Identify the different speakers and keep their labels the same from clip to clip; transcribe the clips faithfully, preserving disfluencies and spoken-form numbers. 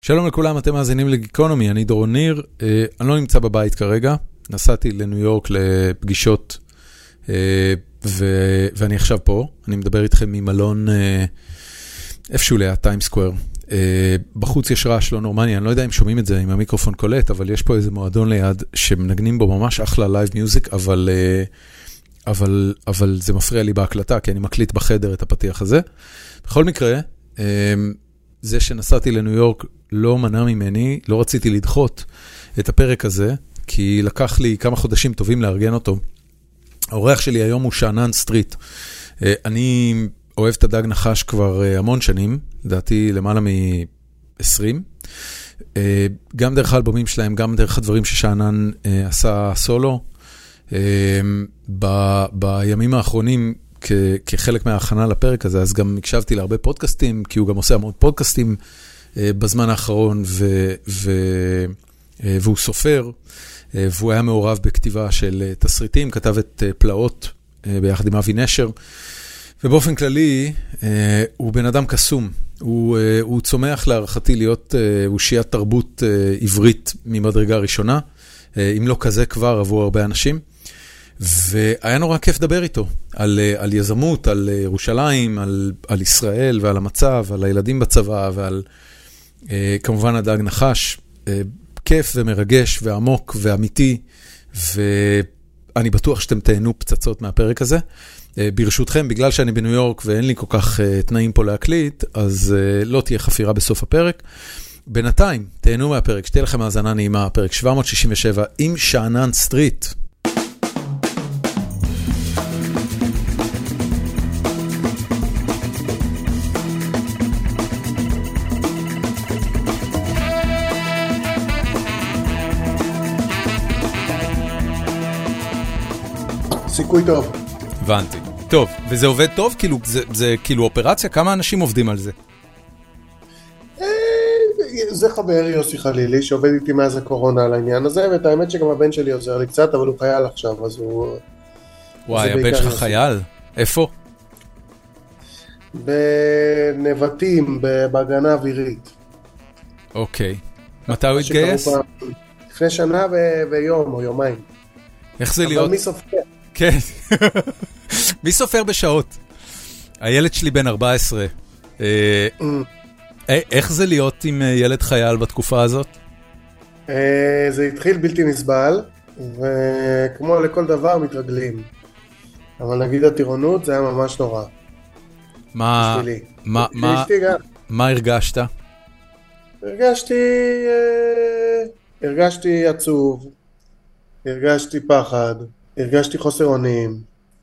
Speaker 1: שלום לכולם, אתם מאזינים לגיקונומי, אני דורון ניר, אני לא נמצא בבית כרגע, נסעתי לניו יורק לפגישות, ואני עכשיו פה, אני מדבר איתכם ממלון איפשהו ליד טיים סקוואר. בחוץ יש רעש לא נורמלי, אני לא יודע אם שומעים את זה עם המיקרופון קולט, אבל יש פה איזה מועדון ליד שמנגנים בו ממש אחלה לייב מיוזיק, אבל, אבל, אבל זה מפריע לי בהקלטה, כי אני מקליט בחדר את הפתיח הזה. בכל מקרה, זה שנסעתי לניו יורק לא מנע ממני, לא רציתי לדחות את הפרק הזה, כי לקח לי כמה חודשים טובים לארגן אותו. האורח שלי היום הוא שאנן סטריט. אני אוהב את הדג נחש כבר המון שנים, לדעתי למעלה מ-עשרים. גם דרך האלבומים שלהם, גם דרך הדברים ששאנן עשה סולו. ב- בימים האחרונים, כ- כחלק מההכנה לפרק הזה, אז גם הקשבתי להרבה פודקאסטים, כי הוא גם עושה המון פודקאסטים בזמן האחרון, ו- ו- והוא סופר, והוא היה מעורב בכתיבה של תסריטים, כתב את פלאות ביחד עם אבי נשר, ובאופן כללי, הוא בן אדם קסום, הוא, הוא צומח להערכתי להיות אושיית תרבות עברית ממדרגה ראשונה, אם לא כזה כבר עבור הרבה אנשים, והיה נורא כיף לדבר איתו, על, על יזמות, על ירושלים, על, על ישראל ועל המצב, על הילדים בצבא ועל כמובן הדג נחש, כיף ומרגש ועמוק ואמיתי, ואני בטוח שאתם תהנו פצצות מהפרק הזה. ברשותכם, בגלל שאני בניו יורק ואין לי כל כך תנאים פה להקליט, אז לא תהיה חפירה בסוף הפרק. בינתיים, תהנו מהפרק, שתהיה לכם האזנה נעימה, פרק שבע מאות שישים ושבע עם שאנן סטריט.
Speaker 2: סיכוי טוב.
Speaker 1: הבנתי. טוב, וזה עובד טוב? כאילו, זה, זה כאילו אופרציה? כמה אנשים עובדים על זה?
Speaker 2: זה חבר יוסי חלילי שעובד איתי מאז הקורונה על העניין הזה, ואת האמת שגם הבן שלי עוזר לי קצת, אבל הוא חייל עכשיו, אז הוא...
Speaker 1: וואי, הבן שלך חייל? איפה?
Speaker 2: בנבטים, בהגנה אווירית.
Speaker 1: אוקיי. מתי הוא התגייס?
Speaker 2: לפני שנה ויום או יומיים.
Speaker 1: איך זה להיות?
Speaker 2: אבל מי סופר?
Speaker 1: כן. מי סופר בשעות? הילד שלי בן ארבע עשרה. איך זה להיות עם ילד חייל בתקופה הזאת?
Speaker 2: זה התחיל בלתי נסבל, וכמו לכל דבר מתרגלים. אבל נגיד הטירונות זה היה ממש נורא.
Speaker 1: מה, מה, מה, מה הרגשת?
Speaker 2: הרגשתי, הרגשתי עצוב, הרגשתי פחד, הרגשתי חוסר אונים.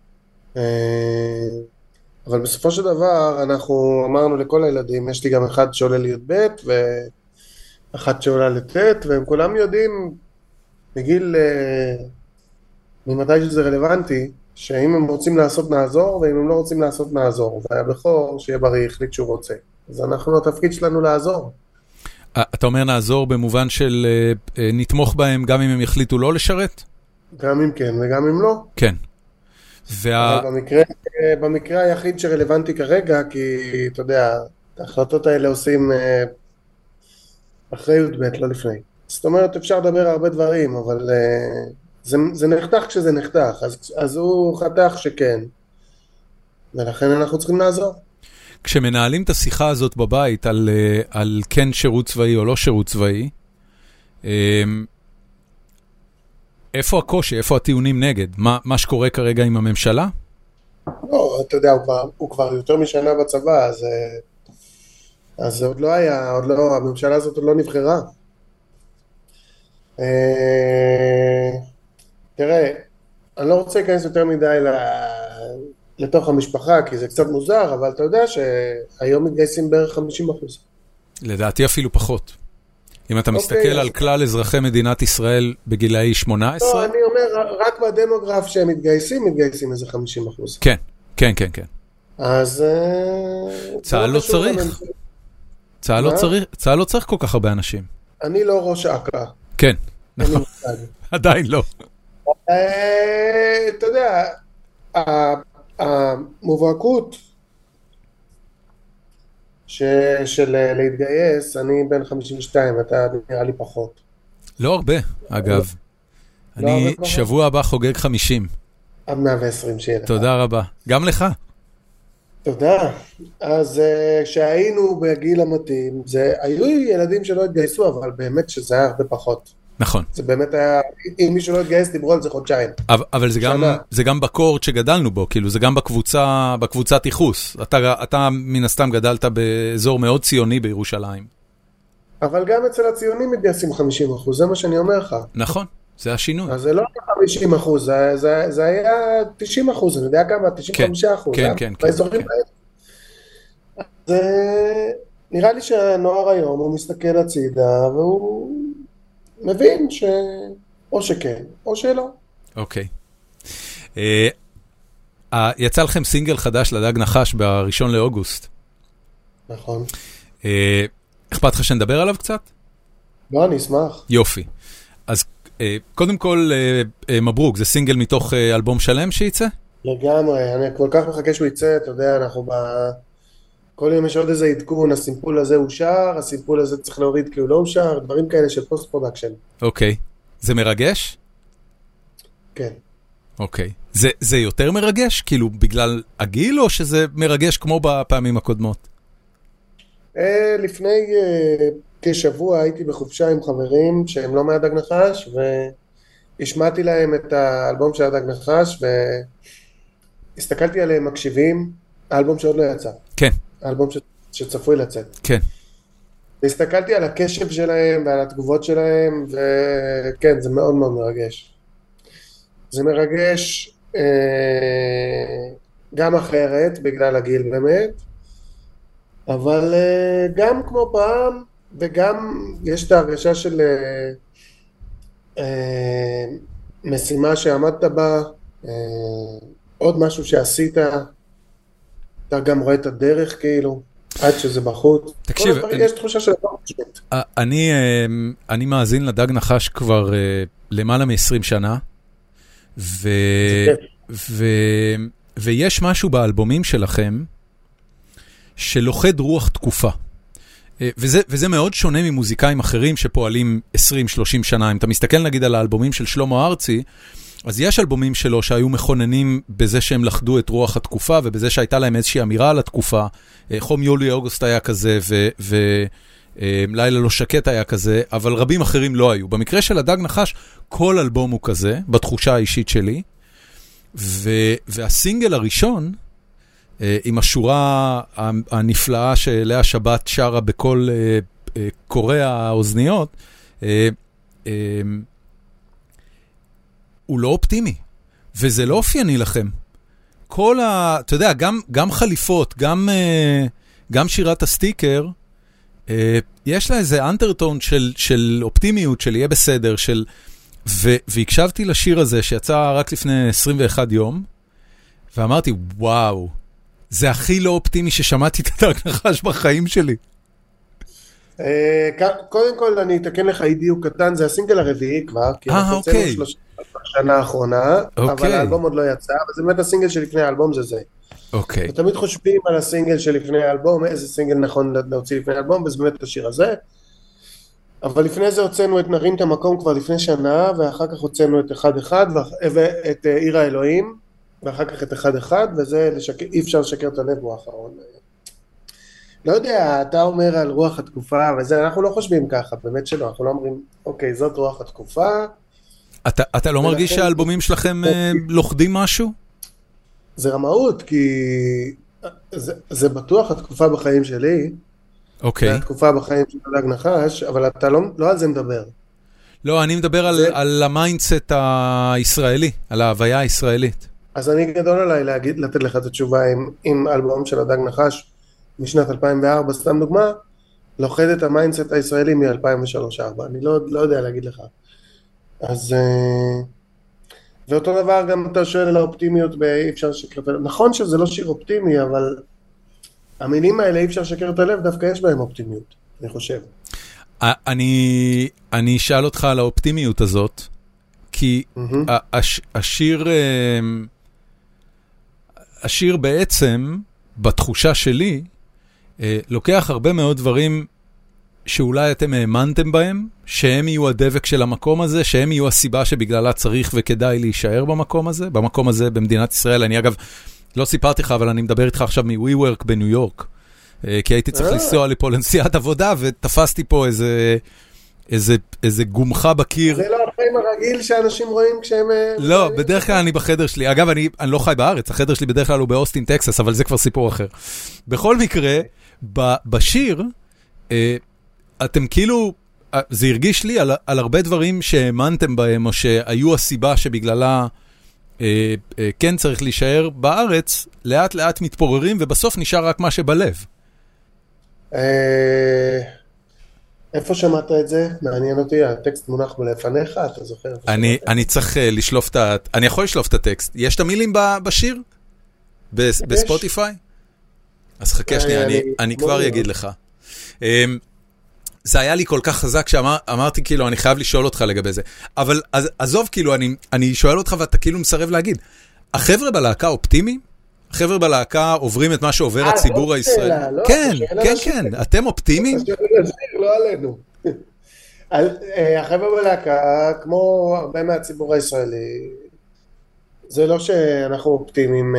Speaker 2: אבל בסופו של דבר אנחנו אמרנו לכל הילדים, יש לי גם אחד שעולה לי"ב ואחד שעולה לט', והם כולם יודעים בגיל, ממתי שזה רלוונטי, שאם הם רוצים לעשות נעזור, ואם הם לא רוצים לעשות נעזור. והבכור שיהיה בריא החליט שהוא רוצה. אז אנחנו, התפקיד שלנו לעזור.
Speaker 1: אתה אומר נעזור במובן של נתמוך בהם גם אם הם יחליטו לא לשרת?
Speaker 2: גם אם כן וגם אם לא.
Speaker 1: כן. וה...
Speaker 2: במקרה, במקרה היחיד שרלוונטי כרגע, כי אתה יודע, ההחלטות האלה עושים אחרי י"ב, לא לפני. זאת אומרת, אפשר לדבר הרבה דברים, אבל זה, זה נחתך כשזה נחתך, אז, אז הוא חתך שכן. ולכן אנחנו צריכים לעזור.
Speaker 1: כשמנהלים את השיחה הזאת בבית על, על כן שירות צבאי או לא שירות צבאי, איפה הקושי? איפה הטיעונים נגד? מה, מה שקורה כרגע עם הממשלה?
Speaker 2: לא, אתה יודע, הוא כבר, הוא כבר יותר משנה בצבא, אז, אז זה עוד לא היה, עוד לא, הממשלה הזאת עוד לא נבחרה. תראה, אני לא רוצה להיכנס יותר מדי לתוך המשפחה, כי זה קצת מוזר, אבל אתה יודע שהיום מתגייסים בערך חמישים אחוז.
Speaker 1: לדעתי אפילו פחות. אם אתה מסתכל על כלל אזרחי מדינת ישראל בגילאי שמונה עשרה?
Speaker 2: לא, אני אומר, רק בדמוגרף שהם מתגייסים, מתגייסים איזה חמישים אחוז.
Speaker 1: כן, כן, כן, כן.
Speaker 2: אז...
Speaker 1: צהל לא צריך. צהל לא צריך, צהל לא צריך כל כך הרבה אנשים.
Speaker 2: אני לא ראש אכ"א.
Speaker 1: כן, נכון. עדיין לא.
Speaker 2: אתה יודע, המובהקות ש, של להתגייס, אני בן חמישים ושתיים, אתה נראה לי פחות.
Speaker 1: לא הרבה, אגב.
Speaker 2: לא
Speaker 1: אני
Speaker 2: הרבה
Speaker 1: שבוע הבא חוגג חמישים.
Speaker 2: עד מאה ועשרים שיהיה לך.
Speaker 1: תודה רבה. גם לך.
Speaker 2: תודה. אז כשהיינו בגיל המתאים, זה, היו ילדים שלא התגייסו, אבל באמת שזה היה הרבה פחות.
Speaker 1: נכון.
Speaker 2: זה באמת היה, אם מישהו לא התגייס, דיברו על זה חודשיים.
Speaker 1: אבל, אבל זה גם, זה גם בקורט שגדלנו בו, כאילו זה גם בקבוצה, בקבוצת ייחוס. אתה, אתה מן הסתם גדלת באזור מאוד ציוני בירושלים.
Speaker 2: אבל גם אצל הציונים מתגייסים חמישים אחוז, זה מה שאני אומר לך.
Speaker 1: נכון, זה השינוי.
Speaker 2: אז זה לא חמישים אחוז, זה, זה, זה היה תשעים אחוז, אני יודע כמה, תשעים וחמישה אחוז.
Speaker 1: כן, כן, כן.
Speaker 2: באזורים האלה. אז נראה לי שהנוער היום, הוא מסתכל הצידה, והוא מבין ש... או שכן, או שלא.
Speaker 1: אוקיי. יצא לכם סינגל חדש לדג נחש בראשון לאוגוסט.
Speaker 2: נכון.
Speaker 1: אכפת לך שנדבר עליו קצת?
Speaker 2: לא, אני אשמח.
Speaker 1: יופי. אז קודם כל, מברוק, זה סינגל מתוך אלבום שלם שייצא?
Speaker 2: לגמרי, אני כל כך מחכה שהוא יצא, אתה יודע, אנחנו ב... כל יום יש עוד איזה עדכון, הסימפול הזה אושר, הסימפול הזה צריך להוריד כי הוא לא אושר, דברים כאלה של פוסט פרודקשן.
Speaker 1: אוקיי. זה מרגש?
Speaker 2: כן.
Speaker 1: אוקיי. זה, זה יותר מרגש? כאילו בגלל הגיל או שזה מרגש כמו בפעמים הקודמות?
Speaker 2: לפני כשבוע הייתי בחופשה עם חברים שהם לא מהדג נחש, והשמעתי להם את האלבום של הדג נחש, והסתכלתי עליהם מקשיבים, האלבום שעוד לא יצא.
Speaker 1: כן.
Speaker 2: האלבום ש... שצפוי לצאת.
Speaker 1: כן.
Speaker 2: והסתכלתי על הקשב שלהם ועל התגובות שלהם, וכן, זה מאוד מאוד מרגש. זה מרגש אה... גם אחרת, בגלל הגיל באמת, אבל אה, גם כמו פעם, וגם יש את ההרגשה של אה, אה, משימה שעמדת בה, אה, עוד משהו שעשית, אתה גם רואה את הדרך כאילו, עד שזה בחוץ.
Speaker 1: תקשיב,
Speaker 2: יש תחושה של דבר פשוט.
Speaker 1: אני, אני מאזין לדג נחש כבר למעלה מ-עשרים שנה, ו, ו, ויש משהו באלבומים שלכם שלוחד רוח תקופה. וזה, וזה מאוד שונה ממוזיקאים אחרים שפועלים עשרים שלושים שנה. אם אתה מסתכל נגיד על האלבומים של שלמה ארצי, אז יש אלבומים שלו שהיו מכוננים בזה שהם לחדו את רוח התקופה, ובזה שהייתה להם איזושהי אמירה על התקופה. חום יולי אוגוסט היה כזה, ולילה לא שקט היה כזה, אבל רבים אחרים לא היו. במקרה של הדג נחש, כל אלבום הוא כזה, בתחושה האישית שלי, והסינגל הראשון, עם השורה הנפלאה שלאה שבת שרה בכל קוראי האוזניות, הוא לא אופטימי, וזה לא אופייני לכם. כל ה... אתה יודע, גם, גם חליפות, גם, גם שירת הסטיקר, יש לה איזה אנטרטון של, של אופטימיות, של יהיה בסדר, של... ו, והקשבתי לשיר הזה שיצא רק לפני עשרים ואחד יום, ואמרתי, וואו, זה הכי לא אופטימי ששמעתי את הדג נחש בחיים שלי.
Speaker 2: קודם כל אני אתקן לך אידיוק קטן, זה הסינגל הרביעי כבר, כי אנחנו הוצאנו שלושים שנה האחרונה, אבל האלבום עוד לא יצא, אבל זה באמת הסינגל שלפני האלבום זה זה.
Speaker 1: אוקיי.
Speaker 2: ותמיד חושבים על הסינגל שלפני האלבום, איזה סינגל נכון להוציא לפני האלבום, וזה באמת השיר הזה. אבל לפני זה הוצאנו את נרים את המקום כבר לפני שנה, ואחר כך הוצאנו את אחד אחד, ואת עיר האלוהים, ואחר כך את אחד אחד, וזה אי אפשר לשקר את הלב הוא האחרון. לא יודע, אתה אומר על רוח התקופה, וזה, אנחנו לא חושבים ככה, באמת שלא, אנחנו לא אומרים, אוקיי, זאת רוח התקופה.
Speaker 1: אתה, אתה לא מרגיש שהאלבומים שלכם לוכדים משהו?
Speaker 2: זה רמאות, כי זה, זה בטוח התקופה בחיים שלי,
Speaker 1: אוקיי.
Speaker 2: זה התקופה בחיים של הדג נחש, אבל אתה לא, לא על זה מדבר.
Speaker 1: לא, אני מדבר על, זה... על המיינדסט הישראלי, על ההוויה הישראלית. אז
Speaker 2: אני גדול עליי להגיד, לתת לך את התשובה עם, עם אלבום של הדג נחש, משנת אלפיים וארבע, סתם דוגמה, לוחד את המיינדסט הישראלי מ-אלפיים ושלוש ארבע, אני לא, לא יודע להגיד לך. אז, ואותו דבר גם אתה שואל על האופטימיות, אי אפשר לשקר את הלב. נכון שזה לא שיר אופטימי, אבל המילים האלה אי אפשר לשקר את הלב, דווקא יש בהם אופטימיות, אני חושב.
Speaker 1: אני, אני אשאל אותך על האופטימיות הזאת, כי הש, השיר, השיר בעצם, בתחושה שלי, לוקח הרבה מאוד דברים שאולי אתם האמנתם בהם, שהם יהיו הדבק של המקום הזה, שהם יהיו הסיבה שבגללה צריך וכדאי להישאר במקום הזה, במקום הזה במדינת ישראל. אני אגב, לא סיפרתי לך, אבל אני מדבר איתך עכשיו מ-WeWork בניו יורק, כי הייתי צריך לנסוע לי פה לנסיעת עבודה, ותפסתי פה איזה, איזה, איזה גומחה בקיר.
Speaker 2: זה לא החיים הרגיל שאנשים רואים כשהם...
Speaker 1: לא, בדרך כלל אני בחדר שלי. אגב, אני, אני לא חי בארץ, החדר שלי בדרך כלל הוא באוסטין, טקסס, אבל זה כבר סיפור אחר. בכל מקרה, בשיר, אתם כאילו, זה הרגיש לי על, על הרבה דברים שהאמנתם בהם, או שהיו הסיבה שבגללה אה, אה, כן צריך להישאר בארץ, לאט לאט מתפוררים, ובסוף נשאר רק מה שבלב.
Speaker 2: אה, איפה שמעת את זה? מעניין אותי, הטקסט מונח לפניך, אתה זוכר?
Speaker 1: אני, אני צריך uh, לשלוף את ה... אני יכול לשלוף את הטקסט. יש את המילים בשיר? בס, בספוטיפיי? אז חכה שנייה, אני, אני כבר אגיד לך. Um, זה היה לי כל כך חזק שאמרתי כאילו, אני חייב לשאול אותך לגבי זה. אבל אז, עזוב כאילו, אני, אני שואל אותך ואתה כאילו מסרב להגיד. החבר'ה בלהקה אופטימיים? החבר'ה בלהקה עוברים את מה שעובר הציבור הישראלי? כן, כן, כן. אתם אופטימיים?
Speaker 2: לא עלינו. החבר'ה בלהקה, כמו הרבה מהציבור הישראלי, זה לא שאנחנו אופטימיים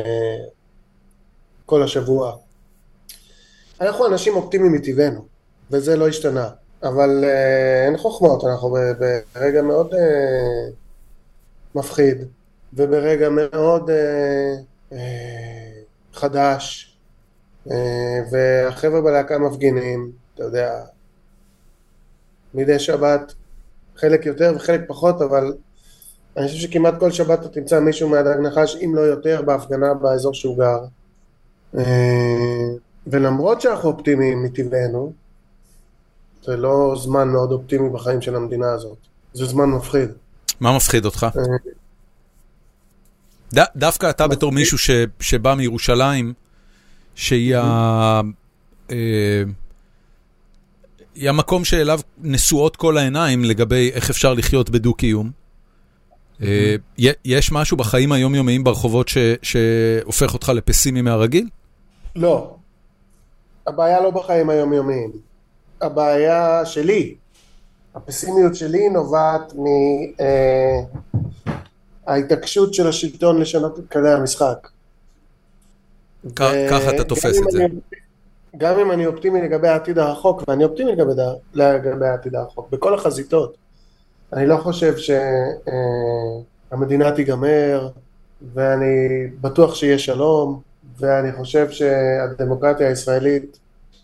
Speaker 2: כל השבוע. אנחנו אנשים אופטימיים מטבענו. וזה לא השתנה, אבל אה, אין חוכמות, אנחנו ברגע מאוד אה, מפחיד, וברגע מאוד אה, אה, חדש, אה, והחבר'ה בלהקה מפגינים, אתה יודע, מדי שבת, חלק יותר וחלק פחות, אבל אני חושב שכמעט כל שבת אתה תמצא מישהו מהדג נחש, אם לא יותר, בהפגנה באזור שהוא גר. אה, ולמרות שאנחנו אופטימיים מטבענו, זה לא זמן מאוד אופטימי בחיים של המדינה הזאת. זה זמן מפחיד.
Speaker 1: מה מפחיד אותך? ד, דווקא אתה בתור מישהו ש, שבא מירושלים, שהיא ה... היא המקום שאליו נשואות כל העיניים לגבי איך אפשר לחיות בדו-קיום. יש משהו בחיים היומיומיים ברחובות ש, שהופך אותך לפסימי מהרגיל?
Speaker 2: לא. הבעיה לא בחיים היומיומיים. הבעיה שלי, הפסימיות שלי נובעת מההתעקשות של השלטון לשנות את כללי המשחק.
Speaker 1: ככה אתה תופס את זה.
Speaker 2: גם אם אני אופטימי לגבי העתיד הרחוק, ואני אופטימי לגבי העתיד הרחוק, בכל החזיתות, אני לא חושב שהמדינה תיגמר, ואני בטוח שיהיה שלום, ואני חושב שהדמוקרטיה הישראלית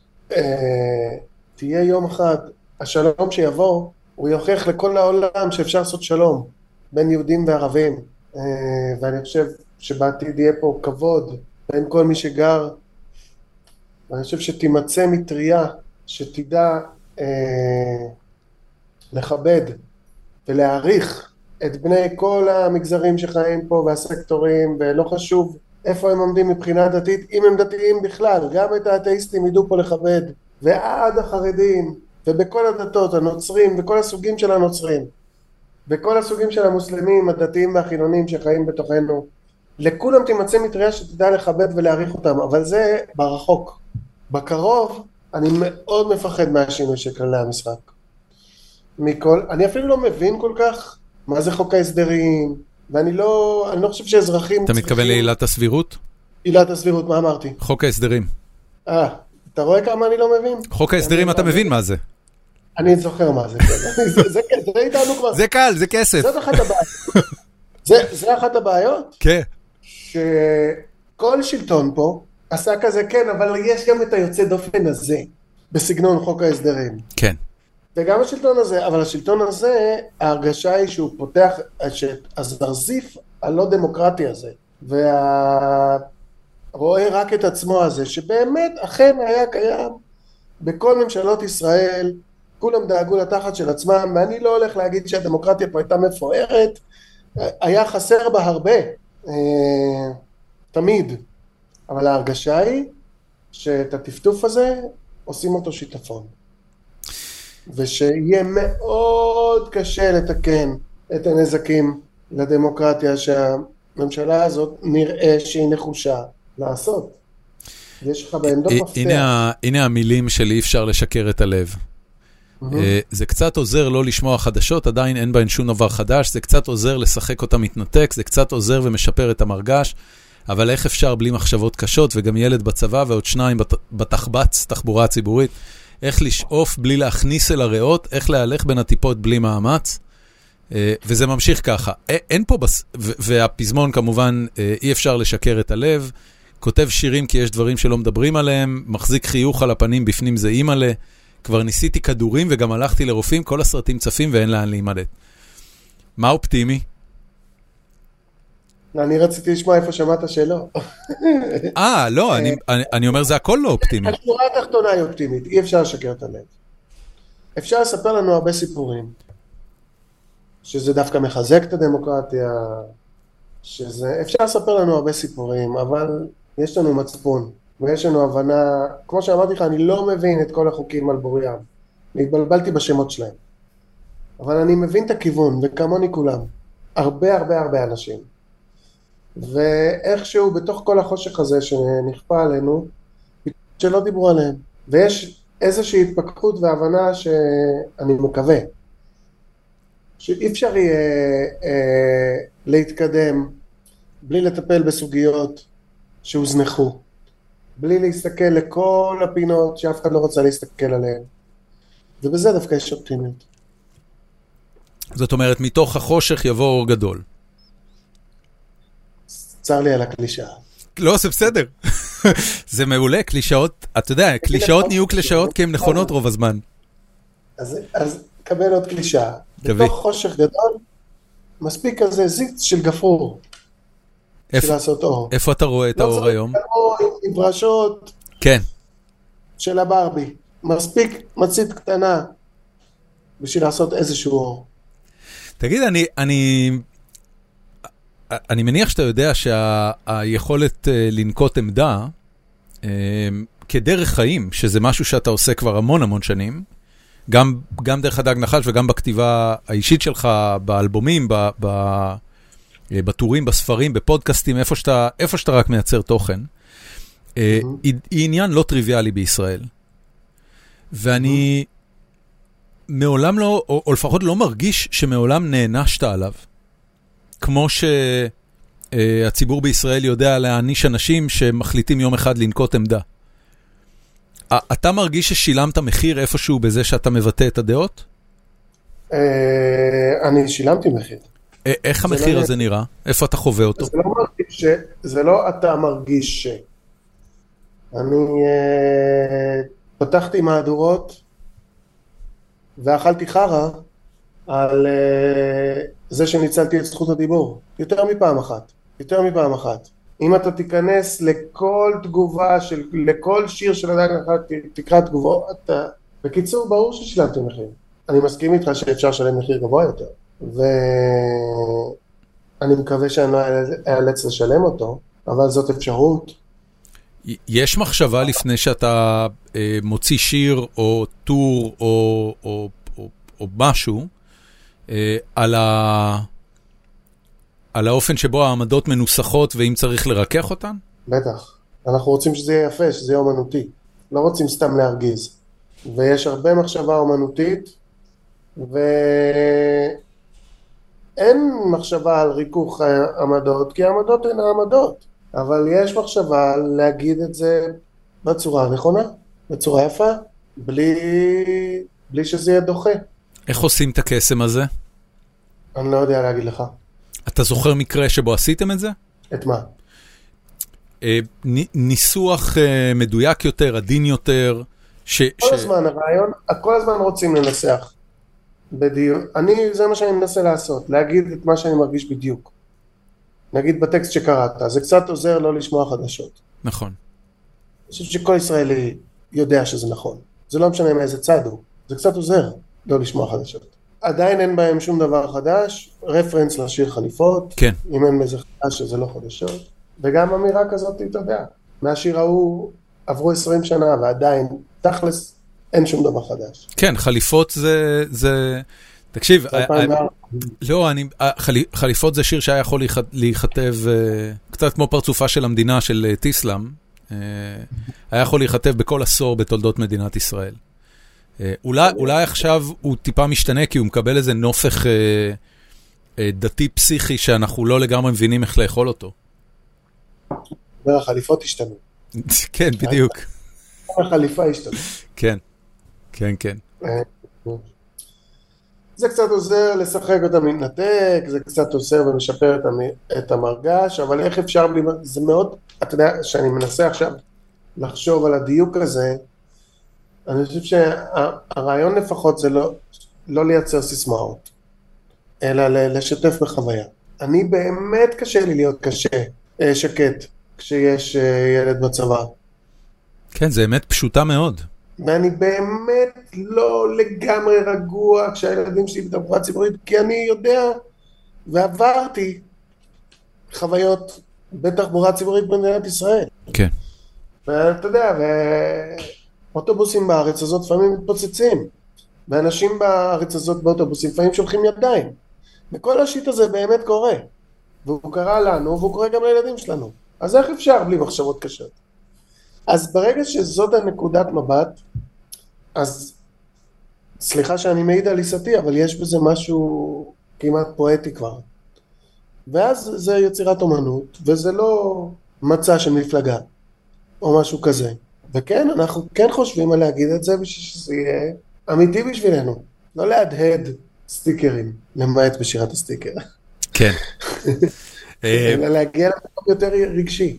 Speaker 2: תהיה יום אחד, השלום שיבוא, הוא יוכיח לכל העולם שאפשר לעשות שלום, בין יהודים וערבים, ואני חושב שבעתיד יהיה פה כבוד, בין כל מי שגר, ואני חושב שתימצא מטריה, שתדע אה, לכבד ולהעריך את בני כל המגזרים שחיים פה והסקטורים, ולא חשוב איפה הם עומדים מבחינה דתית, אם הם דתיים בכלל, גם את האתאיסטים ידעו פה לכבד, ועד החרדים, ובכל הדתות, הנוצרים, וכל הסוגים של הנוצרים, וכל הסוגים של המוסלמים, הדתיים והחילונים שחיים בתוכנו, לכולם תימצא מטריה שתדע לכבד ולהעריך אותם, אבל זה ברחוק. בקרוב, אני מאוד מפחד מהשינוי של כללי המשחק. מכל, אני אפילו לא מבין כל כך מה זה חוק ההסדרים, ואני לא, אני לא חושב שאזרחים...
Speaker 1: אתה מתכוון לעילת הסבירות?
Speaker 2: עילת הסבירות, מה אמרתי?
Speaker 1: חוק ההסדרים.
Speaker 2: אה, אתה רואה כמה אני לא מבין?
Speaker 1: חוק ההסדרים, אתה מבין מה זה?
Speaker 2: אני זוכר מה זה. זה איתנו כבר.
Speaker 1: זה קל, זה כסף.
Speaker 2: זאת אחת הבעיות. זה אחת הבעיות?
Speaker 1: כן.
Speaker 2: שכל שלטון פה עשה כזה, כן, אבל יש גם את היוצא דופן הזה, בסגנון חוק ההסדרים.
Speaker 1: כן.
Speaker 2: וגם השלטון הזה, אבל השלטון הזה, ההרגשה היא שהוא פותח הזרזיף הלא דמוקרטי הזה, ורואה רק את עצמו הזה, שבאמת אכן היה קיים בכל ממשלות ישראל, כולם דאגו לתחת של עצמם, ואני לא הולך להגיד שהדמוקרטיה פה הייתה מפוארת, היה חסר בה הרבה, תמיד, אבל ההרגשה היא שאת הטפטוף הזה עושים אותו שיטפון. ושיהיה מאוד קשה לתקן את הנזקים לדמוקרטיה שהממשלה הזאת נראה שהיא נחושה לעשות. יש לך בעמדות מפתח.
Speaker 1: הנה המילים שלי, אפשר לשקר את הלב. זה קצת עוזר לא לשמוע חדשות, עדיין אין בהן שום דבר חדש, זה קצת עוזר לשחק אותה מתנתק, זה קצת עוזר ומשפר את המרגש, אבל איך אפשר בלי מחשבות קשות, וגם ילד בצבא ועוד שניים בתחבץ, תחבורה ציבורית, איך לשאוף בלי להכניס אל הריאות, איך להלך בין הטיפות בלי מאמץ, וזה ממשיך ככה. אין פה, והפזמון כמובן אי אפשר לשקר את הלב, כותב שירים כי יש דברים שלא מדברים עליהם, מחזיק חיוך על הפנים, בפנים זה אימאלה, כבר ניסיתי כדורים וגם הלכתי לרופאים, כל הסרטים צפים ואין לאן להימלט. מה אופטימי?
Speaker 2: אני רציתי לשמוע איפה שמעת שלא.
Speaker 1: אה, לא, אני אומר זה הכל לא אופטימי.
Speaker 2: השורה התחתונה היא אופטימית, אי אפשר לשקר את הלב. אפשר לספר לנו הרבה סיפורים, שזה דווקא מחזק את הדמוקרטיה, שזה, אפשר לספר לנו הרבה סיפורים, אבל יש לנו מצפון, ויש לנו הבנה, כמו שאמרתי לך, אני לא מבין את כל החוקים על בוריים, התבלבלתי בשמות שלהם, אבל אני מבין את הכיוון, וכמוני כולם, הרבה הרבה הרבה אנשים, ואיכשהו בתוך כל החושך הזה שנכפה עלינו, שלא דיברו עליהם, ויש איזושהי התפכחות והבנה שאני מקווה, שאי אפשר יהיה אה, להתקדם בלי לטפל בסוגיות שהוזנחו, בלי להסתכל לכל הפינות שאף אחד לא רוצה להסתכל עליהן, ובזה דווקא יש אופטימיות.
Speaker 1: זאת אומרת, מתוך החושך יבוא אור גדול.
Speaker 2: צר לי על הקלישאה.
Speaker 1: לא, זה בסדר. זה מעולה, קלישאות, אתה יודע, קלישאות נהיו קלישאות כי הן נכונות רוב הזמן.
Speaker 2: אז, אז קבל עוד קלישאה. בתוך חושך גדול, מספיק כזה זיץ של גפרור. של לעשות אור.
Speaker 1: איפה אתה רואה את האור היום?
Speaker 2: לא צריך אור עם ברשות.
Speaker 1: כן.
Speaker 2: של הברבי. מספיק מצית קטנה בשביל לעשות איזשהו אור.
Speaker 1: תגיד, אני, אני, אני מניח שאתה יודע שהיכולת לנקוט עמדה כדרך חיים, שזה משהו שאתה עושה כבר המון המון שנים, גם, גם דרך הדג נחש וגם בכתיבה האישית שלך, באלבומים, ב, ב, בטורים, בספרים, בפודקאסטים, איפה שאתה, איפה שאתה רק מייצר תוכן, mm-hmm. היא, היא עניין לא טריוויאלי בישראל. ואני mm-hmm. מעולם לא, או, או לפחות לא מרגיש שמעולם נענשת עליו. כמו שהציבור בישראל יודע להעניש אנשים שמחליטים יום אחד לנקוט עמדה. אתה מרגיש ששילמת מחיר איפשהו בזה שאתה מבטא את הדעות?
Speaker 2: אני שילמתי מחיר.
Speaker 1: איך המחיר הזה נראה? איפה אתה חווה אותו?
Speaker 2: זה לא מרגיש ש... זה לא אתה מרגיש ש... אני פתחתי מהדורות ואכלתי חרה על זה שניצלתי את זכות הדיבור. יותר מפעם אחת. יותר מפעם אחת. אם אתה תיכנס לכל תגובה, של, לכל שיר של הדג נחש, תקרא תגובות, אתה... בקיצור, ברור ששילמתי מחיר. אני מסכים איתך שאפשר לשלם מחיר גבוה יותר, ואני מקווה שאני לא אאלץ לשלם אותו, אבל זאת אפשרות.
Speaker 1: יש מחשבה לפני שאתה אה, מוציא שיר או טור או, או, או, או משהו, אה, על ה... על האופן שבו העמדות מנוסחות, ואם צריך לרכך אותן?
Speaker 2: בטח. אנחנו רוצים שזה יהיה יפה, שזה יהיה אומנותי. לא רוצים סתם להרגיז. ויש הרבה מחשבה אומנותית, ואין מחשבה על ריכוך העמדות, כי העמדות הן העמדות. אבל יש מחשבה להגיד את זה בצורה הנכונה, בצורה יפה, בלי, בלי שזה יהיה דוחה.
Speaker 1: איך עושים את הקסם הזה?
Speaker 2: אני לא יודע להגיד לך.
Speaker 1: אתה זוכר מקרה שבו עשיתם את זה?
Speaker 2: את מה?
Speaker 1: ניסוח מדויק יותר, עדין יותר.
Speaker 2: כל הזמן הרעיון, כל הזמן רוצים לנסח בדיוק. אני, זה מה שאני מנסה לעשות, להגיד את מה שאני מרגיש בדיוק. נגיד בטקסט שקראת, זה קצת עוזר לא לשמוע חדשות.
Speaker 1: נכון.
Speaker 2: אני חושב שכל ישראלי יודע שזה נכון. זה לא משנה מאיזה צד הוא. זה קצת עוזר לא לשמוע חדשות. עדיין אין בהם שום דבר חדש, רפרנס לשיר חליפות,
Speaker 1: כן.
Speaker 2: אם אין מזה חדש שזה לא חדשות, וגם אמירה כזאת, אתה יודע, מהשיר ההוא עברו עשרים שנה, ועדיין, תכלס, אין שום דבר חדש.
Speaker 1: כן, חליפות זה, זה, תקשיב, לא, אני, חליפות זה שיר שהיה יכול להיכתב, קצת כמו פרצופה של המדינה של טיסלאם, היה יכול להיכתב בכל עשור בתולדות מדינת ישראל. אולי, אולי עכשיו הוא טיפה משתנה, כי הוא מקבל איזה נופך דתי פסיכי, שאנחנו לא לגמרי מבינים איך לאכול אותו.
Speaker 2: והחליפות השתנו.
Speaker 1: כן, בדיוק.
Speaker 2: החליפה השתנו.
Speaker 1: כן, כן, כן.
Speaker 2: זה קצת עוזר לשחק אותה מתנתק, זה קצת עוזר ומשפר את המרגש, אבל איך אפשר בלי... זה מאוד, אתה יודע, שאני מנסה עכשיו לחשוב על הדיוק הזה, אני חושב שהרעיון לפחות זה לא, לא לייצר סיסמאות, אלא לשתף בחוויה. אני באמת קשה לי להיות קשה, שקט, כשיש ילד בצבא.
Speaker 1: כן, זה אמת פשוטה מאוד.
Speaker 2: ואני באמת לא לגמרי רגוע כשהילדים שלי בתחבורה ציבורית, כי אני יודע ועברתי חוויות בתחבורה ציבורית במדינת ישראל.
Speaker 1: כן.
Speaker 2: ואתה יודע, ואוטובוסים בארץ הזאת לפעמים מתפוצצים, ואנשים בארץ הזאת באוטובוסים לפעמים שולחים ידיים. וכל השיט הזה באמת קורה. והוא קרה לנו, והוא קורה גם לילדים שלנו. אז איך אפשר בלי מחשבות קשות? אז ברגע שזאת הנקודת מבט, אז סליחה שאני מעיד על עיסתי, אבל יש בזה משהו כמעט פואטי כבר. ואז זה יצירת אומנות, וזה לא מצע של מפלגה, או משהו כזה. וכן, אנחנו כן חושבים על להגיד את זה, בשביל שזה יהיה אמיתי בשבילנו. לא להדהד סטיקרים, למעט בשירת הסטיקר.
Speaker 1: כן.
Speaker 2: אלא להגיע למקום יותר רגשי.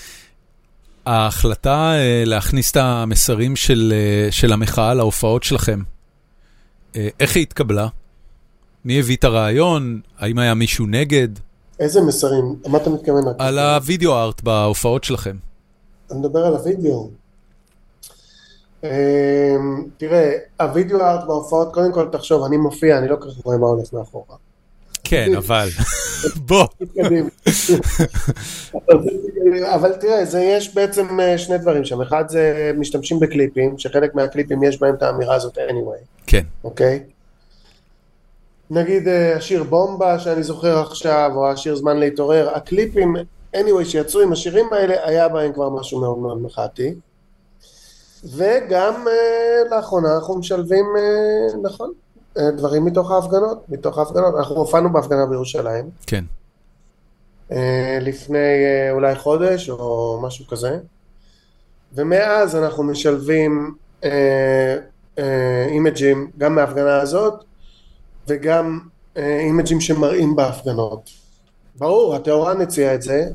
Speaker 1: ההחלטה להכניס את המסרים של, של המחאה להופעות שלכם, איך היא התקבלה? מי הביא את הרעיון? האם היה מישהו נגד?
Speaker 2: איזה מסרים? מה אתה מתכוון?
Speaker 1: על הוידאו ארט בהופעות שלכם.
Speaker 2: אני מדבר על הוידאו. תראה, הוידאו ארט בהופעות, קודם כל תחשוב, אני מופיע, אני לא כל כך רואה מה הולך מאחורה.
Speaker 1: כן, אבל בוא.
Speaker 2: אבל תראה, זה יש בעצם שני דברים שם. אחד זה משתמשים בקליפים, שחלק מהקליפים יש בהם את האמירה הזאת anyway.
Speaker 1: כן.
Speaker 2: אוקיי? נגיד השיר בומבה שאני זוכר עכשיו, או השיר זמן להתעורר, הקליפים anyway שיצאו עם השירים האלה, היה בהם כבר משהו מאוד מאוד מחאתי. וגם לאחרונה אנחנו משלבים, נכון, דברים מתוך ההפגנות, מתוך ההפגנות. אנחנו הופענו בהפגנה בירושלים.
Speaker 1: כן.
Speaker 2: לפני אולי חודש או משהו כזה. ומאז אנחנו משלבים אימג'ים גם מההפגנה הזאת, וגם אימג'ים שמראים בהפגנות. ברור, התיאורן הציע את זה,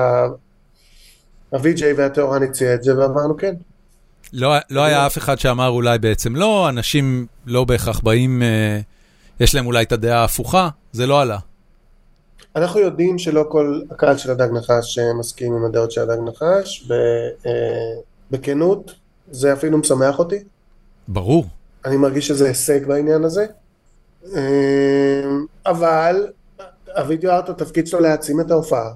Speaker 2: ה-וי ג'יי והתיאורן הציע את זה, ואמרנו כן.
Speaker 1: לא, לא היה אף אחד שאמר אולי בעצם לא, אנשים לא בהכרח באים, יש להם אולי את הדעה ההפוכה, זה לא עלה.
Speaker 2: אנחנו יודעים שלא כל הקהל של הדג נחש מסכים עם הדעות של הדג נחש, בכנות, זה אפילו משמח אותי.
Speaker 1: ברור. אני
Speaker 2: מרגיש שזה הישג בעניין הזה. אבל הוידאו ארט התפקיד שלו להעצים את ההופעה,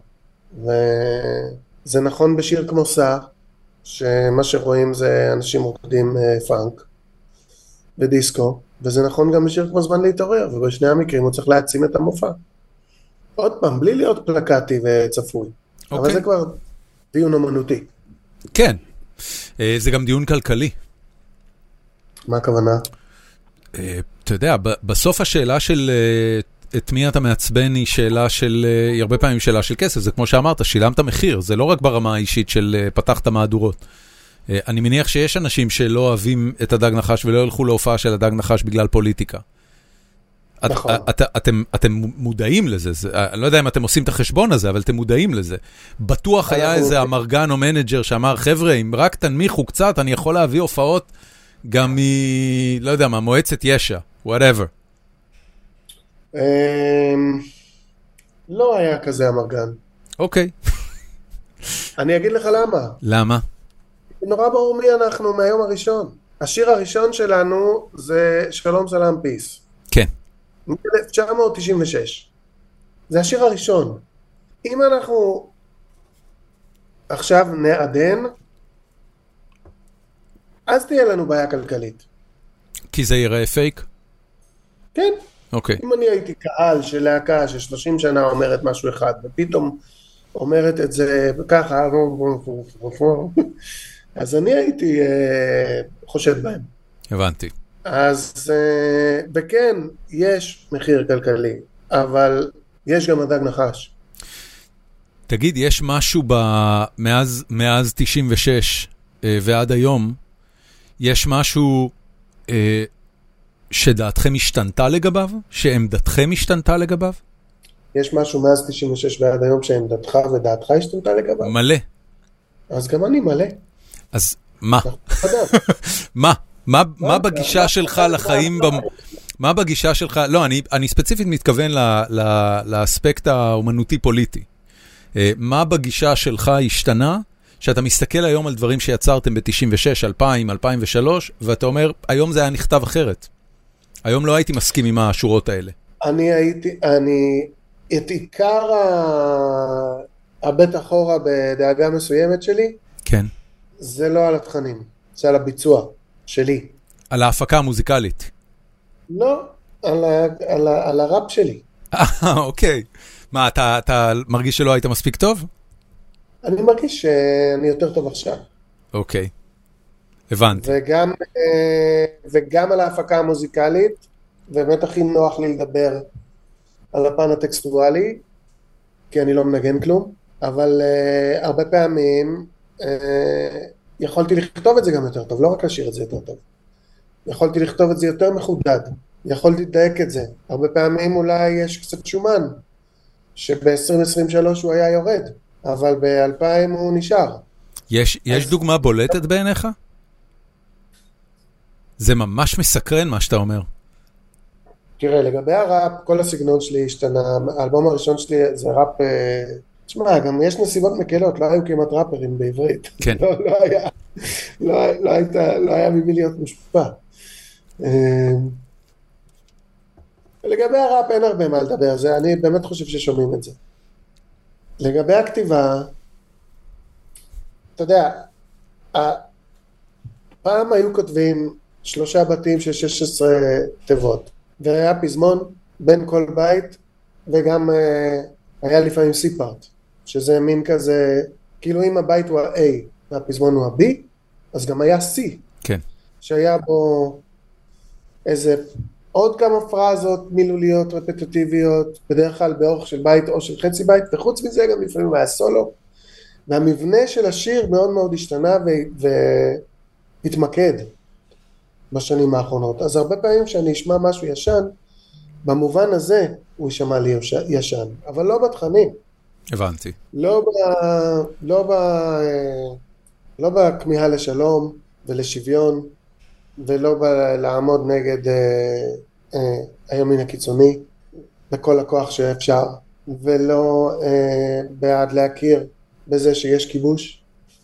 Speaker 2: וזה נכון בשיר כמו סע, שמה שרואים זה אנשים רוקדים פאנק ודיסקו, וזה נכון גם בשיר כמו זמן להתעורר, ובשני המקרים הוא צריך להעצים את המופע. עוד פעם, בלי להיות פלקטי וצפוי. Okay. אבל זה כבר דיון אומנותי.
Speaker 1: כן. זה גם דיון כלכלי.
Speaker 2: מה הכוונה?
Speaker 1: אתה יודע, בסוף השאלה של את מי אתה מעצבן היא שאלה של, היא הרבה פעמים שאלה של כסף. זה כמו שאמרת, שילמת מחיר. זה לא רק ברמה האישית של פתחת מהדורות. אני מניח שיש אנשים שלא אוהבים את הדג נחש ולא ילכו להופעה של הדג נחש בגלל פוליטיקה.
Speaker 2: נכון.
Speaker 1: את, אתם, אתם מודעים לזה, זה, אני לא יודע אם אתם עושים את החשבון הזה, אבל אתם מודעים לזה. בטוח היה איזה אמרגן או מנג'ר שאמר, חבר'ה, אם רק תנמיכו קצת, אני יכול להביא הופעות גם מ... לא יודע מה, מועצת ישע, whatever.
Speaker 2: לא היה כזה אמרגן.
Speaker 1: אוקיי.
Speaker 2: אני אגיד לך למה.
Speaker 1: למה?
Speaker 2: נורא ברור מי אנחנו מהיום הראשון. השיר הראשון שלנו זה שלום סלאם פיס.
Speaker 1: כן.
Speaker 2: מ-אלף תשע מאות תשעים ושש. זה השיר הראשון. אם אנחנו עכשיו נעדן, אז תהיה לנו בעיה כלכלית.
Speaker 1: כי זה ייראה פייק?
Speaker 2: כן.
Speaker 1: אוקיי.
Speaker 2: אם אני הייתי קהל של להקה של שלושים שנה אומרת משהו אחד, ופתאום אומרת את זה ככה, אז אני הייתי חושד בהם.
Speaker 1: הבנתי.
Speaker 2: אז, וכן, יש מחיר כלכלי, אבל יש גם הדג נחש.
Speaker 1: תגיד, יש משהו ב... מאז, מאז תשעים ושש ועד היום, יש משהו אה, שדעתכם השתנתה לגביו? שעמדתכם השתנתה לגביו?
Speaker 2: יש משהו מאז תשעים ושש ועד היום שעמדתך ודעתך השתנתה לגביו?
Speaker 1: מלא.
Speaker 2: אז גם אני מלא.
Speaker 1: אז מה? מה? מה, מה בגישה שלך לחיים, מה בגישה שלך, לא, אני, אני ספציפית מתכוון לאספקט האומנותי-פוליטי. מה בגישה שלך השתנה, שאתה מסתכל היום על דברים שיצרתם ב-תשעים ושש, אלפיים, אלפיים ושלוש, ואתה אומר, היום זה היה נכתב אחרת. היום לא הייתי מסכים עם השורות האלה.
Speaker 2: אני הייתי, אני, את עיקר הבית אחורה בדאגה מסוימת שלי,
Speaker 1: כן.
Speaker 2: זה לא על התכנים, זה על הביצוע שלי.
Speaker 1: על ההפקה המוזיקלית? לא,
Speaker 2: על, ה, על, ה, על הראפ שלי.
Speaker 1: אה, אוקיי. מה, אתה, אתה מרגיש שלא היית מספיק טוב?
Speaker 2: אני מרגיש שאני יותר טוב עכשיו.
Speaker 1: אוקיי. הבנתי.
Speaker 2: וגם, וגם על ההפקה המוזיקלית, באמת הכי נוח לי לדבר על הפן הטקסטואלי, כי אני לא מנגן כלום, אבל uh, הרבה פעמים uh, יכולתי לכתוב את זה גם יותר טוב, לא רק לשיר את זה יותר טוב. יכולתי לכתוב את זה יותר מחודד, יכולתי לדייק את זה. הרבה פעמים אולי יש קצת שומן, שב-עשרים עשרים ושלוש הוא היה יורד, אבל ב-אלפיים הוא נשאר.
Speaker 1: יש, יש אז... דוגמה בולטת בעיניך? זה ממש מסקרן מה שאתה אומר.
Speaker 2: תראה, לגבי הראפ, כל הסגנון שלי השתנה. האלבום הראשון שלי זה ראפ, תשמע, גם יש נסיבות מקלות, לא היו כמעט ראפרים בעברית.
Speaker 1: כן.
Speaker 2: לא, לא היה, לא, לא הייתה, לא היה ממי להיות משפע. לגבי הראפ אין הרבה מה לדבר, זה, אני באמת חושב ששומעים את זה. לגבי הכתיבה, אתה יודע, פעם היו כותבים שלושה בתים של שש עשרה תיבות, והיה פזמון בין כל בית, וגם אה, היה לפעמים C-part, שזה מין כזה, כאילו אם הבית הוא ה-A והפזמון הוא ה-B, אז גם היה C,
Speaker 1: כן.
Speaker 2: שהיה בו איזה עוד כמה פרזות מילוליות רפטטיביות, בדרך כלל באורך של בית או של חצי בית, וחוץ מזה גם לפעמים היה סולו, והמבנה של השיר מאוד מאוד השתנה והתמקד בשנים האחרונות. אז הרבה פעמים שאני אשמע משהו ישן, במובן הזה הוא ישמע לי ישן, אבל לא בתכנים.
Speaker 1: הבנתי.
Speaker 2: לא ב... לא ב... לא בכמיהה לשלום ולשוויון, ולא בלעמוד נגד אה, אה, הימין הקיצוני, בכל הכוח שאפשר, ולא אה, בעד להכיר בזה שיש כיבוש,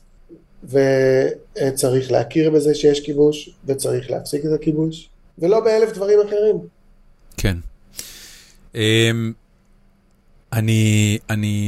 Speaker 2: וצריך להכיר בזה שיש כיבוש, וצריך להפסיק את הכיבוש, ולא באלף דברים אחרים.
Speaker 1: כן. אני, אני,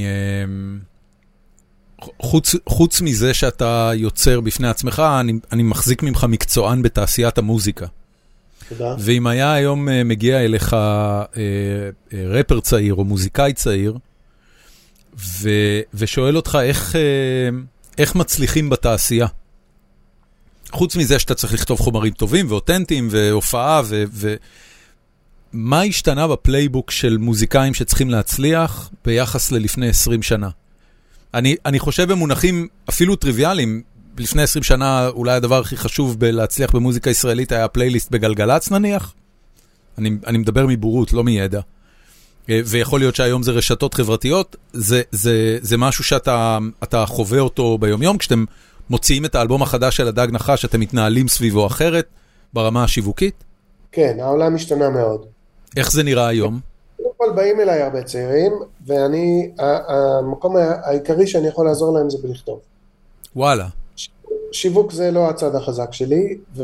Speaker 1: חוץ, חוץ מזה שאתה יוצר בפני עצמך, אני, אני מחזיק ממך מקצוען בתעשיית המוזיקה.
Speaker 2: תודה.
Speaker 1: ואם היה היום מגיע אליך רפר צעיר או מוזיקאי צעיר, ו, ושואל אותך איך, איך מצליחים בתעשייה. חוץ מזה שאתה צריך לכתוב חומרים טובים ואותנטיים והופעה ו... ו מה השתנה בפלייבוק של מוזיקאים שצריכים להצליח ביחס ללפני עשרים שנה? אני, אני חושב במונחים אפילו טריוויאליים, לפני עשרים שנה אולי הדבר הכי חשוב בלהצליח במוזיקה ישראלית היה פלייליסט בגלגלץ נניח. אני, אני מדבר מבורות, לא מידע. ויכול להיות שהיום זה רשתות חברתיות, זה, זה, זה משהו שאתה אתה חווה אותו ביום יום, כשאתם מוציאים את האלבום החדש של הדג נחש, אתם מתנהלים סביבו אחרת ברמה השיווקית?
Speaker 2: כן, העולם השתנה מאוד.
Speaker 1: איך זה נראה היום?
Speaker 2: קודם כל באים אליי הרבה צעירים, ואני, המקום העיקרי שאני יכול לעזור להם זה בלכתוב.
Speaker 1: וואלה.
Speaker 2: שיווק זה לא הצד החזק שלי, ו,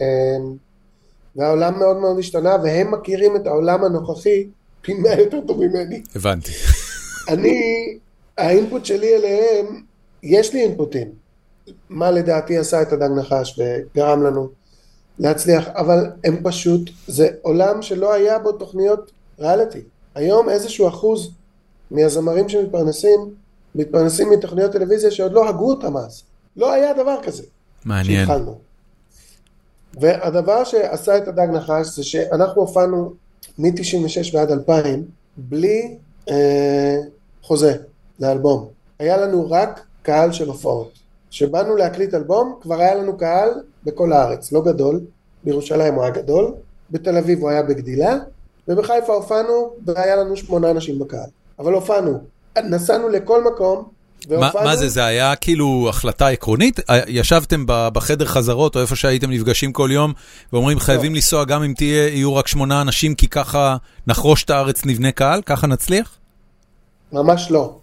Speaker 2: והעולם מאוד מאוד השתנה, והם מכירים את העולם הנוכחי, פי מאה יותר טוב ממני.
Speaker 1: הבנתי.
Speaker 2: אני, האינפוט שלי אליהם, יש לי אינפוטים. מה לדעתי עשה את הדג נחש וגרם לנו להצליח, אבל הם פשוט, זה עולם שלא היה בו תוכניות ריאליטי. היום איזשהו אחוז מהזמרים שמתפרנסים מתפרנסים מתוכניות טלוויזיה שעוד לא הגו אותם אז. לא היה דבר כזה.
Speaker 1: מעניין.
Speaker 2: שהתחלנו. והדבר שעשה את הדג נחש זה שאנחנו הופענו מ-תשעים ושש ועד אלפיים בלי אה, חוזה לאלבום. היה לנו רק קהל של הופעות. כשבאנו להקליט אלבום, כבר היה לנו קהל בכל הארץ, לא גדול, בירושלים הוא היה גדול, בתל אביב הוא היה בגדילה, ובחיפה הופענו והיה לנו שמונה אנשים בקהל. אבל הופענו, נסענו לכל מקום, והופענו...
Speaker 1: מה זה, זה היה כאילו החלטה עקרונית? ישבתם בחדר חזרות, או איפה שהייתם נפגשים כל יום, ואומרים חייבים לנסוע גם אם תהיה, יהיו רק שמונה אנשים, כי ככה נחרוש את הארץ נבנה קהל, ככה נצליח?
Speaker 2: ממש לא.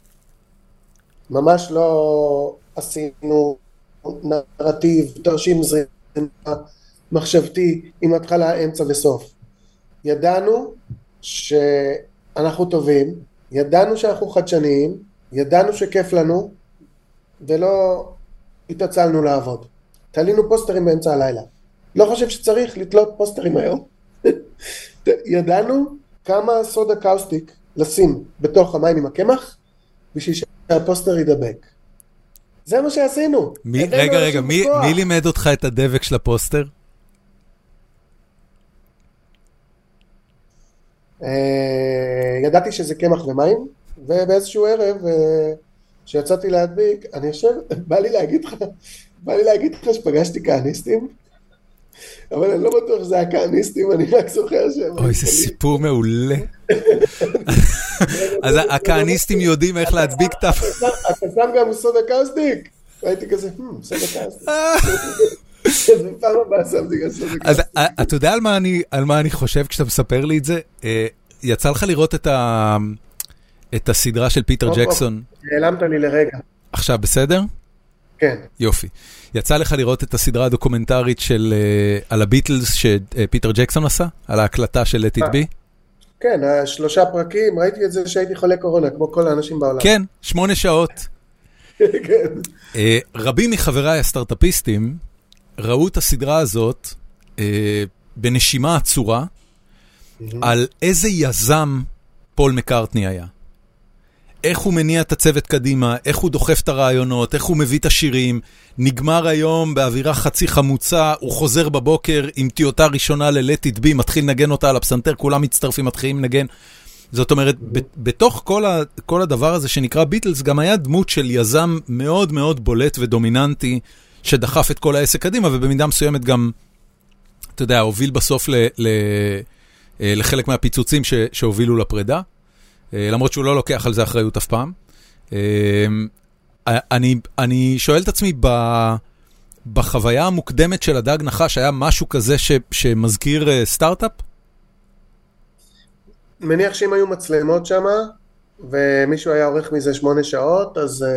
Speaker 2: ממש לא עשינו נרטיב, תרשים זרימה, מחשבתי, עם התחלה, אמצע וסוף. ידענו שאנחנו טובים, ידענו שאנחנו חדשניים, ידענו שכיף לנו, ולא התעצלנו לעבוד. תלינו פוסטרים באמצע הלילה. לא חושב שצריך לתלות פוסטרים היום. ידענו כמה סודה קאוסטיק לשים בתוך המים עם הקמח, בשביל שהפוסטר ידבק. זה מה שעשינו.
Speaker 1: מי, רגע, רגע, מי, מי לימד אותך את הדבק של הפוסטר?
Speaker 2: ידעתי שזה קמח ומים, ובאיזשהו ערב שיצאתי להדביק, אני חושב, בא לי להגיד לך, בא לי להגיד לך שפגשתי כהניסטים, אבל אני לא בטוח שזה היה כהניסטים, אני רק זוכר שהם...
Speaker 1: אוי, זה סיפור מעולה. אז הכהניסטים יודעים איך להדביק את...
Speaker 2: אתה שם גם סודה קאוסטיק? והייתי כזה, סודה קאוסטיק. זה פעם הבאה שמתי גם סודה קאוסטיק.
Speaker 1: אז אתה יודע על מה אני חושב כשאתה מספר לי את זה? יצא לך לראות את ה... את הסדרה של פיטר ג'קסון.
Speaker 2: נעלמת לי לרגע.
Speaker 1: עכשיו בסדר?
Speaker 2: כן.
Speaker 1: יופי. יצא לך לראות את הסדרה הדוקומנטרית של, על הביטלס שפיטר ג'קסון עשה? על ההקלטה של Let It Be?
Speaker 2: כן, השלושה פרקים, ראיתי את זה שהייתי חולה קורונה, כמו כל האנשים בעולם.
Speaker 1: כן, שמונה שעות.
Speaker 2: כן.
Speaker 1: רבים מחבריי הסטארט-אפיסטים ראו את הסדרה הזאת בנשימה עצורה, על איזה יזם פול מקארטני היה. איך הוא מניע את הצוות קדימה, איך הוא דוחף את הרעיונות, איך הוא מביא את השירים, נגמר היום באווירה חצי חמוצה, הוא חוזר בבוקר עם טיוטה ראשונה ל-Let It Be, מתחיל נגן אותה על הפסנתר, כולם מצטרפים, מתחילים נגן. זאת אומרת, בתוך כל, ה, כל הדבר הזה שנקרא ביטלס, גם היה דמות של יזם מאוד מאוד בולט ודומיננטי, שדחף את כל העסק קדימה, ובמידה מסוימת גם, אתה יודע, הוביל בסוף ל... ל לחלק מהפיצוצים ש, שהובילו לפרידה, למרות שהוא לא לוקח על זה אחריות אף פעם. אני, אני שואל את עצמי, בחוויה המוקדמת של הדג נחש, היה משהו כזה ש, שמזכיר סטארט-אפ?
Speaker 2: מניח שאם היו מצלמות שם, ומישהו היה עורך מזה שמונה שעות, אז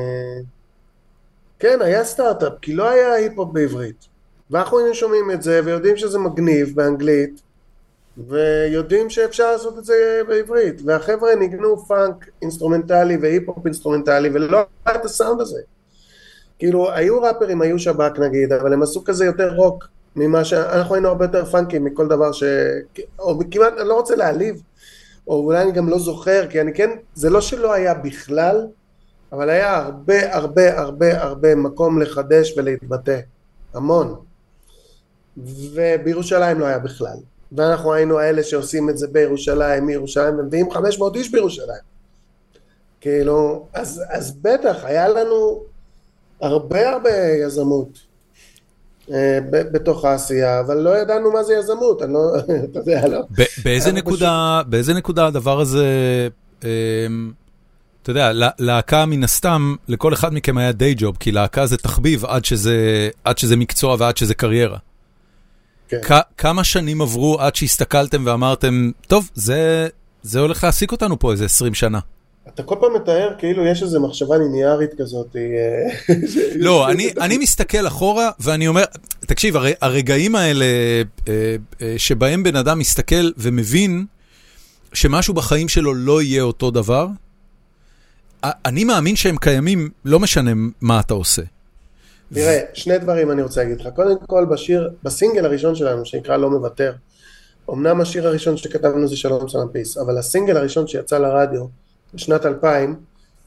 Speaker 2: כן, היה סטארט-אפ, כי לא היה היפ-הופ בעברית. ואנחנו היינו שומעים את זה, ויודעים שזה מגניב באנגלית, ויודעים שאפשר לעשות את זה בעברית, והחבר'ה ניגנו פאנק אינסטרומנטלי והיפ-הופ אינסטרומנטלי, ולא היה את הסאונד הזה. כאילו, היו ראפרים, היו שבק נגיד, אבל הם עשו כזה יותר רוק, ממה שאנחנו היינו הרבה יותר פאנקים מכל דבר ש... או כמעט, אני לא רוצה להעליב, או אולי אני גם לא זוכר, כי אני כן, זה לא שלא היה בכלל, אבל היה הרבה הרבה הרבה הרבה מקום לחדש ולהתבטא, המון. ובירושלים לא היה בכלל. ואנחנו היינו האלה שעושים את זה בירושלים, מירושלים, ומביאים חמש מאות איש בירושלים. כאילו, אז, אז בטח, היה לנו הרבה הרבה יזמות אה, ב- בתוך העשייה, אבל לא ידענו מה זה יזמות, אני לא, אתה יודע, לא.
Speaker 1: ב- באיזה נקודה, פשוט... באיזה נקודה הדבר הזה, אה, אתה יודע, להקה מן הסתם, לכל אחד מכם היה די ג'וב, כי להקה זה תחביב עד שזה, עד שזה מקצוע ועד שזה קריירה. כן. כמה שנים עברו עד שהסתכלתם ואמרתם, טוב, זה, זה הולך להעסיק אותנו פה איזה עשרים שנה.
Speaker 2: אתה כל פעם מתאר כאילו יש איזו מחשבה ליניארית כזאת.
Speaker 1: לא, אני, אני מסתכל אחורה ואני אומר, תקשיב, הרגעים האלה שבהם בן אדם מסתכל ומבין שמשהו בחיים שלו לא יהיה אותו דבר, אני מאמין שהם קיימים, לא משנה מה אתה עושה.
Speaker 2: תראה, שני דברים אני רוצה להגיד לך. קודם כל, בשיר, בסינגל הראשון שלנו, שנקרא לא מוותר, אמנם השיר הראשון שכתבנו זה שלום סלם פיס, אבל הסינגל הראשון שיצא לרדיו בשנת אלפיים,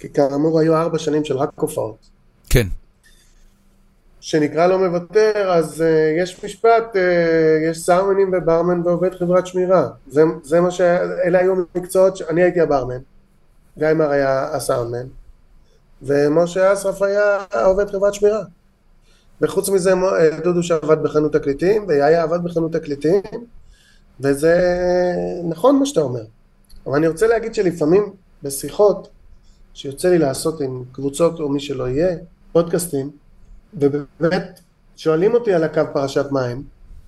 Speaker 2: כי כאמור היו ארבע שנים של רק הופעות.
Speaker 1: כן.
Speaker 2: שנקרא לא מוותר, אז uh, יש משפט, uh, יש סאונמנים וברמן ועובד חברת שמירה. זה, זה מה ש... אלה היו מקצועות, ש... אני הייתי הברמן, גיימר היה הסאונדמן, ומשה אסרף היה עובד חברת שמירה. וחוץ מזה דודו שעבד בחנות תקליטים, ויהיה עבד בחנות תקליטים, וזה נכון מה שאתה אומר. אבל אני רוצה להגיד שלפעמים בשיחות, שיוצא לי לעשות עם קבוצות או מי שלא יהיה, פודקאסטים, ובאמת שואלים אותי על הקו פרשת מים,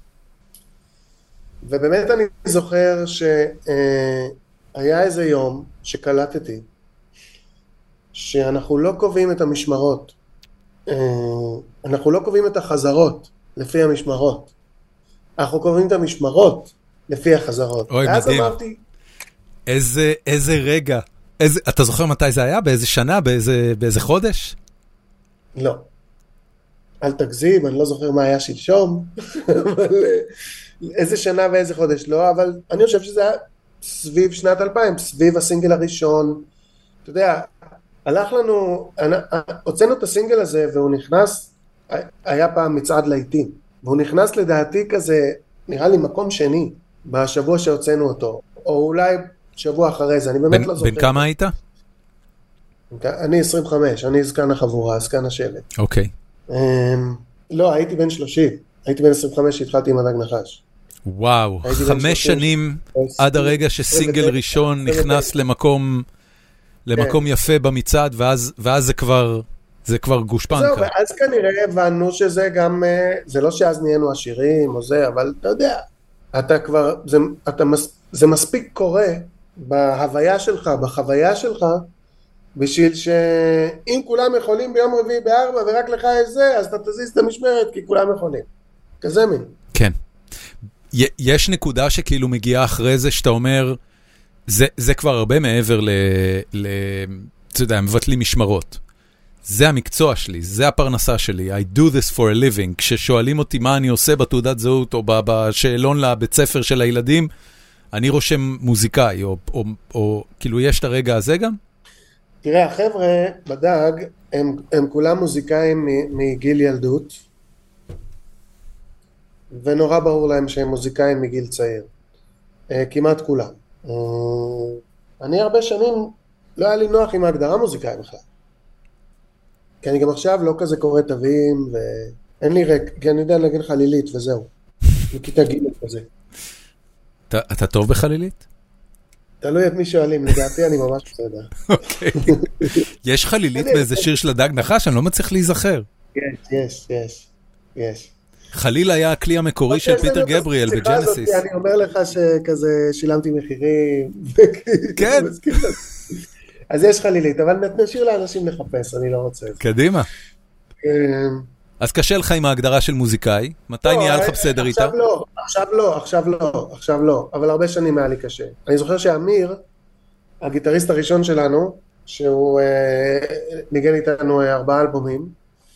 Speaker 2: ובאמת אני זוכר שהיה איזה יום שקלטתי, שאנחנו לא קובעים את המשמרות, אנחנו לא קובעים את החזרות לפי המשמרות, אנחנו קובעים את המשמרות לפי החזרות.
Speaker 1: אוי, מדהים. אמרתי, איזה, איזה רגע, איזה, אתה זוכר מתי זה היה? באיזה שנה? באיזה, באיזה חודש?
Speaker 2: לא. אל תגזים, אני לא זוכר מה היה שלשום, אבל איזה שנה ואיזה חודש לא, אבל אני חושב שזה היה סביב שנת אלפיים, סביב הסינגל הראשון, אתה יודע, הלך לנו, הוצאנו את הסינגל הזה והוא נכנס, היה פעם מצעד לעיתים, והוא נכנס לדעתי כזה, נראה לי מקום שני, בשבוע שהוצאנו אותו, או אולי שבוע אחרי זה, אני באמת
Speaker 1: בין,
Speaker 2: לא זוכר.
Speaker 1: בין כמה היית?
Speaker 2: אני עשרים וחמש, אני זקן החבורה, זקן השלט.
Speaker 1: אוקיי.
Speaker 2: Um, לא, הייתי בן שלושים, הייתי בן עשרים וחמש שהתחלתי עם הדג נחש.
Speaker 1: וואו, חמש שנים עד הרגע שסינגל ראשון נכנס למקום, למקום יפה במצעד, ואז, ואז זה כבר, זה כבר גושפנקה.
Speaker 2: זהו, ואז כנראה הבנו שזה גם, זה לא שאז נהיינו עשירים או זה, אבל אתה יודע, אתה כבר, זה, אתה, זה מספיק קורה בהוויה שלך, בחוויה שלך, בשביל שאם כולם יכולים ביום רביעי בארבע ורק לך יש זה, אז אתה תזיז את המשמרת כי כולם יכולים. כזה מין.
Speaker 1: כן. יש נקודה שכאילו מגיעה אחרי זה שאתה אומר, זה, זה כבר הרבה מעבר ל... ל אתה יודע, מבטלים משמרות. זה המקצוע שלי, זה הפרנסה שלי. I do this for a living. כששואלים אותי מה אני עושה בתעודת זהות או בשאלון לבית ספר של הילדים, אני רושם מוזיקאי, או, או, או כאילו יש את הרגע הזה גם?
Speaker 2: תראה, החבר'ה בדג, הם, הם כולם מוזיקאים מגיל ילדות, ונורא ברור להם שהם מוזיקאים מגיל צעיר. כמעט כולם. אני הרבה שנים, לא היה לי נוח עם ההגדרה מוזיקאי בכלל. כי אני גם עכשיו לא כזה קורא תווים, ואין לי רק, כי אני יודע להגיד חלילית וזהו. מכיתה גיל כזה.
Speaker 1: אתה, אתה טוב בחלילית?
Speaker 2: תלוי את מי שואלים, לדעתי אני ממש בסדר.
Speaker 1: אוקיי. יש חלילית באיזה שיר של הדג נחש? אני לא מצליח להיזכר.
Speaker 2: יש, יש, יש, יש.
Speaker 1: חליל היה הכלי המקורי של פיטר גבריאל בג'נסיס.
Speaker 2: אני אומר לך שכזה שילמתי מחירים.
Speaker 1: כן.
Speaker 2: אז יש חלילית, אבל נשאיר לאנשים לחפש, אני לא רוצה.
Speaker 1: קדימה. אז קשה לך עם ההגדרה של מוזיקאי, מתי נהיה לך בסדר איתה?
Speaker 2: עכשיו לא, עכשיו לא, עכשיו לא, עכשיו לא, אבל הרבה שנים היה לי קשה. אני זוכר שאמיר, הגיטריסט הראשון שלנו, שהוא ניגן איתנו ארבעה אלבומים,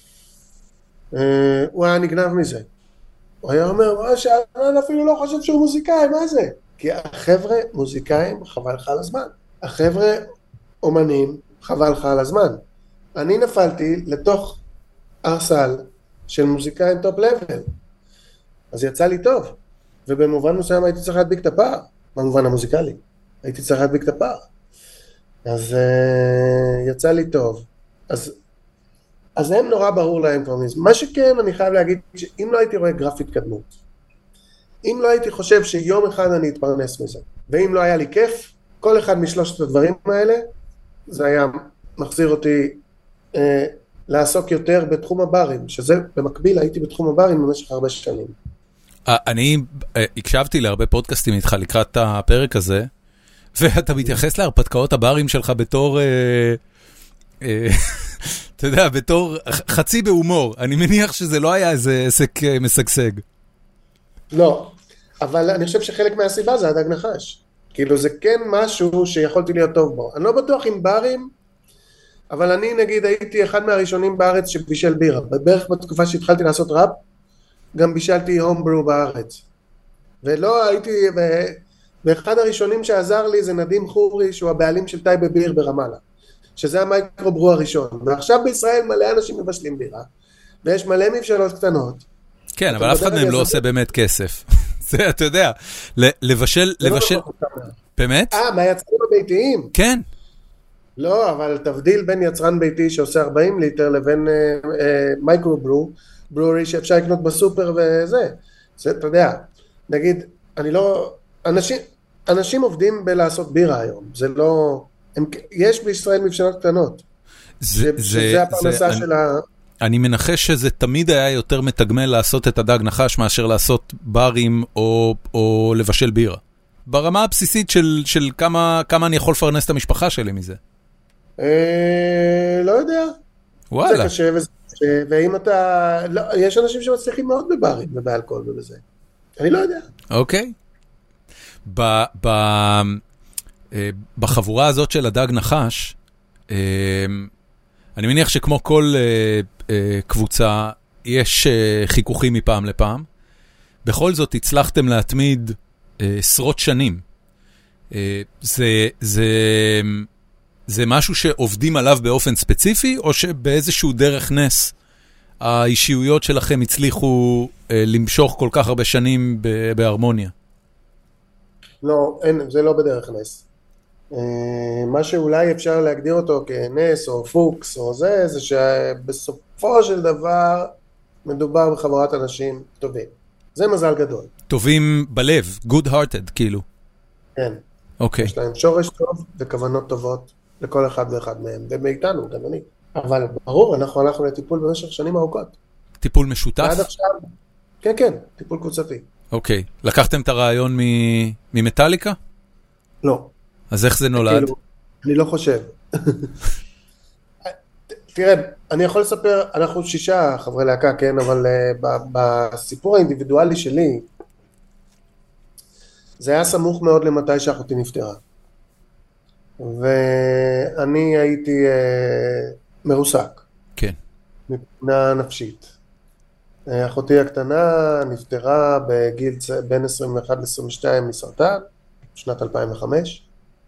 Speaker 2: הוא היה נגנב מזה. הוא היה אומר, שאני אפילו לא חושב שהוא מוזיקאי, מה זה? כי החבר'ה מוזיקאים חבל לך על הזמן. החבר'ה אומנים חבל לך על הזמן. אני נפלתי לתוך ארסל של מוזיקאים טופ לבל. אז יצא לי טוב. ובמובן מסוים הייתי צריך להדביק את הפער. במובן המוזיקלי. הייתי צריך להדביק את הפער. אז uh, יצא לי טוב. אז, אז הם נורא ברור להם כבר מזה. מה שכן, אני חייב להגיד, שאם לא הייתי רואה גרפית קדמות, אם לא הייתי חושב שיום אחד אני אתפרנס מזה, ואם לא היה לי כיף, כל אחד משלושת הדברים האלה, זה היה מחזיר אותי אה, לעסוק יותר בתחום הברים, שזה במקביל הייתי בתחום הברים במשך הרבה שנים.
Speaker 1: אני הקשבתי להרבה פודקאסטים איתך לקראת הפרק הזה, ואתה מתייחס להרפתקאות הברים שלך בתור, אה, אה, אתה יודע, בתור חצי בהומור. אני מניח שזה לא היה איזה עסק משגשג.
Speaker 2: לא, אבל אני חושב שחלק מהסיבה זה הדג נחש. כאילו זה כן משהו שיכולתי להיות טוב בו. אני לא בטוח עם ברים, אבל אני נגיד הייתי אחד מהראשונים בארץ שבישל בירה. בערך בתקופה שהתחלתי לעשות ראפ, גם בישלתי הומברו בארץ. ולא הייתי, ואחד הראשונים שעזר לי זה נדים חורי, שהוא הבעלים של טייבה ביר ברמאללה. שזה המייקרו-ברו הראשון, ועכשיו בישראל מלא אנשים מבשלים בירה, ויש מלא מבשלות קטנות.
Speaker 1: כן, אבל אף אחד מהם לא עושה באמת כסף. זה, אתה יודע, לבשל, לבשל... באמת?
Speaker 2: אה, מהיצרנים הביתיים?
Speaker 1: כן.
Speaker 2: לא, אבל תבדיל בין יצרן ביתי שעושה ארבעים ליטר לבין מייקרו-ברו, ברורי שאפשר לקנות בסופר וזה. זה, אתה יודע, נגיד, אני לא... אנשים, אנשים עובדים בלעשות בירה היום, זה לא... הם, יש בישראל מבשלות קטנות.
Speaker 1: זה,
Speaker 2: ש, שזה זה, הפרנסה
Speaker 1: זה,
Speaker 2: של
Speaker 1: אני,
Speaker 2: ה...
Speaker 1: אני מנחש שזה תמיד היה יותר מתגמל לעשות את הדג נחש מאשר לעשות ברים או, או לבשל בירה. ברמה הבסיסית של, של כמה, כמה אני יכול לפרנס את המשפחה שלי מזה.
Speaker 2: אה, לא יודע.
Speaker 1: וואלה.
Speaker 2: זה קשה וזה קשה, ואם אתה... לא, יש אנשים שמצליחים מאוד בברים ובאלכוהול ובזה. אני לא יודע.
Speaker 1: אוקיי. ב, ב, בחבורה הזאת של הדג נחש, אני מניח שכמו כל קבוצה, יש חיכוכים מפעם לפעם. בכל זאת הצלחתם להתמיד עשרות שנים. זה, זה, זה משהו שעובדים עליו באופן ספציפי, או שבאיזשהו דרך נס האישיויות שלכם הצליחו למשוך כל כך הרבה שנים בהרמוניה?
Speaker 2: לא, אין, זה לא בדרך נס. מה שאולי אפשר להגדיר אותו כנס או פוקס או זה, זה שבסופו של דבר מדובר בחבורת אנשים טובים. זה מזל גדול.
Speaker 1: טובים בלב, good hearted כאילו.
Speaker 2: כן.
Speaker 1: אוקיי.
Speaker 2: יש להם שורש טוב וכוונות טובות לכל אחד ואחד מהם, ומאיתנו, גם אני. אבל ברור, אנחנו הלכנו לטיפול במשך שנים ארוכות.
Speaker 1: טיפול משותף?
Speaker 2: עד עכשיו. כן, כן, טיפול קבוצתי.
Speaker 1: אוקיי. לקחתם את הרעיון ממטליקה?
Speaker 2: לא.
Speaker 1: אז איך זה נולד?
Speaker 2: כאילו, אני לא חושב. תראה, אני יכול לספר, אנחנו שישה חברי להקה, כן, אבל uh, בסיפור האינדיבידואלי שלי, זה היה סמוך מאוד למתי שאחותי נפטרה. ואני הייתי uh, מרוסק.
Speaker 1: כן.
Speaker 2: מבחינה נפשית. אחותי הקטנה נפטרה בגיל בין עשרים ואחת ל-עשרים ושתיים מסרטן, שנת אלפיים וחמש.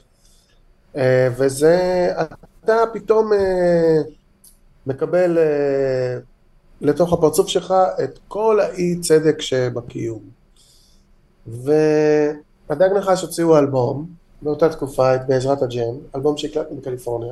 Speaker 2: וזה, אתה פתאום מקבל לתוך הפרצוף שלך את כל האי צדק שבקיום. והדג נחש הוציאו אלבום, באותה תקופה, את בעזרת הג'ם, אלבום שהקלטנו בקליפורניה.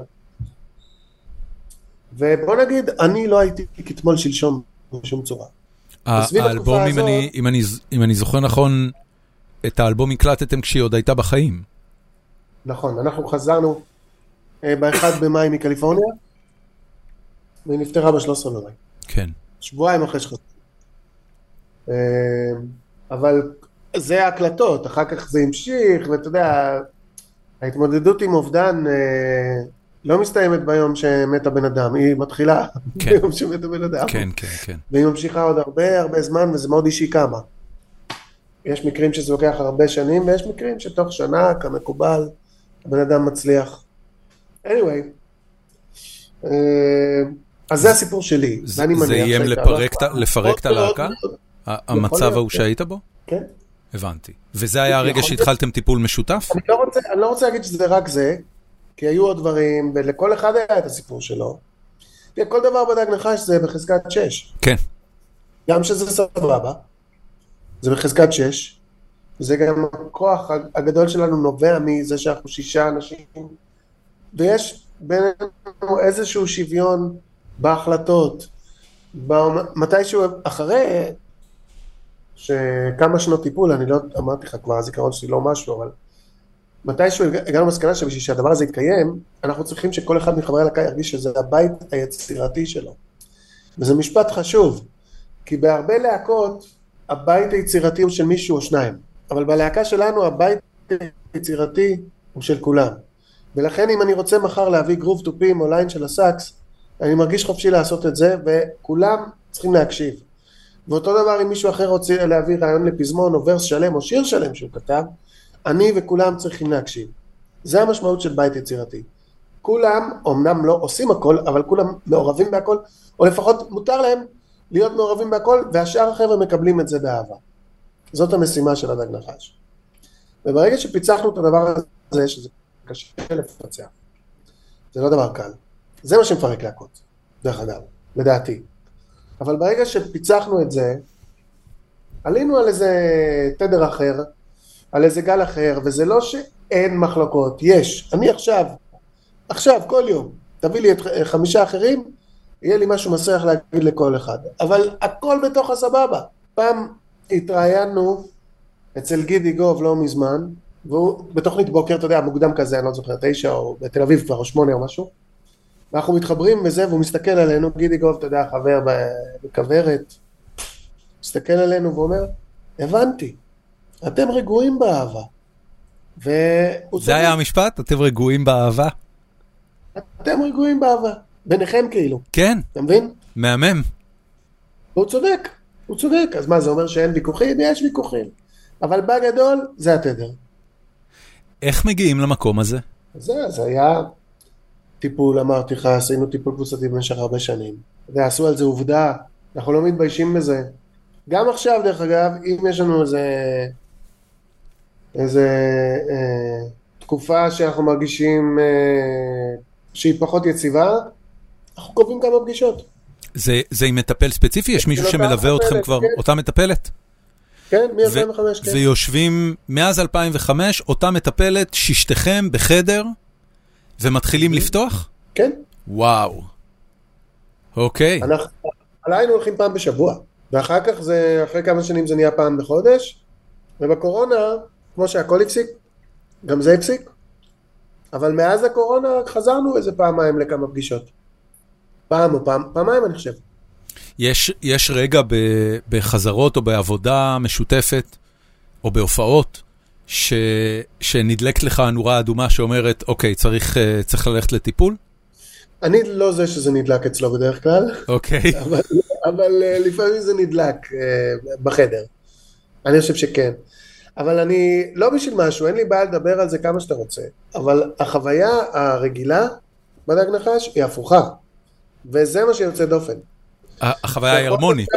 Speaker 2: ובוא נגיד, אני לא הייתי כתמול שלשום בשום צורה.
Speaker 1: האלבום, אם אני, אם אני, אם אני זוכר נכון, את האלבום הקלטתם כשהיא עוד הייתה בחיים.
Speaker 2: נכון, אנחנו חזרנו באחד במאי מקליפורניה, והיא נפטרה ב-שלושה עשר במאי.
Speaker 1: כן.
Speaker 2: שבועיים אחרי שחזרנו. אבל זה ההקלטות, אחר כך זה המשיך, ואתה יודע, ההתמודדות עם אובדן לא מסתיימת ביום שמת הבן אדם, היא מתחילה
Speaker 1: כן.
Speaker 2: ביום שמת הבן אדם.
Speaker 1: כן, כן, כן.
Speaker 2: והיא ממשיכה עוד הרבה הרבה זמן, וזה מאוד אישי כמה. יש מקרים שזה לוקח הרבה שנים, ויש מקרים שתוך שנה, כמקובל, הבן אדם מצליח. anyway, אז זה הסיפור שלי.
Speaker 1: זה איים לפרק את הלהקה? המצב ההוא שהיית בו?
Speaker 2: כן.
Speaker 1: הבנתי. וזה היה הרגע שהתחלתם טיפול משותף?
Speaker 2: אני לא רוצה, אני לא רוצה להגיד שזה רק זה, כי היו עוד דברים, ולכל אחד היה את הסיפור שלו. כל דבר בדג נחש זה בחזקת שש.
Speaker 1: כן.
Speaker 2: גם שזה סבבה, זה בחזקת שש, זה גם הכוח הגדול שלנו נובע מזה שאנחנו שישה אנשים, ויש בינינו איזשהו שוויון בהחלטות, מתישהו אחרי שכמה שנות טיפול, אני לא אמרתי לך כבר, הזיכרון שלי לא משהו, אבל מתישהו הגענו מסקנה שבשביל שהדבר הזה יתקיים, אנחנו צריכים שכל אחד מחברי הלהקה ירגיש שזה הבית היצירתי שלו. וזה משפט חשוב, כי בהרבה להקות, הבית היצירתי הוא של מישהו או שניים, אבל בלהקה שלנו הבית היצירתי הוא של כולם. ולכן אם אני רוצה מחר להביא גרוב טופים או ליין של הסקס, אני מרגיש חופשי לעשות את זה, וכולם צריכים להקשיב. ואותו דבר אם מישהו אחר רוצה להביא רעיון לפזמון או ורס שלם או שיר שלם שהוא כתב, אני וכולם צריכים להקשיב. זה המשמעות של בית יצירתי. כולם, אמנם לא עושים הכל, אבל כולם מעורבים בהכל, או לפחות מותר להם להיות מעורבים בהכל, והשאר החבר'ה מקבלים את זה באהבה. זאת המשימה של הדג נחש. וברגע שפיצחנו את הדבר הזה, שזה קשה לפצח, זה לא דבר קל. זה מה שמפרק להקות, דרך אגב, לדעתי. אבל ברגע שפיצחנו את זה, עלינו על איזה תדר אחר, על איזה גל אחר, וזה לא שאין מחלוקות, יש. אני עכשיו, עכשיו, כל יום, תביא לי את חמישה אחרים, יהיה לי משהו מסריח להגיד לכל אחד. אבל הכל בתוך הסבבה. פעם התראיינו אצל גידי גוב לא מזמן, והוא בתוכנית בוקר, אתה יודע, מוקדם כזה, אני לא זוכר, תשע או בתל אביב כבר, או שמונה או משהו, ואנחנו מתחברים בזה, והוא מסתכל עלינו, גידי גוב, אתה יודע, חבר בכוורת, מסתכל עלינו ואומר, הבנתי, אתם רגועים באהבה.
Speaker 1: זה היה המשפט? אתם רגועים באהבה?
Speaker 2: אתם רגועים באהבה, ביניכם כאילו.
Speaker 1: כן.
Speaker 2: אתה מבין?
Speaker 1: מהמם.
Speaker 2: והוא צודק, הוא צודק, אז מה, זה אומר שאין ויכוחים? יש ויכוחים. אבל בגדול, זה התדר.
Speaker 1: איך מגיעים למקום הזה?
Speaker 2: זה, זה היה טיפול, אמרתי לך, עשינו טיפול קבוצתי במשך הרבה שנים. ועשו על זה עובדה, אנחנו לא מתביישים בזה. גם עכשיו, דרך אגב, אם יש לנו איזה, איזה אה, תקופה שאנחנו מרגישים אה, שהיא פחות יציבה, אנחנו קובעים כמה פגישות.
Speaker 1: זה, זה עם מטפל ספציפי? יש מישהו שמלווה אתכם כבר, אותה מטפלת?
Speaker 2: כן, מ-אלפיים וחמש, כן.
Speaker 1: ויושבים מאז אלפיים וחמש, אותה מטפלת, ששתכם בחדר, ומתחילים לפתוח?
Speaker 2: כן.
Speaker 1: וואו. אוקיי.
Speaker 2: אנחנו, עלינו הולכים פעם בשבוע, ואחר כך זה, אחרי כמה שנים זה נהיה פעם בחודש, ובקורונה, כמו שהכל הפסיק, גם זה הפסיק, אבל מאז הקורונה חזרנו איזה פעמיים לכמה פגישות. פעם או פעם, פעמיים אני חושב.
Speaker 1: יש, יש רגע ב, בחזרות או בעבודה משותפת, או בהופעות, ש, שנדלקת לך הנורה האדומה שאומרת, אוקיי, צריך, צריך ללכת לטיפול?
Speaker 2: אני לא זה שזה נדלק אצלו בדרך כלל.
Speaker 1: אוקיי.
Speaker 2: אבל, אבל לפעמים זה נדלק בחדר. אני חושב שכן. אבל אני, לא בשביל משהו, אין לי בעיה לדבר על זה כמה שאתה רוצה, אבל החוויה הרגילה בדג נחש היא הפוכה. וזה מה שיוצא דופן.
Speaker 1: החוויה היא הרמונית.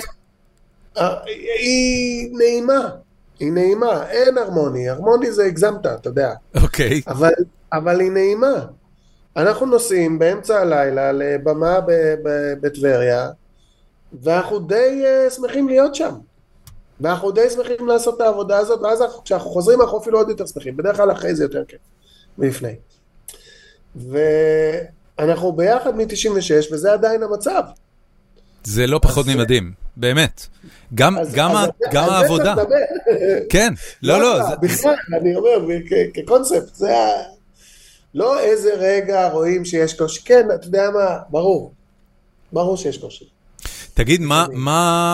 Speaker 2: היא נעימה, היא נעימה, אין הרמוני, הרמוני זה הגזמת, אתה יודע.
Speaker 1: אוקיי.
Speaker 2: אבל, אבל היא נעימה. אנחנו נוסעים באמצע הלילה לבמה בטבריה, ואנחנו די שמחים להיות שם. ואנחנו די שמחים לעשות את העבודה הזאת, ואז כשאנחנו חוזרים אנחנו אפילו עוד יותר שמחים, בדרך כלל אחרי זה יותר כיף, ולפני. ואנחנו ביחד מ-תשעים ושש, וזה עדיין המצב.
Speaker 1: זה לא פחות ממדהים, באמת. גם העבודה. כן, לא, לא.
Speaker 2: בכלל, אני אומר, כקונספט, זה לא איזה רגע רואים שיש קושי. כן, אתה יודע מה, ברור. ברור שיש קושי.
Speaker 1: תגיד, מה...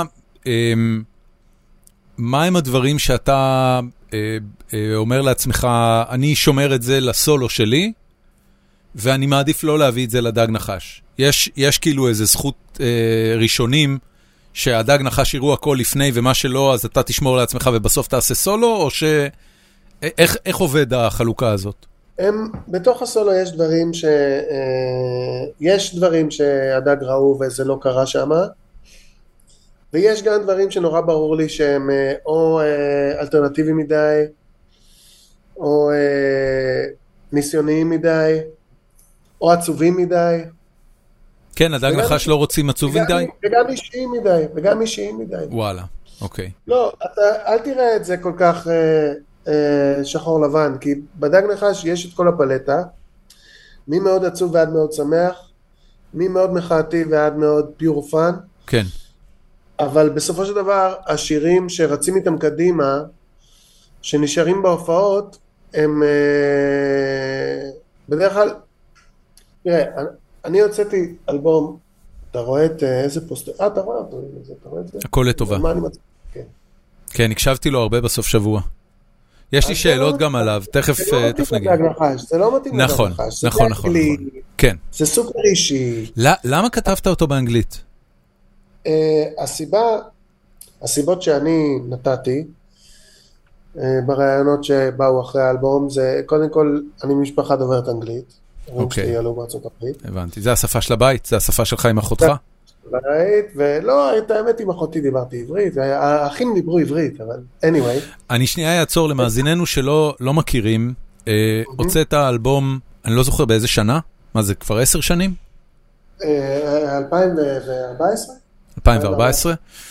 Speaker 1: מה הם הדברים שאתה אומר לעצמך, אני שומר את זה לסולו שלי, ואני מעדיף לא להביא את זה לדג נחש. יש, יש כאילו איזה זכות אה, ראשונים, שהדג נחש יראו הכל לפני, ומה שלא, אז אתה תשמור לעצמך, ובסוף תעשה סולו, או ש... איך, איך עובד החלוקה הזאת?
Speaker 2: הם, בתוך הסולו יש דברים ש... אה, יש דברים שהדג ראו, וזה לא קרה שם, ויש גם דברים שנורא ברור לי, שהם אה, או אה, אלטרנטיביים מדי, או אה, ניסיוניים מדי, או עצובים מדי.
Speaker 1: כן, הדג נחש לא רוצים עצובים מדי?
Speaker 2: וגם אישיים מדי, וגם אישיים מדי.
Speaker 1: וואלה, אוקיי.
Speaker 2: לא, אתה, אל תראה את זה כל כך אה, אה, שחור לבן, כי בדג נחש יש את כל הפלטה, מי מאוד עצוב ועד מאוד שמח, מי מאוד מחאתי ועד מאוד פיור פן.
Speaker 1: כן.
Speaker 2: אבל בסופו של דבר, השירים שרצים איתם קדימה, שנשארים בהופעות, הם אה, בדרך כלל, תראה, אני, אני הוצאתי אלבום, אתה רואה את איזה פוסטר, אה, אתה רואה אותו, אתה רואה את זה?
Speaker 1: הכל לטובה.
Speaker 2: מה אני מצא? כן.
Speaker 1: כן, הקשבתי לו הרבה בסוף שבוע. יש לי שאלות גם עליו, תכף תפנגי.
Speaker 2: זה לא מתאים לדג נחש.
Speaker 1: נכון, נכון, נכון. כן.
Speaker 2: זה סופר אישי.
Speaker 1: למה כתבת אותו באנגלית?
Speaker 2: הסיבה, הסיבות שאני נתתי, ברעיונות שבאו אחרי האלבום, זה קודם כל, אני משפחה דוברת אנגלית.
Speaker 1: אוקיי.
Speaker 2: עלו בארצות הברית.
Speaker 1: הבנתי. זה השפה של הבית? זה השפה שלך עם אחותך?
Speaker 2: בית, ולא, את האמת עם אחותי דיברתי עברית, האחים דיברו עברית, אבל anyway.
Speaker 1: אני שנייה יעצור למאזיננו שלא לא מכירים, הוצאת האלבום, אני לא זוכר באיזה שנה, מה זה, כבר עשר שנים?
Speaker 2: אלפיים וארבע עשרה.
Speaker 1: אלפיים וארבע עשרה.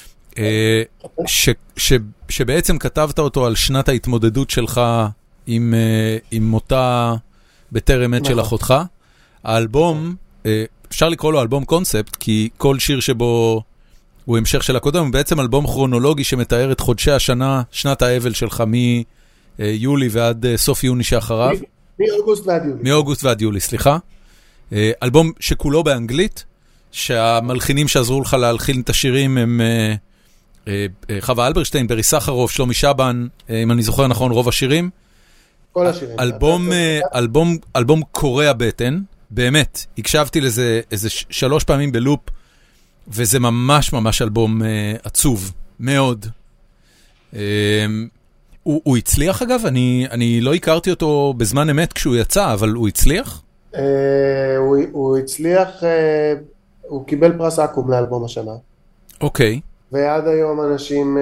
Speaker 1: שבעצם כתבת אותו על שנת ההתמודדות שלך עם מותה בטרם עת של אחותך. האלבום, אפשר לקרוא לו אלבום קונספט, כי כל שיר שבו הוא המשך של הקודם, הוא בעצם אלבום כרונולוגי שמתאר את חודשי השנה, שנת האבל שלך מיולי ועד סוף יוני שאחריו.
Speaker 2: מאוגוסט ועד יולי.
Speaker 1: מאוגוסט ועד יולי, סליחה. אלבום שכולו באנגלית, שהמלחינים שעזרו לך להלחין את השירים הם חווה אלברשטיין, ברי סחרוף, שלומי שבן, אם אני זוכר נכון, רוב השירים.
Speaker 2: כל השירים.
Speaker 1: אלבום, אלבום, אלבום קורע בטן, באמת, הקשבתי לזה איזה שלוש פעמים בלופ, וזה ממש ממש אלבום עצוב, מאוד. הוא, הוא הצליח אגב? אני, אני לא הכרתי אותו בזמן אמת כשהוא יצא, אבל הוא הצליח?
Speaker 2: הוא, הוא הצליח, הוא קיבל פרס אקו"ם לאלבום השנה.
Speaker 1: אוקיי.
Speaker 2: ועד היום אנשים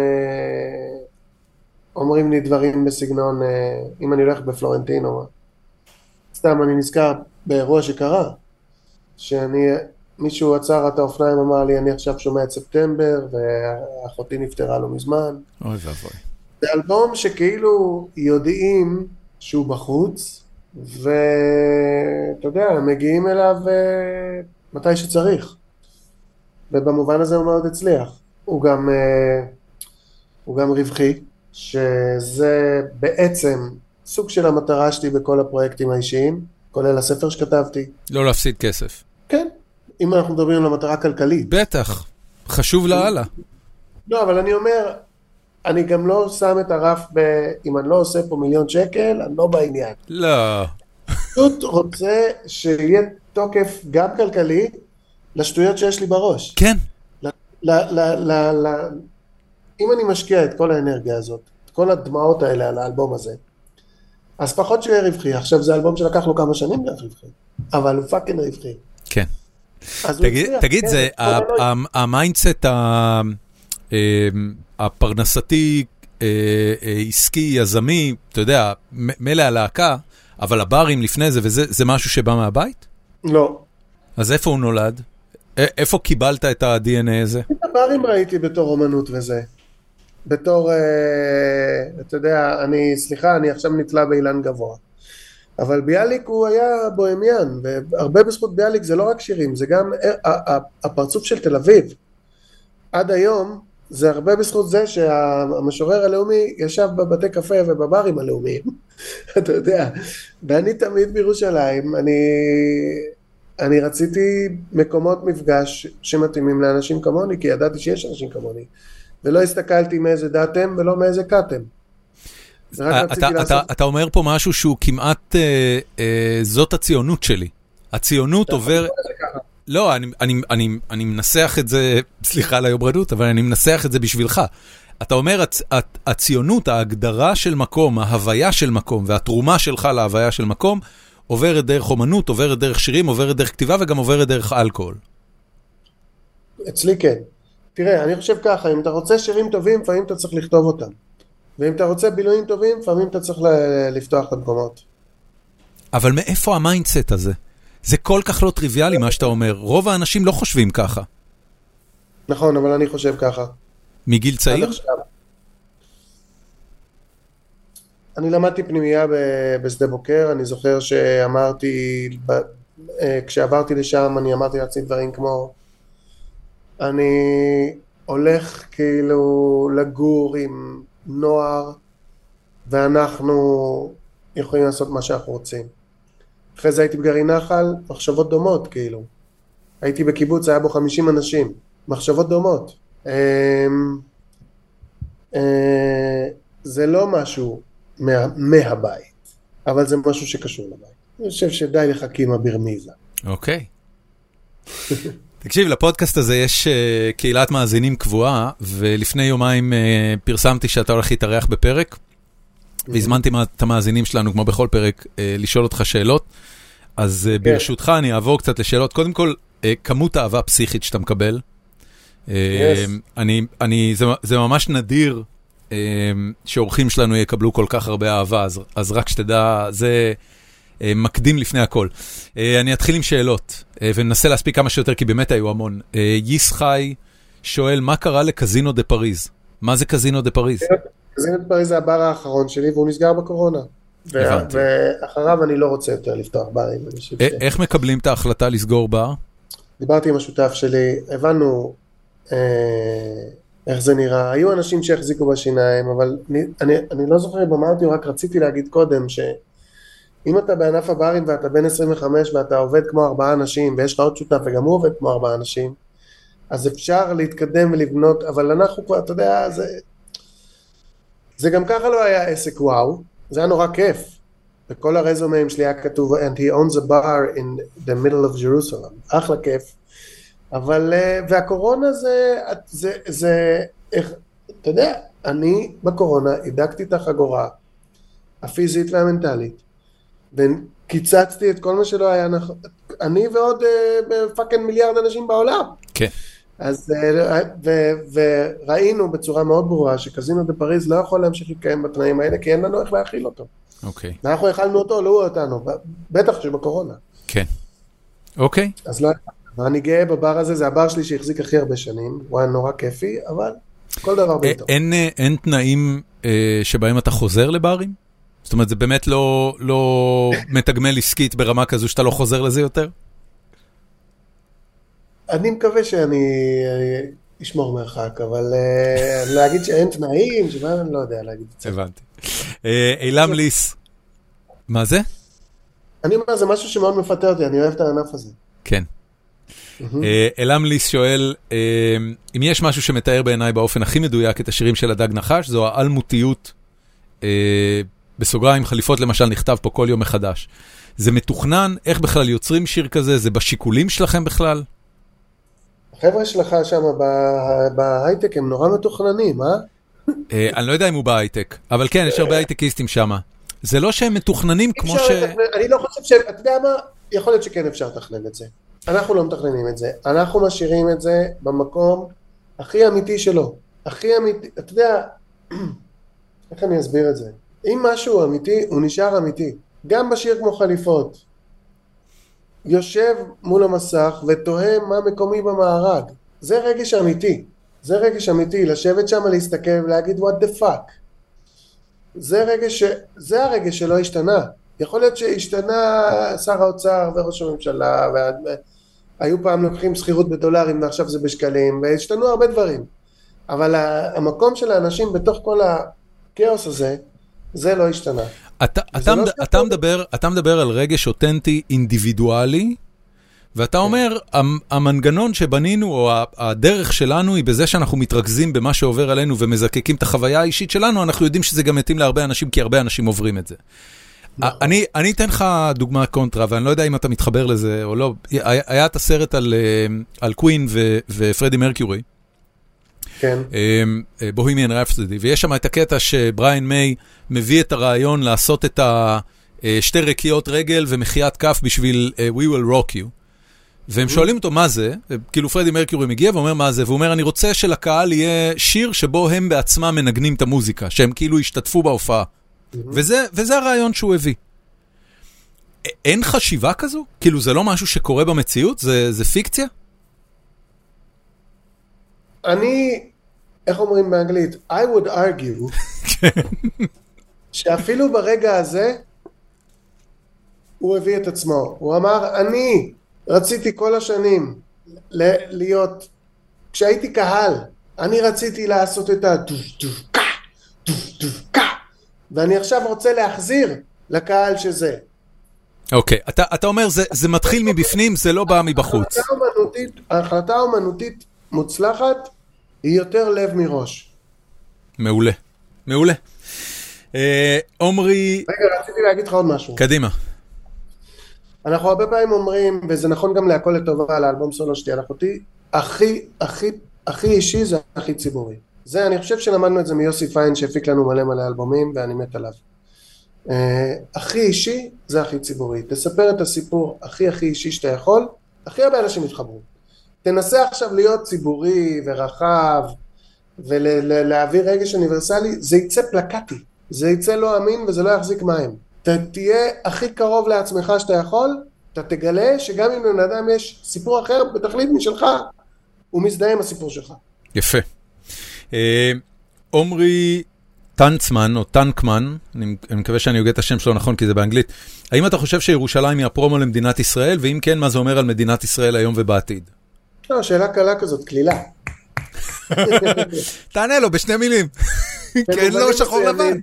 Speaker 2: אומרים לי דברים בסגנון, אם אני הולך בפלורנטינו, סתם אני נזכר באירוע שקרה, שאני, מישהו עצר את האופניים, אמר לי, אני עכשיו שומע את ספטמבר, ואחותי נפטרה לא מזמן.
Speaker 1: אוי ואבוי.
Speaker 2: זה אלבום שכאילו יודעים שהוא בחוץ, ואתה יודע, הם מגיעים אליו מתי שצריך. ובמובן הזה הוא מאוד הצליח. הוא גם, הוא גם רווחי, שזה בעצם סוג של המטרה שלי בכל הפרויקטים האישיים, כולל הספר שכתבתי.
Speaker 1: לא להפסיד כסף.
Speaker 2: כן, אם אנחנו מדברים על המטרה כלכלית.
Speaker 1: בטח, חשוב להלאה.
Speaker 2: לא, אבל אני אומר, אני גם לא שם את הרף ב... אם אני לא עושה פה מיליון שקל, אני לא בעניין.
Speaker 1: לא.
Speaker 2: פשוט רוצה שיהיה תוקף גם כלכלי לשטויות שיש לי בראש.
Speaker 1: כן.
Speaker 2: ל, ל, ל, ל, ל, אם אני משקיע את כל האנרגיה הזאת, את כל הדמעות האלה על האלבום הזה, אז פחות שיהיה רווחי. עכשיו זה אלבום שלקח לו כמה שנים להיות רווחי, אבל הוא פאקינג רווחי.
Speaker 1: כן. תגיד, זה המיינדסט הפרנסתי, עסקי, יזמי, אתה יודע, מלא הלהקה, אבל הברים לפני זה, וזה משהו שבא מהבית?
Speaker 2: לא.
Speaker 1: אז איפה הוא נולד? איפה קיבלת את ה-די אן איי הזה?
Speaker 2: את הברים ראיתי בתור אומנות וזה. בתור, אתה יודע, אני, סליחה, אני עכשיו נתלה באילן גבוה. אבל ביאליק הוא היה בוהמיין, והרבה בזכות ביאליק זה לא רק שירים, זה גם הפרצוף של תל אביב. עד היום זה הרבה בזכות זה שהמשורר הלאומי ישב בבתי קפה ובברים הלאומיים, אתה יודע. ואני תמיד בירושלים, אני, אני רציתי מקומות מפגש שמתאימים לאנשים כמוני, כי ידעתי שיש אנשים כמוני, ולא הסתכלתי מאיזה דעתם ולא מאיזה קאתם.
Speaker 1: אתה אומר פה משהו שהוא כמעט, זאת הציונות שלי. הציונות עובר... לא, אני מנסח את זה, סליחה על היוברנות, אבל אני מנסח את זה בשבילך. אתה אומר, הציונות, ההגדרה של מקום, ההוויה של מקום, והתרומה שלך להוויה של מקום, עוברת דרך אומנות, עוברת דרך שירים, עוברת דרך כתיבה, וגם עוברת דרך אלכוהול.
Speaker 2: אצלי כן. תראה, אני חושב ככה, אם אתה רוצה שירים טובים, לפעמים אתה צריך לכתוב אותם. ואם אתה רוצה בילויים טובים, לפעמים אתה צריך לפתוח את המקומות.
Speaker 1: אבל מאיפה המיינדסט הזה? זה כל כך לא טריוויאלי מה שאתה אומר. רוב האנשים לא חושבים ככה.
Speaker 2: נכון, אבל אני חושב ככה.
Speaker 1: מגיל צעיר?
Speaker 2: אני למדתי פנימייה בשדה בוקר, אני זוכר שאמרתי, כשעברתי לשם אני אמרתי לעצמי דברים כמו, אני הולך כאילו לגור עם נוער, ואנחנו יכולים לעשות מה שאנחנו רוצים. אחרי זה הייתי בגרעין נחל, מחשבות דומות כאילו. הייתי בקיבוץ, היה בו חמישים אנשים, מחשבות דומות. זה לא משהו מה, מהבית, אבל זה משהו שקשור לבית. אני חושב שדי לחכים הברמיזה.
Speaker 1: אוקיי. תקשיב, לפודקאסט הזה יש uh, קהילת מאזינים קבועה, ולפני יומיים uh, פרסמתי שאתה הולך להתארח בפרק, והזמנתי את המאזינים שלנו, כמו בכל פרק, uh, לשאול אותך שאלות. אז uh, ברשותך אני אעבור קצת לשאלות. קודם כל, uh, כמות אהבה פסיכית שאתה מקבל. Uh, yes. אני, אני, זה, זה ממש נדיר uh, שאורחים שלנו יקבלו כל כך הרבה אהבה, אז, אז רק שתדע, זה... מקדים לפני הכל. אני אתחיל עם שאלות, וננסה להספיק כמה שיותר, כי באמת היו המון. ייס חי שואל, מה קרה לקזינו דה פריז? מה זה קזינו דה פריז?
Speaker 2: קזינו דה פריז זה הבר האחרון שלי, והוא נסגר בקורונה.
Speaker 1: הבנתי.
Speaker 2: ואחריו אני לא רוצה יותר לפתוח ברים.
Speaker 1: איך מקבלים את ההחלטה לסגור בר?
Speaker 2: דיברתי עם השותף שלי, הבנו איך זה נראה. היו אנשים שהחזיקו בשיניים, אבל אני, אני לא זוכר אם אמרתי, רק רציתי להגיד קודם, שאם אתה בענף הברים ואתה בן עשרים וחמש ואתה עובד כמו ארבעה אנשים, ויש לך עוד שותף וגם הוא עובד כמו ארבעה אנשים, אז אפשר להתקדם ולבנות, אבל אנחנו כבר, אתה יודע, זה, זה גם ככה לא היה עסק וואו, זה היה נורא כיף. בכל הרזומים שלי היה כתוב, and he owns a bar in the middle of Jerusalem. אחלה כיף. אבל, והקורונה זה, זה, זה, איך, אתה יודע, אני בקורונה הדקתי את החגורה הפיזית והמנטלית, וקיצצתי את כל מה שלא היה נכון, אני ועוד פאקינג מיליארד אנשים בעולם.
Speaker 1: כן.
Speaker 2: אז, ו, וראינו בצורה מאוד ברורה שקזינו דה פריז לא יכול להמשיך להתקיים בתנאים האלה, כי אין לנו איך להכיל אותו.
Speaker 1: אוקיי.
Speaker 2: אנחנו הכלנו אותו, לא הוא אותנו, בטח שבקורונה.
Speaker 1: כן. אוקיי.
Speaker 2: אז לא, ואני גאה בבר הזה, זה הבר שלי שהחזיק הכי הרבה שנים, הוא היה נורא כיפי, אבל כל דבר ביתו.
Speaker 1: אין, אין תנאים אה, שבהם אתה חוזר לברים? זאת אומרת, זה באמת לא, לא מתגמל עסקית ברמה כזו שאתה לא חוזר לזה יותר?
Speaker 2: אני מקווה שאני אשמור מרחק, אבל uh, להגיד שאין תנאים, שמה אני לא יודע להגיד את זה.
Speaker 1: הבנתי. אילם ליס, מה זה?
Speaker 2: אני אומר, זה משהו שמאוד מפתה אותי, אני אוהב את הענף הזה.
Speaker 1: כן. אילם ליס שואל, אם יש משהו שמתאר בעיניי באופן הכי מדויק את השירים של הדג נחש, זו האלמותיות, בסוגריים חליפות למשל נכתב פה כל יום מחדש. זה מתוכנן, איך בכלל יוצרים שיר כזה? זה בשיקולים שלכם בכלל?
Speaker 2: החבר'ה שלך שם בהייטק הם נורא מתוכננים, אה?
Speaker 1: אני לא יודע אם הוא בהייטק, אבל כן, יש הרבה הייטקיסטים שם. זה לא שהם מתוכננים כמו ש...
Speaker 2: אני לא חושב ש... אתה יודע מה? יכול להיות שכן אפשר לתכנן את זה. אנחנו לא מתכננים את זה. אנחנו משאירים את זה במקום הכי אמיתי שלו. הכי אמיתי... אתה יודע... איך אני אסביר את זה? אם משהו אמיתי, הוא נשאר אמיתי. גם בשיר כמו חליפות. יושב מול המסך ותוהה מה מקומי במארג. זה רגש אמיתי. זה רגש אמיתי. לשבת שם, להסתכל ולהגיד what the fuck. זה רגש, זה הרגש שלא השתנה. יכול להיות שהשתנה שר האוצר וראש הממשלה, והיו פעם לוקחים שכירות בדולרים ועכשיו זה בשקלים, והשתנו הרבה דברים. אבל המקום של האנשים בתוך כל הכאוס הזה, זה לא השתנה.
Speaker 1: אתה, אתה, לא אתה, מדבר, אתה מדבר על רגש אותנטי אינדיבידואלי, ואתה אומר, המנגנון שבנינו, או הדרך שלנו, היא בזה שאנחנו מתרכזים במה שעובר עלינו, ומזקקים את החוויה האישית שלנו, אנחנו יודעים שזה גם מתאים להרבה אנשים, כי הרבה אנשים עוברים את זה. אני, אני אתן לך דוגמה קונטרה, ואני לא יודע אם אתה מתחבר לזה או לא. היה את הסרט על, על קווין ו, ופרדי מרקיורי.
Speaker 2: כן.
Speaker 1: בוהמיאן רפסודי, ויש שם את הקטע שבריין מיי מביא את הרעיון לעשות את שתי רקיות רגל ומחיית כף בשביל We Will Rock You. והם שואלים אותו מה זה, כאילו פרדי מרקיורי מגיע ואומר מה זה, והוא אומר אני רוצה שלקהל יהיה שיר שבו הם בעצמם מנגנים את המוזיקה, שהם כאילו השתתפו בהופעה. וזה, וזה הרעיון שהוא הביא. אין חשיבה כזו? כאילו זה לא משהו שקורה במציאות? זה, זה פיקציה?
Speaker 2: אני, איך אומרים באנגלית? I would argue שאפילו ברגע הזה הוא הביא את עצמו. הוא אמר, אני רציתי כל השנים להיות, כשהייתי קהל, אני רציתי לעשות את ה... ואני עכשיו רוצה להחזיר לקהל שזה.
Speaker 1: אוקיי, אתה, אתה אומר, זה, זה מתחיל מבפנים, זה לא בא מבחוץ.
Speaker 2: ההחלטה האומנותית, ההחלטה האומנותית מוצלחת, היא יותר לב מראש.
Speaker 1: מעולה, מעולה. עומרי...
Speaker 2: רגע, רציתי להגיד לך עוד משהו.
Speaker 1: קדימה.
Speaker 2: אנחנו הרבה פעמים אומרים, וזה נכון גם להכל לטובה, לאלבום סולו שלי, על אחותי, הכי, הכי, הכי אישי זה הכי ציבורי. זה, אני חושב שלמדנו את זה מיוסי פיין, שהפיק לנו מלא מלא אלבומים, ואני מת עליו. Uh, הכי אישי זה הכי ציבורי. תספר את הסיפור הכי הכי אישי שאתה יכול, הכי הרבה אנשים יתחברו. תנסה עכשיו להיות ציבורי ורחב, ולהעביר רגש אוניברסלי, זה יצא פלקטי. זה יצא לא אמין וזה לא יחזיק מים. אתה תהיה הכי קרוב לעצמך שאתה יכול, אתה תגלה שגם אם לבן אדם יש סיפור אחר בתכלית משלך, הוא מזדהה עם הסיפור שלך.
Speaker 1: יפה. עומרי טנצמן, או טנקמן, אני מקווה שאני אוגע את השם שלו נכון, כי זה באנגלית. האם אתה חושב שירושלים היא הפרומו למדינת ישראל, ואם כן, מה זה אומר על מדינת ישראל היום ובעתיד?
Speaker 2: לא, שאלה קלה כזאת, כלילה.
Speaker 1: תענה לו בשני מילים. כן, לא שחור לבן.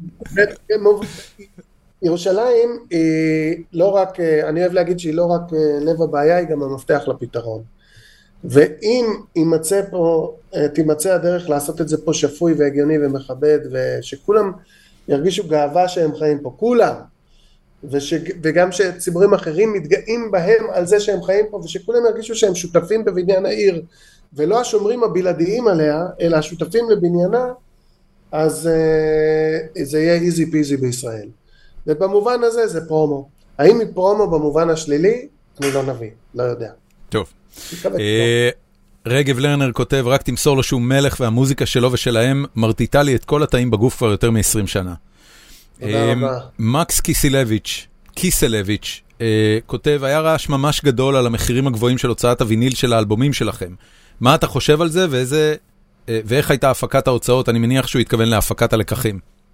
Speaker 2: ירושלים היא לא רק, אני אוהב להגיד שהיא לא רק לב הבעיה, היא גם המפתח לפתרון. ואם יימצא פה, תימצא הדרך לעשות את זה פה שפוי והגיוני ומכבד, ושכולם ירגישו גאווה שהם חיים פה, כולם, וש, וגם שציבורים אחרים מתגאים בהם על זה שהם חיים פה, ושכולם ירגישו שהם שותפים בבניין העיר, ולא השומרים הבלעדיים עליה, אלא השותפים לבניינה, אז uh, זה יהיה איזי פיזי בישראל. ובמובן הזה זה פרומו. האם היא פרומו במובן השלילי? אני לא נביא, לא יודע.
Speaker 1: טוב. רגב לרנר כותב, רק תמסור לו שהוא מלך והמוזיקה שלו ושלהם מרטיטה לי את כל התאים בגוף כבר יותר מ-עשרים שנה.
Speaker 2: תודה רבה.
Speaker 1: מקס קיסלביץ', קיסלביץ', כותב, היה רעש ממש גדול על המחירים הגבוהים של הוצאת הוויניל של האלבומים שלכם. מה אתה חושב על זה ואיזה, ואיך הייתה הפקת ההוצאות? אני מניח שהוא התכוון להפקת הלקחים.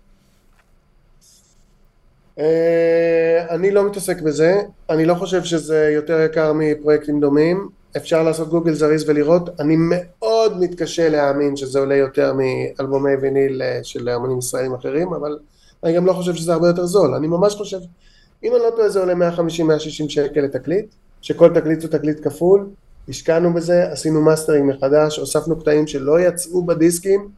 Speaker 2: אני לא מתעסק בזה, אני לא חושב שזה יותר יקר מפרויקטים דומים, אפשר לעשות גוגל זריז ולראות, אני מאוד מתקשה להאמין שזה עולה יותר מאלבומי ויניל של אמנים ישראלים אחרים, אבל אני גם לא חושב שזה הרבה יותר זול, אני ממש חושב, אם אני לא טועה זה עולה מאה חמישים עד מאה שישים שקל לתקליט, שכל תקליט הוא תקליט כפול, השקענו בזה, עשינו מאסטרינג מחדש, הוספנו קטעים שלא יצאו בדיסקים,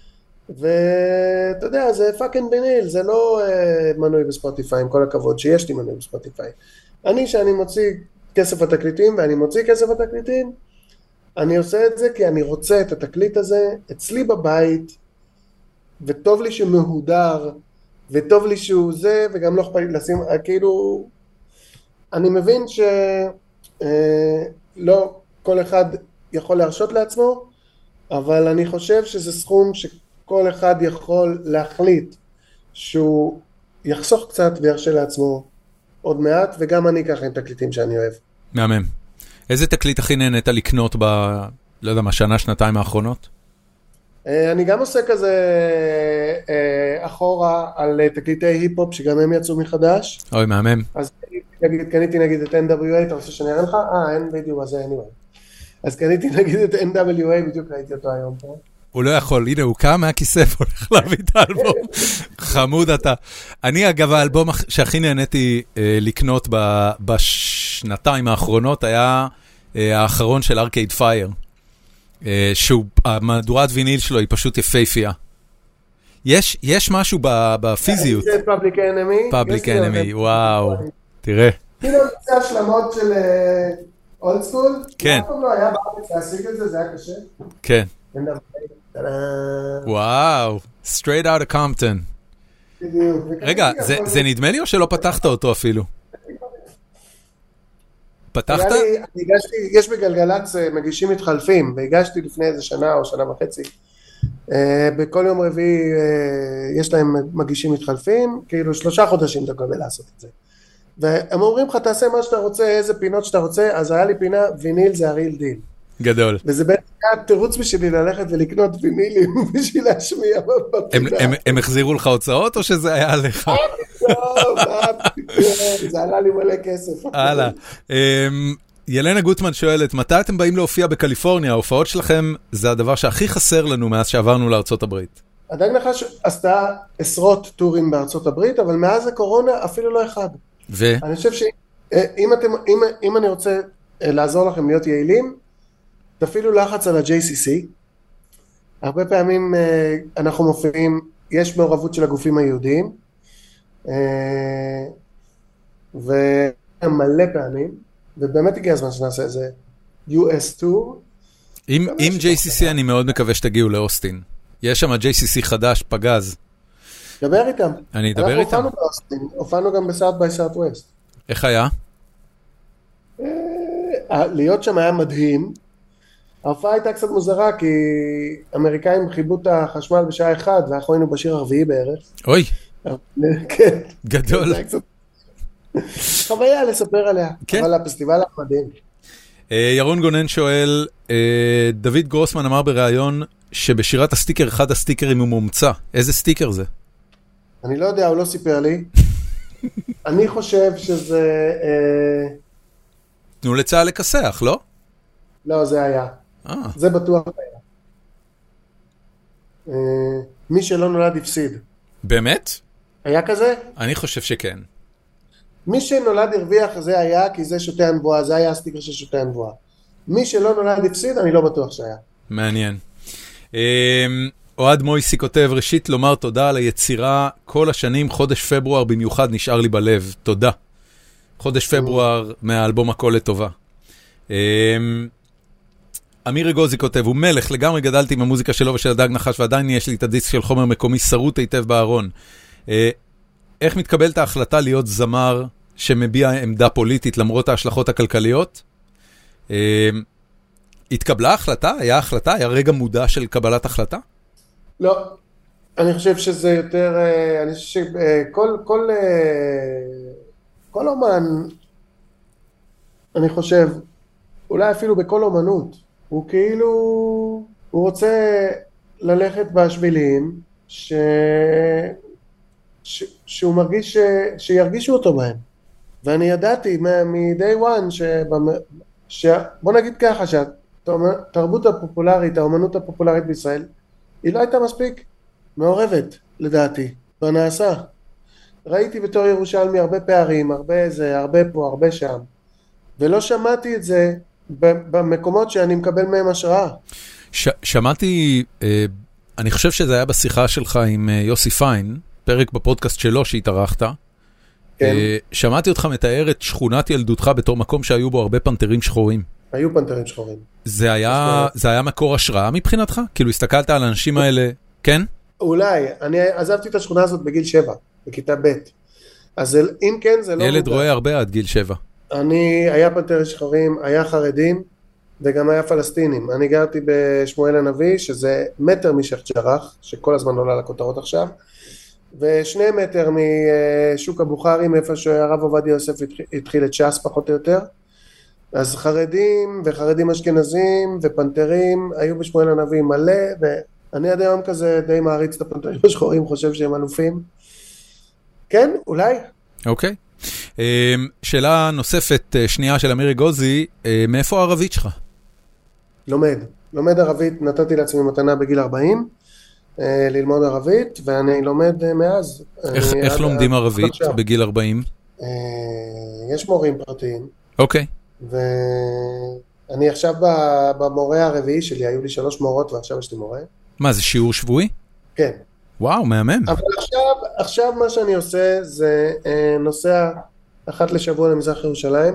Speaker 2: ואתה יודע, זה פאקינג ויניל, זה לא uh, מנוי בספוטיפיי, עם כל הכבוד שיש לי מנוי בספוטיפיי. אני, שאני מוציא כסף התקליטים, ואני מוציא כסף התקליטים, אני עושה את זה כי אני רוצה את התקליט הזה אצלי בבית, וטוב לי שהוא מהודר, וטוב לי שהוא זה, וגם לא אכפת לי לשים, כאילו, אני מבין שלא uh, כל אחד יכול להרשות לעצמו, אבל אני חושב שזה סכום ש... כל אחד יכול להחליט שהוא יחסוך קצת וירשה לעצמו עוד מעט, וגם אני ככה עם תקליטים שאני אוהב.
Speaker 1: מהמם. איזה תקליט הכי נהנית לקנות ב... לא יודע מה, שנה, שנתיים האחרונות?
Speaker 2: אני גם עושה כזה אחורה על תקליטי היפ-הופ, שגם הם יצאו מחדש.
Speaker 1: אוי, מהמם.
Speaker 2: אז קניתי נגיד את אן דאבליו איי, אתה רוצה שאני אראה לך? אה, אין בדיוק, אז זה anyway. אז קניתי נגיד את אן דאבליו איי, בדיוק ראיתי אותו היום פה.
Speaker 1: הוא לא יכול, הנה הוא קם מהכיסף, הולך להביא את האלבום. חמוד אתה. אני אגב, האלבום שהכי נהניתי אה, לקנות ב, בשנתיים האחרונות, היה אה, האחרון של ארקייד פייר. אה, שהוא, המהדורת ויניל שלו היא פשוט יפהפייה. יש, יש משהו ב, בפיזיות.
Speaker 2: זה פאבליק אנמי.
Speaker 1: פאבליק אנמי, וואו. תראה.
Speaker 2: כאילו זה השלמות של אולד סקול.
Speaker 1: כן.
Speaker 2: אף פעם לא היה בארץ להשיג את זה, זה היה קשה.
Speaker 1: כן. וואו, straight out of Compton. רגע, זה נדמה לי או שלא פתחת אותו אפילו? פתחת?
Speaker 2: יש בגלגלצ מגישים מתחלפים, והגשתי לפני איזה שנה או שנה וחצי. בכל יום רביעי יש להם מגישים מתחלפים, כאילו שלושה חודשים אתה קובל לעשות את זה. והם אומרים לך, תעשה מה שאתה רוצה, איזה פינות שאתה רוצה, אז היה לי פינה, ויניל זה הריל דיל.
Speaker 1: גדול.
Speaker 2: וזה בעצם היה תירוץ בשבילי ללכת ולקנות וינילים בשביל להשמיע בפינה.
Speaker 1: הם החזירו לך הוצאות או שזה היה עליך?
Speaker 2: זה עלה לי מלא כסף.
Speaker 1: הלאה. ילנה גוטמן שואלת, מתי אתם באים להופיע בקליפורניה? ההופעות שלכם זה הדבר שהכי חסר לנו מאז שעברנו לארצות הברית. הדג נחש עשתה עשרות טורים בארצות הברית, אבל מאז הקורונה אפילו לא אחד. ו?
Speaker 2: אני חושב שאם אני רוצה לעזור לכם להיות יעילים, תפעילו לחץ על ה-ג'יי סי סי. הרבה פעמים אנחנו מופיעים, יש מעורבות של הגופים היהודיים, ומלא פעמים, ובאמת הגיע הזמן שנעשה איזה יו אס Tour.
Speaker 1: עם ג'יי סי סי אני מאוד מקווה שתגיעו לאוסטין. יש שם ג'יי סי סי חדש, פגז.
Speaker 2: דבר איתם.
Speaker 1: אני אדבר איתם.
Speaker 2: אנחנו הופענו באוסטין, הופענו גם בסאוט ביי סאוט ווסט.
Speaker 1: איך היה?
Speaker 2: להיות שם היה מדהים. ההופעה הייתה קצת מוזרה, כי אמריקאים חיבו את החשמל בשעה אחת, ואנחנו היינו בשיר הרביעי בערך.
Speaker 1: אוי.
Speaker 2: כן.
Speaker 1: גדול.
Speaker 2: חוויה לספר עליה,
Speaker 1: כן.
Speaker 2: אבל הפסטיבל היה מדהים.
Speaker 1: ירון גונן שואל, דוד גרוסמן אמר בראיון שבשירת הסטיקר, אחד הסטיקרים הוא מומצא. איזה סטיקר זה?
Speaker 2: אני לא יודע, הוא לא סיפר לי. אני חושב שזה...
Speaker 1: תנו לצהל לכסח, לא?
Speaker 2: לא, זה היה. זה בטוח היה. מי שלא נולד הפסיד.
Speaker 1: באמת?
Speaker 2: היה כזה?
Speaker 1: אני חושב שכן.
Speaker 2: מי שנולד הרוויח זה היה, כי זה שותי הנבואה, זה היה הסטיקר של שותי הנבואה. מי שלא נולד הפסיד, אני לא בטוח שהיה.
Speaker 1: מעניין. אוהד מויסי כותב, ראשית לומר תודה על היצירה כל השנים, חודש פברואר במיוחד נשאר לי בלב. תודה. חודש פברואר מהאלבום הכל לטובה. אמיר אגוזי כותב, הוא מלך, לגמרי גדלתי עם המוזיקה שלו ושל הדג נחש, ועדיין יש לי את הדיסק של חומר מקומי שרוט היטב בארון. איך מתקבלת ההחלטה להיות זמר שמביע עמדה פוליטית למרות ההשלכות הכלכליות? התקבלה החלטה? היה החלטה? היה רגע מודע של קבלת החלטה?
Speaker 2: לא. אני חושב שזה יותר, אני חושב שכל, כל, כל אומן, אני חושב, אולי אפילו בכל אומנות, הוא כאילו, הוא רוצה ללכת בשבילים, ש... ש... שהוא מרגיש, ש... שירגישו אותו בהם. ואני ידעתי מ-day one, שבמ... ש... בוא נגיד ככה, שהתרבות הפופולרית, האומנות הפופולרית בישראל, היא לא הייתה מספיק מעורבת, לדעתי, בנעשה. ראיתי בתור ירושלמי הרבה פערים, הרבה זה, הרבה פה, הרבה שם. ולא שמעתי את זה במקומות שאני מקבל מהם השראה.
Speaker 1: ש- שמעתי, אה, אני חושב שזה היה בשיחה שלך עם אה, יוסי פיין, פרק בפודקאסט שלו שהתארחת.
Speaker 2: כן.
Speaker 1: אה, שמעתי אותך מתאר את שכונת ילדותך בתור מקום שהיו בו הרבה פנתרים שחורים.
Speaker 2: היו פנתרים שחורים.
Speaker 1: זה היה, זה היה מקור השראה מבחינתך? כאילו הסתכלת על האנשים האלה, כן?
Speaker 2: אולי, אני עזבתי את השכונה הזאת בגיל שבע, בכיתה ב'. אז אם כן, זה לא...
Speaker 1: ילד רואה הרבה עד גיל שבע.
Speaker 2: אני, היה פנתרים שחורים, היה חרדים, וגם היה פלסטינים. אני גרתי בשמואל הנביא, שזה מטר משייח' ג'ראח, שכל הזמן עולה לכותרות עכשיו, ושני מטר משוק הבוכרים, איפה שהרב עובדיה יוסף התחיל את ש"ס פחות או יותר. אז חרדים וחרדים אשכנזים ופנתרים היו בשמואל הנביא מלא, ואני עד היום כזה די מעריץ את הפנתרים השחורים, חושב שהם אלופים. כן, אולי.
Speaker 1: אוקיי. שאלה נוספת שנייה של אמיר אגוזי, מאיפה הערבית שלך?
Speaker 2: לומד. לומד ערבית, נתתי לעצמי מתנה בגיל ארבעים, ללמוד ערבית, ואני לומד מאז.
Speaker 1: איך, איך לומדים ערבית בגיל ארבעים?
Speaker 2: יש מורים פרטיים.
Speaker 1: אוקיי.
Speaker 2: ואני עכשיו במורה הרביעי שלי, היו לי שלוש מורות ועכשיו יש לי מורה.
Speaker 1: מה, זה שיעור שבועי?
Speaker 2: כן.
Speaker 1: וואו, מהמם.
Speaker 2: אבל עכשיו, עכשיו מה שאני עושה זה נוסע אחת לשבוע למזרח ירושלים,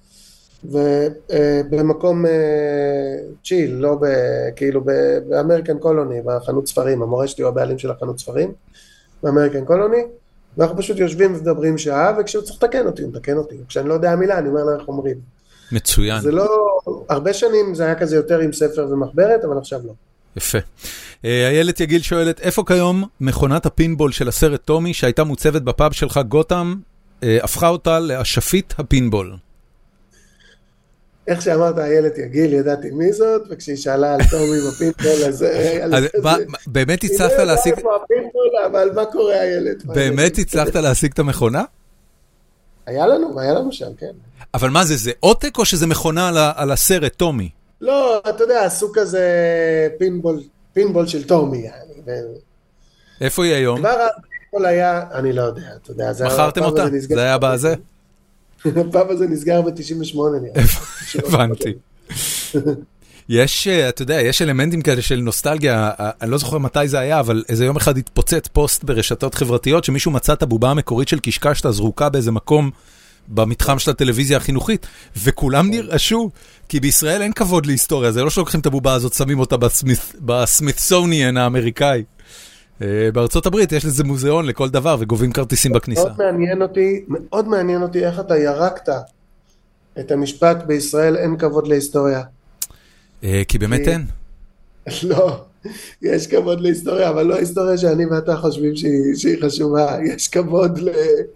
Speaker 2: ובמקום צ'יל, לא כאילו באמריקן קולוני, בחנות ספרים, המורה שלי הוא הבעלים של החנות ספרים, באמריקן קולוני, ואנחנו פשוט יושבים ומדברים שעה, וכשהוא צריך לתקן אותי, הוא מתקן אותי. כשאני לא יודע המילה, אני אומר לה איך אומרים.
Speaker 1: מצוין.
Speaker 2: זה לא, הרבה שנים זה היה כזה יותר עם ספר ומחברת, אבל עכשיו לא.
Speaker 1: יפה. איילת יגיל שואלת, איפה כיום מכונת הפינבול של הסרט טומי, שהייתה מוצבת בפאב שלך גותם, הפכה אותה לאשפית הפינבול?
Speaker 2: איך שאמרת איילת יגיל, ידעתי מי זאת, וכשהיא שאלה על טומי בפינבול, אז...
Speaker 1: באמת הצלחת להשיג...
Speaker 2: אבל מה קורה איילת?
Speaker 1: באמת הצלחת להשיג את המכונה?
Speaker 2: היה לנו, היה לנו שם, כן.
Speaker 1: אבל מה זה, זה עותק או שזה מכונה על הסרט טומי?
Speaker 2: לא, אתה יודע, עשו כזה פינבול, פינבול של טומי.
Speaker 1: איפה היא היום?
Speaker 2: כבר הפינבול היה, אני לא יודע, אתה יודע.
Speaker 1: מכרתם אותה? זה היה בזה?
Speaker 2: הפאב הזה נסגר ב-תשעים ושמונה.
Speaker 1: הבנתי. יש, אתה יודע, יש אלמנטים כאלה של נוסטלגיה, אני לא זוכר מתי זה היה, אבל איזה יום אחד התפוצץ פוסט ברשתות חברתיות, שמישהו מצא את הבובה המקורית של קשקשת הזרוקה באיזה מקום, במתחם של הטלוויזיה החינוכית, וכולם נרעשו, כי בישראל אין כבוד להיסטוריה, זה לא שלוקחים את הבובה הזאת, שמים אותה בסמית'סוניאן האמריקאי. בארצות הברית יש לזה מוזיאון לכל דבר, וגובים כרטיסים בכניסה.
Speaker 2: מאוד מעניין אותי, מאוד מעניין אותי איך אתה ירקת את המשפט בישראל, אין כבוד להיסטוריה.
Speaker 1: כי באמת אין.
Speaker 2: לא, יש כבוד להיסטוריה, אבל לא ההיסטוריה שאני ואתה חושבים שהיא חשובה. יש כבוד ל...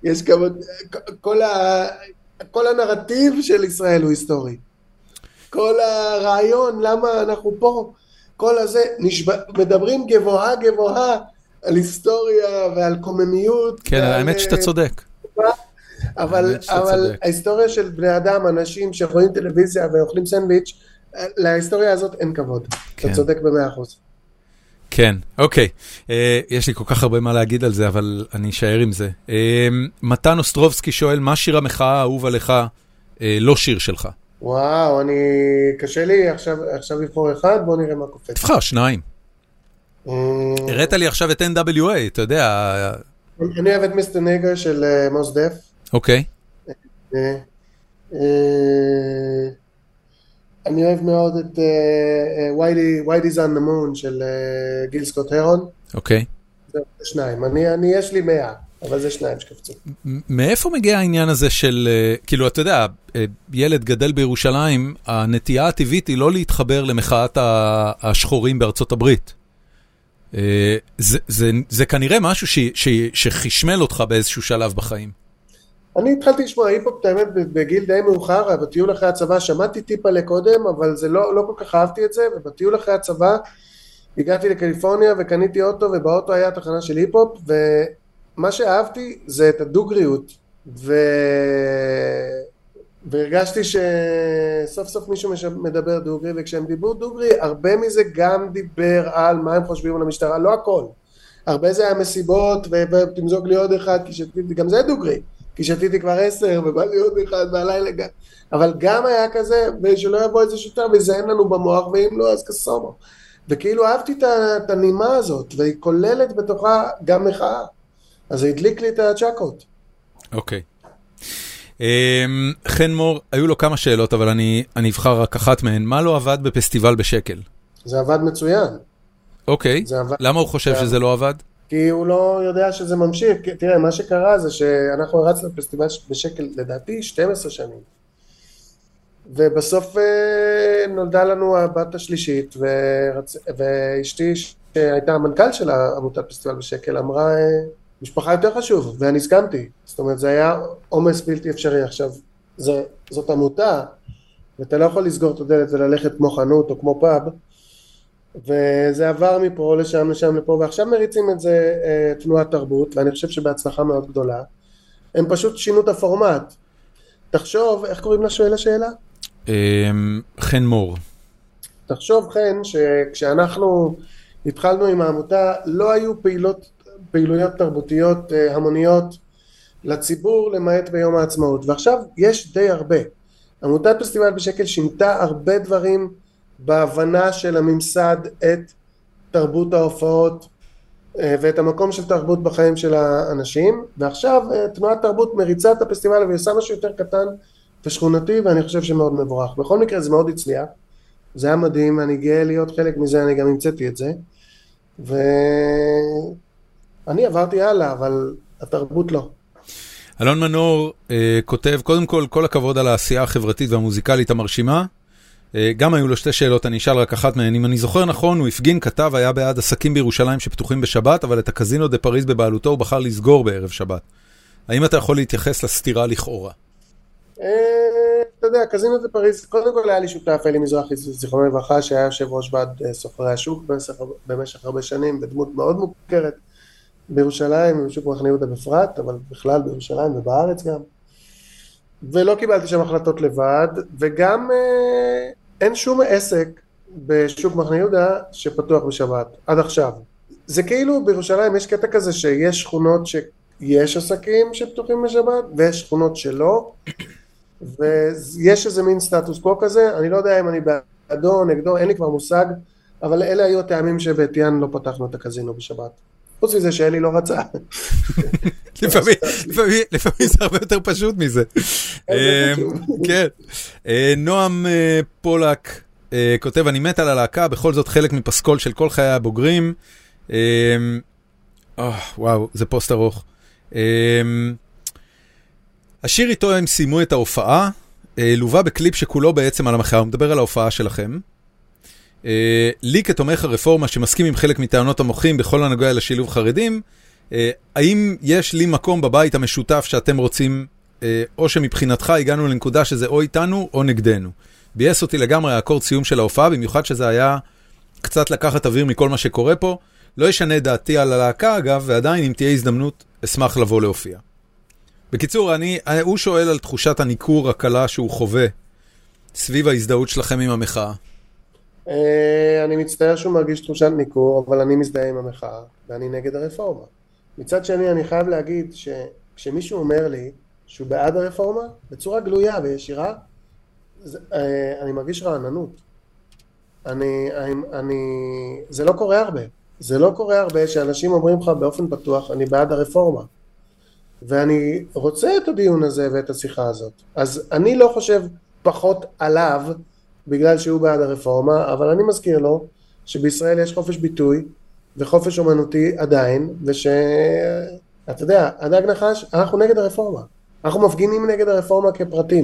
Speaker 2: יש כמה, כל, ה, כל הנרטיב של ישראל הוא היסטורי. כל הרעיון, למה אנחנו פה, כל הזה, נשבע, מדברים גבוהה גבוהה על היסטוריה ועל קוממיות.
Speaker 1: כן, ועל, האמת שאתה צודק.
Speaker 2: אבל, אבל ההיסטוריה של בני אדם, אנשים שרואים טלוויזיה ואוכלים סנדוויץ', להיסטוריה הזאת אין כבוד. כן. אתה צודק במאה אחוז.
Speaker 1: כן, אוקיי. יש לי כל כך הרבה מה להגיד על זה, אבל אני אשאר עם זה. מתן אוסטרובסקי שואל, מה שיר המחאה האהוב עליך, לא שיר שלך?
Speaker 2: וואו, אני... קשה לי עכשיו, עכשיו לבחור אחד, בוא נראה מה קופץ.
Speaker 1: תבחר, שניים. הראת לי עכשיו את אן דאבליו איי, אתה יודע...
Speaker 2: אני אוהב את מיסטר ניגר של מוס דף.
Speaker 1: אוקיי.
Speaker 2: אני אוהב מאוד את Whitey's on the Moon של גיל סקוט הרון.
Speaker 1: אוקיי.
Speaker 2: זה שניים. אני, יש לי מאה, אבל זה שניים שקפצו.
Speaker 1: מאיפה מגיע העניין הזה של, כאילו, אתה יודע, ילד גדל בירושלים, הנטייה הטבעית היא לא להתחבר למחאת השחורים בארצות הברית. זה, זה, זה כנראה משהו ש, ש, שחשמל אותך באיזשהו שלב בחיים. אני
Speaker 2: התחלתי לשמוע היפ-הופ, האמת, בגיל די מאוחר, בטיול אחרי הצבא, שמעתי טיפה לקודם, אבל זה לא, לא כל כך אהבתי את זה, ובטיול אחרי הצבא, הגעתי לקליפורניה וקניתי אוטו, ובאוטו היה תחנה של היפ-הופ, ומה שאהבתי זה את הדוגריות, ו... והרגשתי שסוף סוף מישהו מדבר דוגרי, וכשהם דיברו דוגרי, הרבה מזה גם דיבר על מה הם חושבים על המשטרה, לא הכל. הרבה זה היה מסיבות, ותמזוג לי עוד אחד, כי שתיתי, גם זה דוגרי, כי שתיתי כבר עשר, ובא לי עוד אחד, והלילה גם, אבל גם היה כזה, ושלא יבוא איזה שוטר, ויזהם לנו במוח, ואם לא, אז כסומו. וכאילו אהבתי את הנימה הזאת, והיא כוללת בתוכה גם מחאה. אז זה הדליק לי את הצ'קות.
Speaker 1: אוקיי. חן מור, היו לו כמה שאלות, אבל אני, אני אבחר רק אחת מהן. מה לא עבד בפסטיבל בשקל?
Speaker 2: זה עבד מצוין.
Speaker 1: אוקיי. עבד... למה הוא חושב שזה לא עבד?
Speaker 2: כי הוא לא יודע שזה ממשיך. תראה, מה שקרה זה שאנחנו הרצנו בפסטיבל בשקל, לדעתי, שתים עשרה שנים. ובסוף נולדה לנו הבת השלישית, ורצ... ואשתי, שהייתה המנכ"ל של עמותת פסטיבל בשקל, אמרה... משפחה יותר חשוב, ואני הסכמתי. זאת אומרת, זה היה עומס בלתי אפשרי. עכשיו, זה, זאת עמותה, ואתה לא יכול לסגור את הדלת וללכת כמו חנות או כמו פאב, וזה עבר מפה לשם, לשם, לפה, ועכשיו מריצים את זה אה, תנועת תרבות, ואני חושב שבהצלחה מאוד גדולה. הם פשוט שינו את הפורמט. תחשוב, איך קוראים לשואל השאלה?
Speaker 1: חן מור.
Speaker 2: תחשוב, חן, שכשאנחנו התחלנו עם העמותה, לא היו פעילות, פעילויות תרבותיות המוניות לציבור למעט ביום העצמאות, ועכשיו יש די הרבה. עמותת פסטיבל בשקל שינתה הרבה דברים בהבנה של הממסד את תרבות ההופעות ואת המקום של תרבות בחיים של האנשים, ועכשיו תנועת תרבות מריצה את הפסטיבל ועושה משהו יותר קטן ושכונתי, ואני חושב שמאוד מבורך. בכל מקרה זה מאוד הצליח, זה היה מדהים, אני גאה להיות חלק מזה, אני גם המצאתי את זה, ו... אני עברתי הלאה, אבל התרבות לא.
Speaker 1: אלון מנור אה, כותב, קודם כל, כל הכבוד על העשייה החברתית והמוזיקלית המרשימה. אה, גם היו לו שתי שאלות, אני אשאל רק אחת מהן. אם אני זוכר נכון, הוא הפגין, כתב, היה בעד עסקים בירושלים שפתוחים בשבת, אבל את הקזינו דה פריז בבעלותו הוא בחר לסגור בערב שבת. האם אתה יכול להתייחס לסתירה לכאורה?
Speaker 2: אה, אתה יודע, קזינו דה פריז, קודם כל היה לי שותף אלי מזרחי, זיכרונו לברכה, שהיה יושב ראש ועד סוחרי השוק במשך, במשך הרבה שנים, בדמות מאוד מוכרת. בירושלים, בשוק מחנה יהודה בפרט, אבל בכלל בירושלים ובארץ גם. ולא קיבלתי שם החלטות לבד, וגם אה, אין שום עסק בשוק מחנה יהודה שפתוח בשבת, עד עכשיו. זה כאילו בירושלים יש קטע כזה שיש שכונות שיש עסקים שפתוחים בשבת, ויש שכונות שלא, ויש איזה מין סטטוס קו כזה, אני לא יודע אם אני בעדו, נגדו, אין לי כבר מושג, אבל אלה היו הטעמים שבעטיין לא פתחנו את הקזינו בשבת. חוץ מזה שאלי לא רצה.
Speaker 1: לפעמים זה הרבה יותר פשוט מזה. כן. נועם פולק כותב, אני מת על הלהקה, בכל זאת חלק מפסקול של כל חיי הבוגרים. וואו, זה פוסט ארוך. השיר איתו הם סיימו את ההופעה, לובה בקליפ שכולו בעצם על המחאה, הוא מדבר על ההופעה שלכם. לי כתומך הרפורמה שמסכים עם חלק מטענות המוחים בכל הנוגע לשילוב חרדים, האם יש לי מקום בבית המשותף שאתם רוצים, או שמבחינתך הגענו לנקודה שזה או איתנו או נגדנו? בייס אותי לגמרי האקורד סיום של ההופעה, במיוחד שזה היה קצת לקחת אוויר מכל מה שקורה פה. לא ישנה דעתי על הלהקה אגב, ועדיין אם תהיה הזדמנות אשמח לבוא להופיע. בקיצור, אני, הוא שואל על תחושת הניכור הקלה שהוא חווה סביב ההזדהות שלכם עם המחאה.
Speaker 2: אני מצטער שהוא מרגיש תחושת ניכור, אבל אני מזדהה עם המחאה, ואני נגד הרפורמה. מצד שני, אני חייב להגיד שכשמישהו אומר לי שהוא בעד הרפורמה, בצורה גלויה וישירה, אני מרגיש רעננות. אני, אני, זה לא קורה הרבה. זה לא קורה הרבה שאנשים אומרים לך באופן פתוח, אני בעד הרפורמה. ואני רוצה את הדיון הזה ואת השיחה הזאת. אז אני לא חושב פחות עליו, בגלל שהוא בעד הרפורמה, אבל אני מזכיר לו שבישראל יש חופש ביטוי וחופש אומנותי עדיין, ושאתה יודע, הדג נחש, אנחנו נגד הרפורמה. אנחנו מפגינים נגד הרפורמה כפרטים,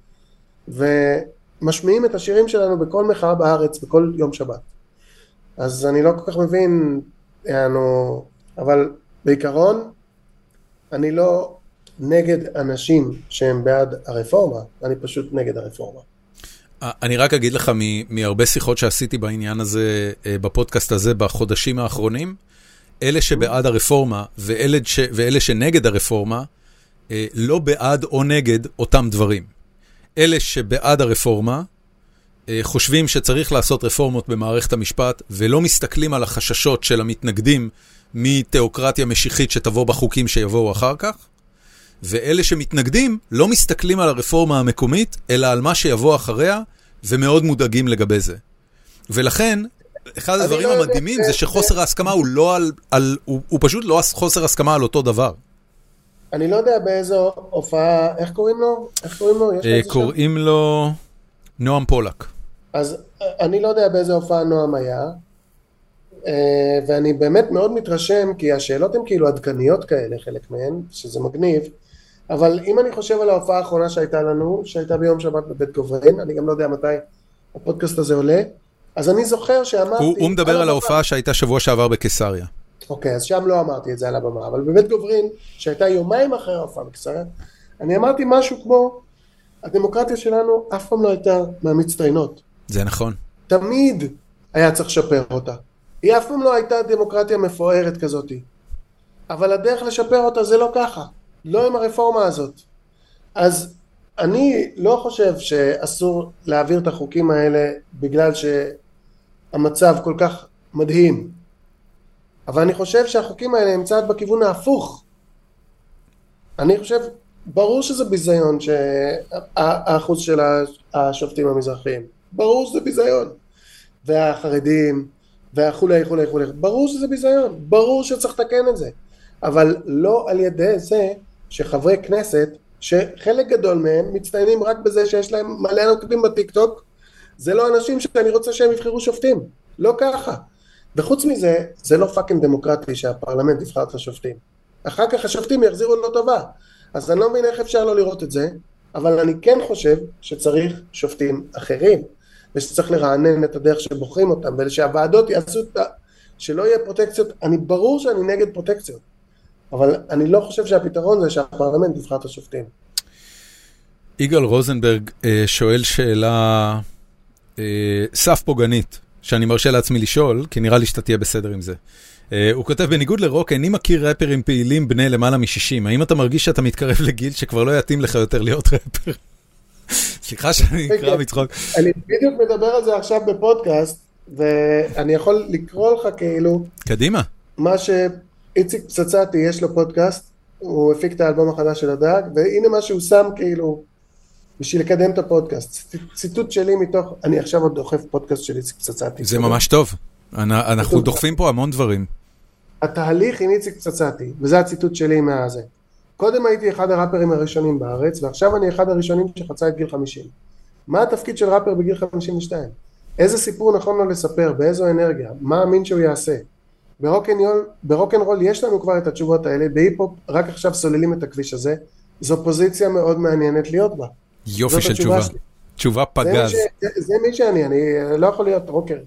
Speaker 2: ומשמיעים את השירים שלנו בכל מחאה בארץ, בכל יום שבת. אז אני לא כל כך מבין, אנו, אבל בעיקרון, אני לא נגד אנשים שהם בעד הרפורמה, אני פשוט נגד הרפורמה.
Speaker 1: אני רק אגיד לך מהרבה שיחות שעשיתי בעניין הזה, בפודקאסט הזה, בחודשים האחרונים, אלה שבעד הרפורמה ואלה, ש, ואלה שנגד הרפורמה, לא בעד או נגד אותם דברים. אלה שבעד הרפורמה, חושבים שצריך לעשות רפורמות במערכת המשפט, ולא מסתכלים על החששות של המתנגדים מתיאוקרטיה משיחית שתבוא בחוקים שיבואו אחר כך, ואלה שמתנגדים לא מסתכלים על הרפורמה המקומית, אלא על מה שיבוא אחריה, ומאוד מודאגים לגבי זה. ולכן, אחד הדברים המדהימים זה שחוסר ההסכמה הוא לא על, על הוא, הוא פשוט לא חוסר הסכמה על אותו דבר.
Speaker 2: אני לא יודע באיזו הופעה, איך קוראים לו? איך קוראים לו? יש
Speaker 1: קוראים לו נועם פולק.
Speaker 2: אז אני לא יודע באיזו הופעה נועם היה, ואני באמת מאוד מתרשם, כי השאלות הן כאילו עדכניות כאלה, חלק מהן, שזה מגניב, אבל אם אני חושב על ההופעה האחרונה שהייתה לנו, שהייתה ביום שבת בבית גוברין, אני גם לא יודע מתי הפודקאסט הזה עולה, אז אני זוכר שאמרתי...
Speaker 1: הוא, הוא מדבר על, על ההופעה שהייתה שבוע שעבר בקיסריה.
Speaker 2: אוקיי, אז שם לא אמרתי את זה על הבמה, אבל בבית גוברין, שהייתה יומיים אחרי ההופעה בקיסריה, אני אמרתי משהו כמו, הדמוקרטיה שלנו אף פעם לא הייתה מהמצטיינות.
Speaker 1: זה נכון.
Speaker 2: תמיד היה צריך לשפר אותה. היא אף פעם לא הייתה דמוקרטיה מפוארת כזאת. אבל הדרך לשפר אותה זה לא ככה. לא עם הרפורמה הזאת. אז אני לא חושב שאסור להעביר את החוקים האלה בגלל שהמצב כל כך מדהים. אבל אני חושב שהחוקים האלה הם צעד בכיוון ההפוך. אני חושב, ברור שזה ביזיון שהאחוז של השופטים המזרחיים. ברור שזה ביזיון. והחרדים, והכולי, כולי, כולי. ברור שזה ביזיון. ברור שצריך לתקן את זה. אבל לא על ידי זה שחברי כנסת, שחלק גדול מהם מצטיינים רק בזה שיש להם מלא עוקבים בטיקטוק, זה לא אנשים שאני רוצה שהם יבחרו שופטים. לא ככה. וחוץ מזה, זה לא פאקינג דמוקרטי שהפרלמנט יבחר את השופטים. אחר כך השופטים יחזירו לו טובה. אז אני לא מבין איך אפשר לא לראות את זה, אבל אני כן חושב שצריך שופטים אחרים, ושצריך לרענן את הדרך שבוחרים אותם, ושהוועדות יעשו את ה... שלא יהיה פרוטקציות. אני ברור שאני נגד פרוטקציות, אבל אני לא חושב שהפתרון זה שהפרלמנט יבחר את השופטים.
Speaker 1: יגאל רוזנברג שואל שאלה סף פוגענית, שאני מרשה לעצמי לשאול, כי נראה לי שאתה תהיה בסדר עם זה. הוא כותב, בניגוד לרוק, איני מכיר רפרים פעילים בני למעלה מ-שישים. האם אתה מרגיש שאתה מתקרב לגיל שכבר לא יתאים לך יותר להיות רפר? סליחה שאני אקרא מצחוק.
Speaker 2: אני בדיוק מדבר על זה עכשיו בפודקאסט, ואני יכול לקרוא לך כאילו...
Speaker 1: קדימה.
Speaker 2: מה שאיציק פצצתי יש לו פודקאסט, הוא הפיק את האלבום החדש של הדג, והנה מה שהוא שם כאילו, בשביל לקדם את הפודקאסט. ציטוט שלי מתוך, אני עכשיו עוד דוחף פודקאסט של איציק פצצתי.
Speaker 1: זה ממש טוב. אנחנו דוחפים פה המון דברים.
Speaker 2: התהליך עם איציק פצצתי, וזה הציטוט שלי מהזה. קודם הייתי אחד הראפרים הראשונים בארץ, ועכשיו אני אחד הראשונים שחצה את גיל חמישים. מה התפקיד של ראפר בגיל חמישים ושתיים? איזה סיפור נכון לו לספר, באיזו אנרגיה, מה אמין שהוא יעשה? ברוק'נ'רול יש לנו כבר את התשובות האלה, בהיפ-הופ רק עכשיו סוללים את הכביש הזה, זו פוזיציה מאוד מעניינת להיות בה.
Speaker 1: יופי של תשובה. תשובה פגז.
Speaker 2: זה, זה מי שאני, אני לא יכול להיות רוקר.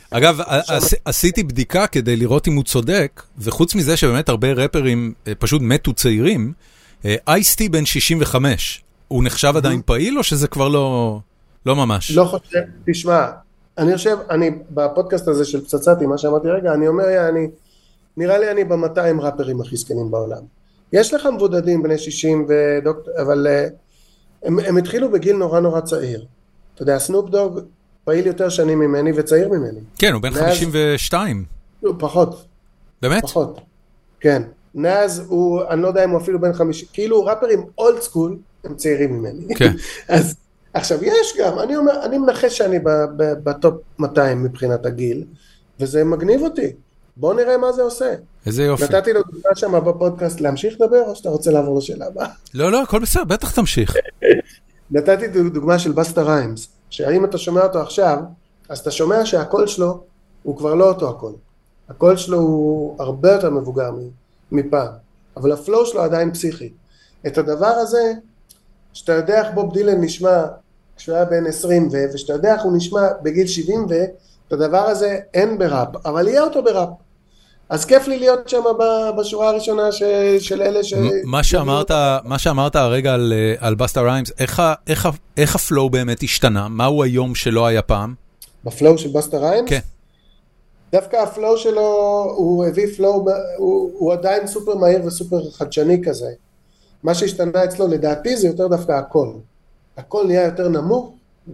Speaker 1: אגב, עשיתי בדיקה כדי לראות אם הוא צודק, וחוץ מזה שבאמת הרבה רפרים פשוט מתו צעירים, אייס-טי בן שישים וחמש, הוא נחשב עדיין פעיל או שזה כבר לא, לא ממש?
Speaker 2: לא חושב, תשמע, אני חושב, אני בפודקאסט הזה של פצצתי, מה שאמרתי רגע, אני אומר, אני, נראה לי אני ב-מאתיים רפרים הכי זקנים בעולם. יש לך מבודדים בני שישים ודוקטור, אבל הם, הם התחילו בגיל נורא נורא צעיר. אתה יודע, סנופ דוג פעיל יותר שנים ממני וצעיר ממני.
Speaker 1: כן, הוא בן ואז, חמישים ושתיים.
Speaker 2: הוא פחות.
Speaker 1: באמת?
Speaker 2: פחות, כן. נאז הוא, אני לא יודע אם הוא אפילו בן חמישים, כאילו רפרים אולד סקול, הם צעירים ממני.
Speaker 1: כן.
Speaker 2: אז עכשיו יש גם, אני אומר, אני מנחש שאני בטופ מאתיים מבחינת הגיל, וזה מגניב אותי. בוא נראה מה זה עושה.
Speaker 1: איזה יופי.
Speaker 2: נתתי לו דוגמה שם בפודקאסט להמשיך לדבר, או שאתה רוצה לעבור לשאלה הבאה?
Speaker 1: לא, לא, הכל בסדר, בטח תמשיך.
Speaker 2: נתתי דוגמה של בסטה ריימס, שאם אתה שומע אותו עכשיו, אז אתה שומע שהקול שלו הוא כבר לא אותו הקול. הקול שלו הוא הרבה יותר מבוגר מפעם, אבל הפלואו שלו עדיין פסיכי. את הדבר הזה, שאתה יודע איך בוב דילן נשמע כשהוא היה בן עשרים ו, ושאתה יודע איך הוא נשמע בגיל שבעים ו, את הדבר הזה אין בראפ, אבל יהיה אותו בראפ. אז כיף לי להיות שם בשורה הראשונה ש, של אלה ש...
Speaker 1: מה שאמרת, מה שאמרת הרגע על, על בסטה ריימס, איך, איך, איך הפלואו באמת השתנה? מהו היום שלא היה פעם?
Speaker 2: בפלואו של בסטה ריימס?
Speaker 1: כן.
Speaker 2: דווקא הפלואו שלו, הוא הביא פלואו, הוא, הוא עדיין סופר מהיר וסופר חדשני כזה. מה שהשתנה אצלו לדעתי זה יותר דווקא הכל. הכל נהיה יותר נמוך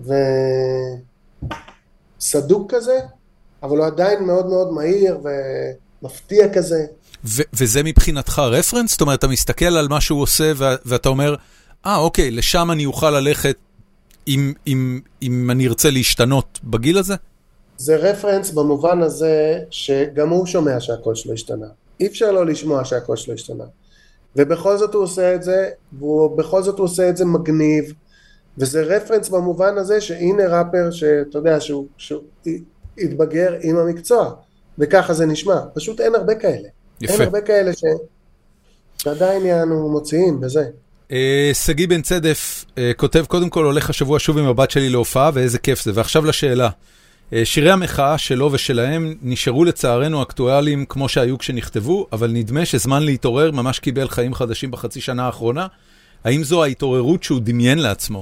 Speaker 2: וסדוק כזה, אבל הוא עדיין מאוד מאוד מהיר ומפתיע כזה.
Speaker 1: ו- וזה מבחינתך רפרנס? זאת אומרת, אתה מסתכל על מה שהוא עושה ו- ואתה אומר, אה, אוקיי, לשם אני אוכל ללכת אם, אם, אם אני ארצה להשתנות בגיל הזה?
Speaker 2: זה רפרנס במובן הזה שגם הוא שומע שהכל שלו השתנה. אי אפשר לא לשמוע שהכל שלו השתנה. ובכל זאת הוא עושה את זה, ובכל זאת הוא עושה את זה מגניב, וזה רפרנס במובן הזה שהנה ראפר שאתה יודע שהוא, שהוא התבגר עם המקצוע, וככה זה נשמע. פשוט אין הרבה כאלה. יפה. אין הרבה כאלה ש... שעדיין יענו מוציאים בזה.
Speaker 1: סגי בן צדף כותב, קודם כל הולך השבוע שוב עם הבת שלי להופעה, ואיזה כיף זה. ועכשיו לשאלה. שירי המחאה שלו ושלהם נשארו לצערנו אקטואליים כמו שהיו כשנכתבו, אבל נדמה שזמן להתעורר ממש קיבל חיים חדשים בחצי שנה האחרונה. האם זו ההתעוררות שהוא דמיין לעצמו?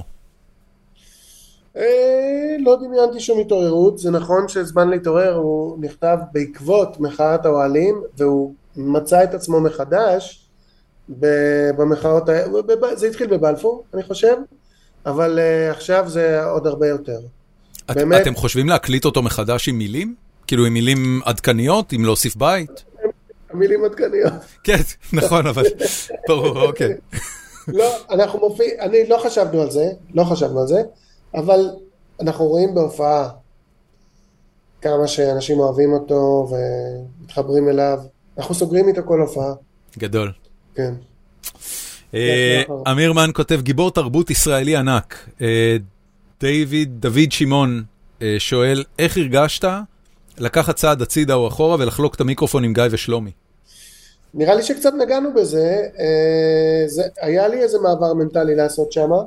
Speaker 2: לא דמיינתי שום התעוררות. זה נכון שזמן להתעורר הוא נכתב בעקבות מחאת האוהלים, והוא מצא את עצמו מחדש במחאות, זה התחיל בבלפור אני חושב, אבל עכשיו זה עוד הרבה יותר.
Speaker 1: את, באמת, אתם חושבים להקליט אותו מחדש עם מילים? כאילו עם מילים עדכניות, עם להוסיף בית?
Speaker 2: מילים עדכניות.
Speaker 1: כן, נכון, אבל... ברור, אוקיי.
Speaker 2: לא, אנחנו מופיע, אני לא חשבנו על זה, לא חשבנו על זה, אבל אנחנו רואים בהופעה כמה שאנשים אוהבים אותו ומתחברים אליו. אנחנו סוגרים איתו כל הופעה.
Speaker 1: גדול.
Speaker 2: כן.
Speaker 1: אמיר מן כותב, גיבור תרבות ישראלי ענק. דיוויד, דוד שמעון שואל, איך הרגשת לקחת צעד הצידה או אחורה ולחלוק את המיקרופון עם גיא ושלומי?
Speaker 2: נראה לי שקצת נגענו בזה. זה, היה לי איזה מעבר מנטלי לעשות שמה.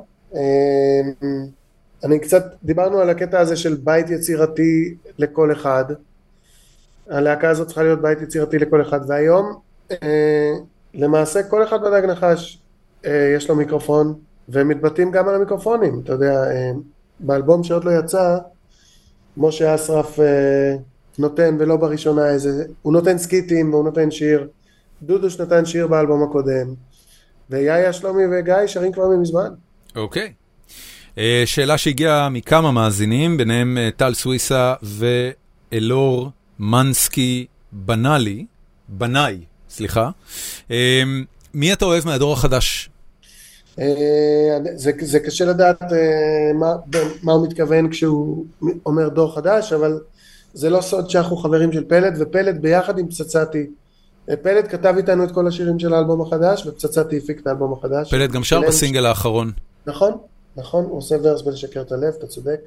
Speaker 2: אני קצת, דיברנו על הקטע הזה של בית יצירתי לכל אחד. הלהקה הזאת צריכה להיות בית יצירתי לכל אחד, והיום למעשה כל אחד בדג נחש יש לו מיקרופון, ומתבטאים גם על המיקרופונים. אתה יודע, באלבום שעוד לא יצא, משה אסרף נותן, ולא בראשונה איזה, הוא נותן סקיטים והוא נותן שיר, דודוש נתן שיר באלבום הקודם, ויאיה, שלומי וגיא שרים כבר מזמן.
Speaker 1: אוקיי. שאלה שהגיעה מכמה מאזינים, ביניהם טל סוויסה ואלור מנסקי בנאלי, בנאי, סליחה. מי אתה אוהב מהדור החדש?
Speaker 2: זה, זה קשה לדעת מה, מה הוא מתכוון כשהוא אומר דור חדש, אבל זה לא סוד שאנחנו חברים של פלד, ופלד ביחד עם פצצתי. פלד כתב איתנו את כל השירים של האלבום החדש, ופצצתי הפיק את האלבום החדש.
Speaker 1: פלד גם שר בסינגל האחרון.
Speaker 2: נכון, נכון, הוא עושה ורס בלשקר את הלב, אתה צודק.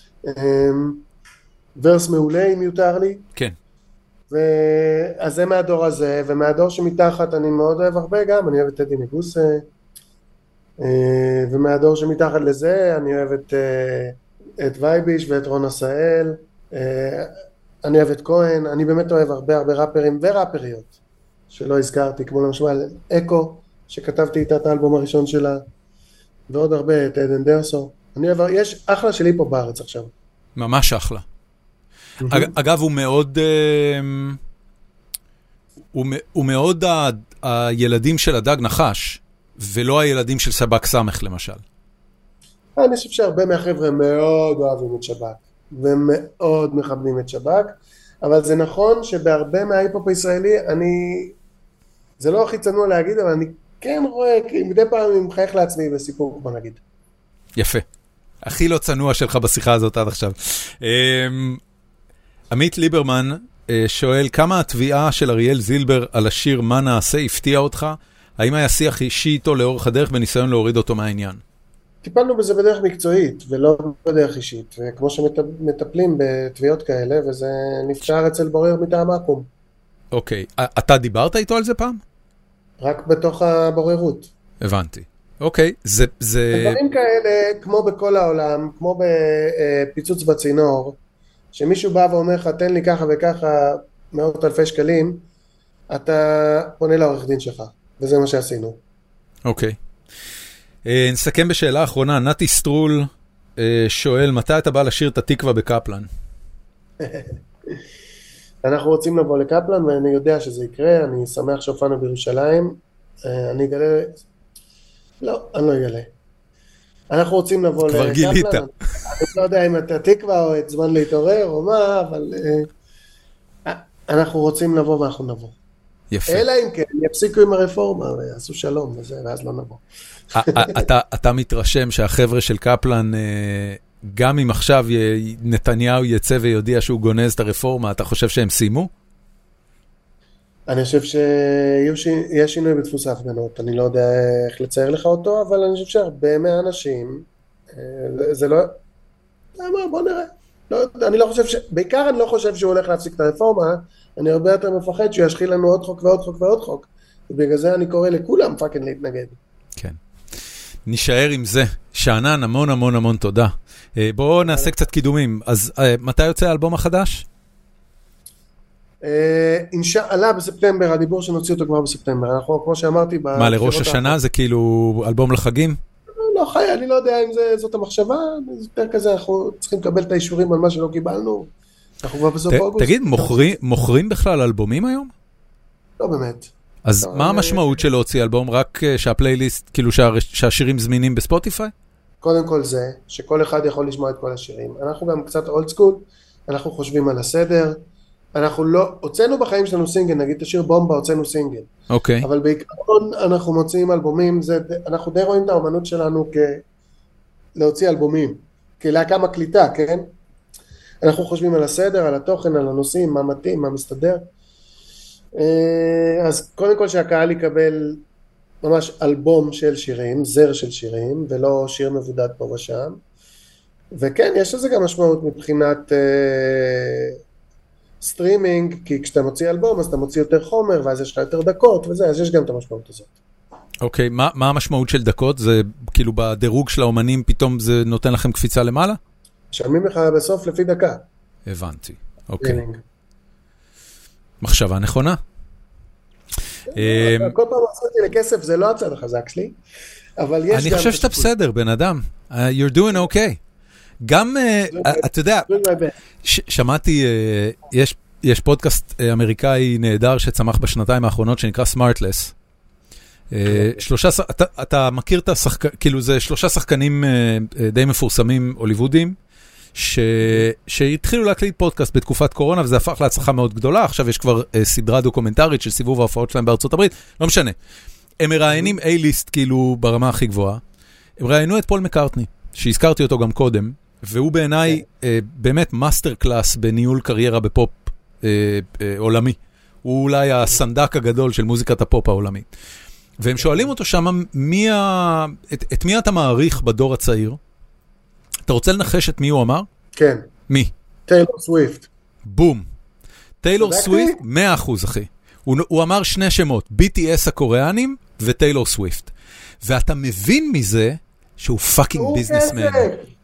Speaker 2: ורס מעולה, אם יותר לי.
Speaker 1: כן.
Speaker 2: אז זה מהדור הזה, ומהדור שמתחת אני מאוד אוהב הרבה גם, אני אוהב את טדי נגוסה, ומהדור שמתחת לזה אני אוהב את, את וייביש ואת רון עשאל. אני אוהב את כהן, אני באמת אוהב הרבה הרבה ראפרים וראפריות, שלא הזכרתי, כמו למשל אקו, שכתבתי איתה את האלבום הראשון שלה, ועוד הרבה, את עדן דרסו. אני אוהב, יש אחלה שלי פה בארץ עכשיו.
Speaker 1: ממש אחלה. אגב, הוא מאוד, הוא מאוד הילדים של הדג נחש, ולא הילדים של סבק סמך למשל.
Speaker 2: אני חושב שהרבה מהחבר'ה מאוד אוהבים את שבק, ומאוד מכבדים את שבק, אבל זה נכון שבהרבה מההיפ-הופ הישראלי, אני, זה לא הכי צנוע להגיד, אבל אני כן רואה, כי מדי פעם אני מחייך לעצמי בסיפור, בוא נגיד.
Speaker 1: יפה. הכי לא צנוע שלך בשיחה הזאת עד עכשיו. עמית ליברמן שואל, כמה התביעה של אריאל זילבר על השיר מה נעשה הפתיע אותך? האם היה שיח אישי איתו לאורך הדרך בניסיון להוריד אותו מהעניין?
Speaker 2: טיפלנו בזה בדרך מקצועית ולא בדרך אישית, וכמו שמטפלים בתביעות כאלה, וזה נפשר אצל בורר מטעם אקו"ם.
Speaker 1: אוקיי, אתה דיברת איתו על זה פעם?
Speaker 2: רק בתוך הבוררות.
Speaker 1: הבנתי. אוקיי, זה... זה...
Speaker 2: דברים כאלה, כמו בכל העולם, כמו בפיצוץ בצינור, שמישהו בא ואומר לך, תן לי ככה וככה מאות אלפי שקלים, אתה פונה לעורך דין שלך, וזה מה שעשינו.
Speaker 1: אוקיי. נסכם בשאלה האחרונה, נתי סטרול שואל, מתי אתה בא לשיר את התקווה בקפלן?
Speaker 2: אנחנו רוצים לבוא לקפלן, ואני יודע שזה יקרה, אני שמח שהופענו בירושלים, אני אגלה... לא, אני לא אגלה. אנחנו רוצים לבוא לקפלן, גילית. אני לא יודע אם אתה תקווה או את זמן להתעורר או מה, אבל אנחנו רוצים לבוא ואנחנו נבוא.
Speaker 1: יפה.
Speaker 2: אלא אם כן, יפסיקו עם הרפורמה ויעשו שלום וזה, ואז לא נבוא.
Speaker 1: אתה, אתה מתרשם שהחבר'ה של קפלן, גם אם עכשיו נתניהו יצא ויודיע שהוא גונז את הרפורמה, אתה חושב שהם סיימו?
Speaker 2: אני חושב שיש שינוי בדפוס ההפגנות, אני לא יודע איך לצייר לך אותו, אבל אני חושב שהרבה מהאנשים, זה לא, בוא נראה. לא, אני לא חושב ש... בעיקר אני לא חושב שהוא הולך להפסיק את הרפורמה, אני הרבה יותר מפחד שהוא ישחיל לנו עוד חוק ועוד חוק ועוד חוק, ובגלל זה אני קורא לכולם פאקינג להתנגד.
Speaker 1: כן. נשאר עם זה. שענן, המון המון המון תודה. בואו נעשה קצת קידומים. אז מתי יוצא האלבום החדש?
Speaker 2: אינשאללה בספטמבר, הדיבור שנוציא אותו כבר בספטמבר. אנחנו, כמו שאמרתי...
Speaker 1: מה, לראש השנה זה כאילו אלבום לחגים?
Speaker 2: לא חי, אני לא יודע אם זאת המחשבה, זה יותר כזה, אנחנו צריכים לקבל את האישורים על מה שלא קיבלנו. אנחנו כבר בסוף אוגוסט.
Speaker 1: תגיד, מוכרים בכלל אלבומים היום?
Speaker 2: לא באמת.
Speaker 1: אז מה המשמעות של להוציא אלבום? רק שהפלייליסט, כאילו שהשירים זמינים בספוטיפיי?
Speaker 2: קודם כל זה, שכל אחד יכול לשמוע את כל השירים. אנחנו גם קצת אולד סקול, אנחנו חושבים על הסדר, אנחנו לא, הוצאנו בחיים שלנו סינגל, נגיד את השיר בומבה, הוצאנו סינגל.
Speaker 1: אוקיי.
Speaker 2: אבל בעיקרון אנחנו מוציאים אלבומים, זה, אנחנו די רואים את האמנות שלנו כ... להוציא אלבומים, כלהקה מקליטה, כן? אנחנו חושבים על הסדר, על התוכן, על הנושאים, מה מתאים, מה מסתדר. אז קודם כל שהקהל יקבל ממש אלבום של שירים, זר של שירים, ולא שיר מבודד פה ושם. וכן, יש לזה גם משמעות מבחינת אה, סטרימינג, כי כשאתה מוציא אלבום, אז אתה מוציא יותר חומר, ואז יש לך יותר דקות, וזה, אז יש גם את המשמעות הזאת.
Speaker 1: אוקיי, okay, מה, מה המשמעות של דקות? זה כאילו בדירוג של האומנים, פתאום זה נותן לכם קפיצה למעלה?
Speaker 2: משלמים לך בסוף לפי דקה.
Speaker 1: הבנתי, אוקיי. Okay. מחשבה נכונה.
Speaker 2: כל פעם עשיתי לכסף, זה לא הצד החזק שלי, אבל יש גם...
Speaker 1: אני חושב שאתה בסדר, בן אדם. You're doing okay. גם, אתה יודע, שמעתי, יש פודקאסט אמריקאי נהדר שצמח בשנתיים האחרונות, שנקרא Smartless. שלושה, אתה מכיר את השחקנים, כאילו זה שלושה שחקנים די מפורסמים הוליוודיים, שהתחילו להקליט פודקאסט בתקופת קורונה, וזה הפך להצלחה מאוד גדולה. עכשיו יש כבר סדרה דוקומנטרית של סיבוב ההופעות שלהם בארצות הברית, לא משנה. הם מראיינים A-ליסט כאילו ברמה הכי גבוהה. הם ראיינו את פול מקארטני, שהזכרתי אותו גם קודם, והוא בעיניי באמת מאסטר קלאס בניהול קריירה בפופ עולמי. הוא אולי הסנדק הגדול של מוזיקת הפופ העולמית. והם שואלים אותו שם, את מי אתה מעריך בדור הצעיר? אתה רוצה לנחש את מי הוא אמר?
Speaker 2: כן.
Speaker 1: מי?
Speaker 2: טיילור סוויפט.
Speaker 1: בום. טיילור סוויפט, מאה אחוז אחי. הוא, הוא אמר שני שמות, בי טי אס הקוריאנים וטיילור סוויפט. ואתה מבין מזה שהוא פאקינג ביזנסמן.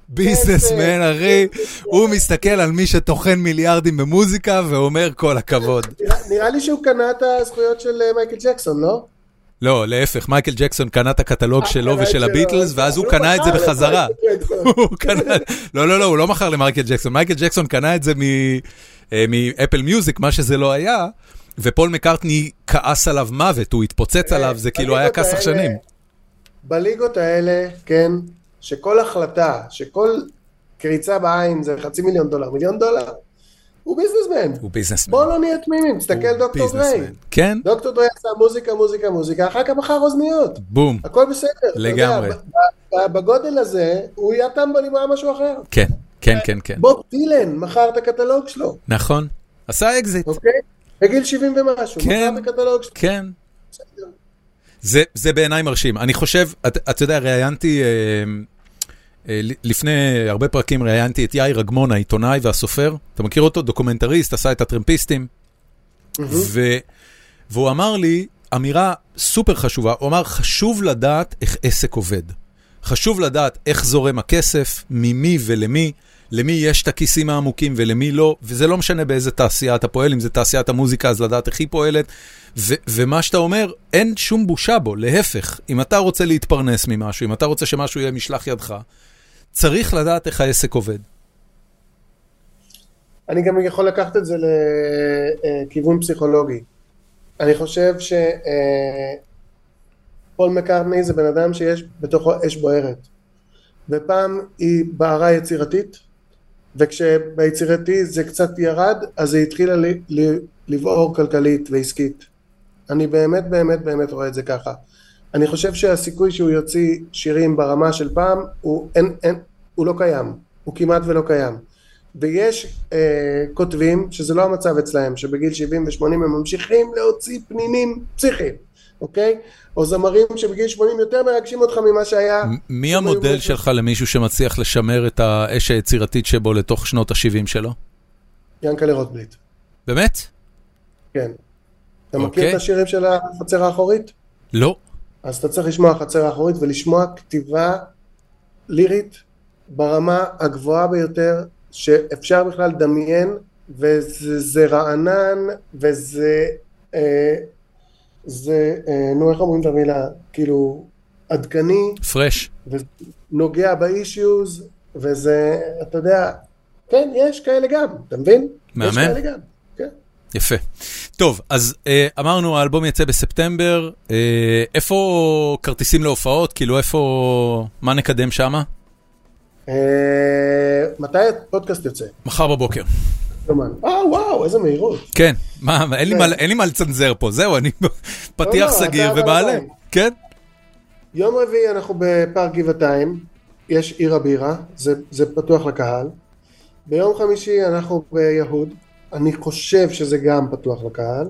Speaker 1: ביזנסמן, אחי, הוא מסתכל על מי שתוכן מיליארדים במוזיקה ואומר כל הכבוד.
Speaker 2: נראה לי שהוא קנה את הזכויות של מייקל ג'קסון, לא?
Speaker 1: לא, להפך, מייקל ג'קסון קנה את הקטלוג שלו ושל הביטלס, ואז הוא קנה את זה בחזרה. לא, לא, לא, הוא לא מכר למייקל ג'קסון. מייקל ג'קסון קנה את זה מאפל מיוזיק, מה שזה לא היה, ופול מקארטני כעס עליו מוות, הוא התפוצץ עליו, זה כאילו היה כסח שנים.
Speaker 2: בליגות האלה, כן, שכל החלטה, שכל קריצה בעין זה חצי מיליון דולר, מיליון דולר, הוא ביזנסמן.
Speaker 1: הוא ביזנסמן.
Speaker 2: בוא לא נהיה תמימים, תסתכל דוקטור דריי.
Speaker 1: כן.
Speaker 2: דוקטור דריי עשה מוזיקה, מוזיקה, מוזיקה, אחר כך מחר אוזניות.
Speaker 1: בום.
Speaker 2: הכל בסדר.
Speaker 1: לגמרי.
Speaker 2: בגודל הזה, הוא יהיה טמבלים היה משהו אחר.
Speaker 1: כן, כן, כן, כן.
Speaker 2: בוב דילן, מחר את הקטלוג שלו.
Speaker 1: נכון. עשה אקזיט.
Speaker 2: אוקיי? בגיל שבעים ומשהו, מחר את הקטלוג שלו.
Speaker 1: כן. זה, זה בעיניי מרשים. אני חושב, את, את יודע, ראיינתי, אה, אה, לפני הרבה פרקים ראיינתי את יאיר אגמון, העיתונאי והסופר. אתה מכיר אותו? דוקומנטריסט, עשה את הטרמפיסטים. Mm-hmm. ו, והוא אמר לי, אמירה סופר חשובה, הוא אמר, חשוב לדעת איך עסק עובד. חשוב לדעת איך זורם הכסף, ממי ולמי, למי יש את הכיסים העמוקים ולמי לא, וזה לא משנה באיזה תעשייה אתה פועל, אם זה תעשיית המוזיקה, אז לדעת איך היא פועלת, ו- ומה שאתה אומר, אין שום בושה בו, להפך, אם אתה רוצה להתפרנס ממשהו, אם אתה רוצה שמשהו יהיה משלח ידך, צריך לדעת איך העסק עובד.
Speaker 2: אני גם יכול לקחת את זה לכיוון פסיכולוגי. אני חושב שפול מקארטני זה בן אדם שיש בתוכו אש בוערת, ופעם היא בערה יצירתית, וכשביצירתי זה קצת ירד, אז היא התחילה לבעור כלכלית ועסקית. אני באמת באמת באמת רואה את זה ככה. אני חושב שהסיכוי שהוא יוציא שירים ברמה של פעם, הוא, אין, אין, הוא לא קיים, הוא כמעט ולא קיים. ויש אה, כותבים, שזה לא המצב אצלהם, שבגיל שבעים ושמונים הם ממשיכים להוציא פנינים פסיכיים, אוקיי? או זמרים שבגיל שמונים יותר מרגשים אותך ממה שהיה.
Speaker 1: מי המודל שלך למישהו שמצליח לשמר את האש היצירתית שבו לתוך שנות ה-שבעים שלו?
Speaker 2: ינקלה רוטבליט.
Speaker 1: באמת?
Speaker 2: כן. אתה מכיר את השירים של החצר האחורית?
Speaker 1: לא.
Speaker 2: אז אתה צריך לשמוע החצר האחורית ולשמוע כתיבה לירית ברמה הגבוהה ביותר שאפשר בכלל לדמיין, וזה רענן, וזה... אה, זה, נו, איך אומרים את המילה, כאילו, עדכני.
Speaker 1: פרש.
Speaker 2: ונוגע באישיוז, וזה, אתה יודע, כן, יש כאלה גם, אתה מבין?
Speaker 1: מאמן.
Speaker 2: יש כאלה גם, כן.
Speaker 1: יפה. טוב, אז אה, אמרנו, האלבום יצא בספטמבר, אה, איפה כרטיסים להופעות? כאילו, איפה, מה נקדם שמה?
Speaker 2: אה, מתי הפודקאסט יוצא?
Speaker 1: מחר בבוקר.
Speaker 2: אה, וואו, איזה מהירות.
Speaker 1: כן, מה, אין לי מה, אין לי מה לצנזר פה, זהו, אני פתיח סגיר ומעלה. כן?
Speaker 2: יום רביעי אנחנו בפארק גבעתיים, יש עיר הבירה, זה, זה פתוח לקהל. ביום חמישי אנחנו ביהוד, אני חושב שזה גם פתוח לקהל.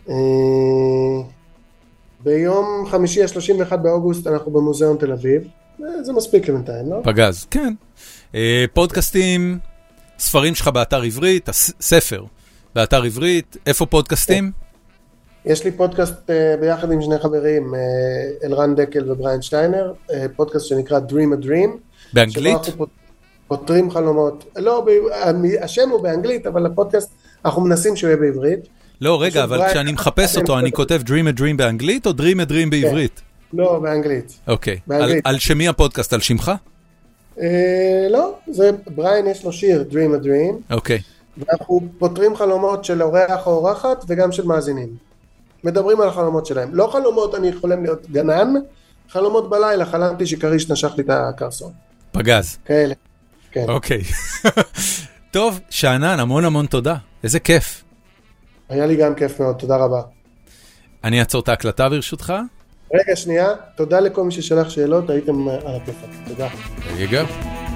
Speaker 2: ביום חמישי, ה-שלושים ואחד באוגוסט, אנחנו במוזיאון תל אביב. זה מספיק לבינתיים, לא?
Speaker 1: פגז, כן. פודקאסטים... ספרים שלך באתר עברית, הספר באתר עברית, איפה פודקאסטים?
Speaker 2: יש לי פודקאסט ביחד עם שני חברים, אלרן דקל ובריין שטיינר, פודקאסט שנקרא Dream a Dream.
Speaker 1: באנגלית?
Speaker 2: פותרים חלומות. לא, השם הוא באנגלית, אבל הפודקאסט, אנחנו מנסים שהוא יהיה בעברית.
Speaker 1: לא, רגע, אבל כשאני מחפש אותו, אני כותב Dream a Dream באנגלית או Dream a Dream בעברית?
Speaker 2: לא, באנגלית.
Speaker 1: אוקיי. על שמי הפודקאסט? על שמך?
Speaker 2: לא, זה בריין יש לו שיר Dream a Dream.
Speaker 1: אוקיי.
Speaker 2: ואנחנו פותרים חלומות של אורח או אורחת וגם של מאזינים. מדברים על החלומות שלהם. לא חלומות אני יכולים להיות גנן, חלומות בלילה, חלמתי שקריש נשך לי את הקרסון.
Speaker 1: פגז.
Speaker 2: כאלה. כן.
Speaker 1: אוקיי. טוב, שענן, המון המון תודה. איזה כיף.
Speaker 2: היה לי גם כיף מאוד, תודה רבה.
Speaker 1: אני אעצור את ההקלטה ברשותך.
Speaker 2: רגע, שנייה, תודה לכל מי ששלח שאלות, הייתם על הכיפק, תודה.
Speaker 1: There you go.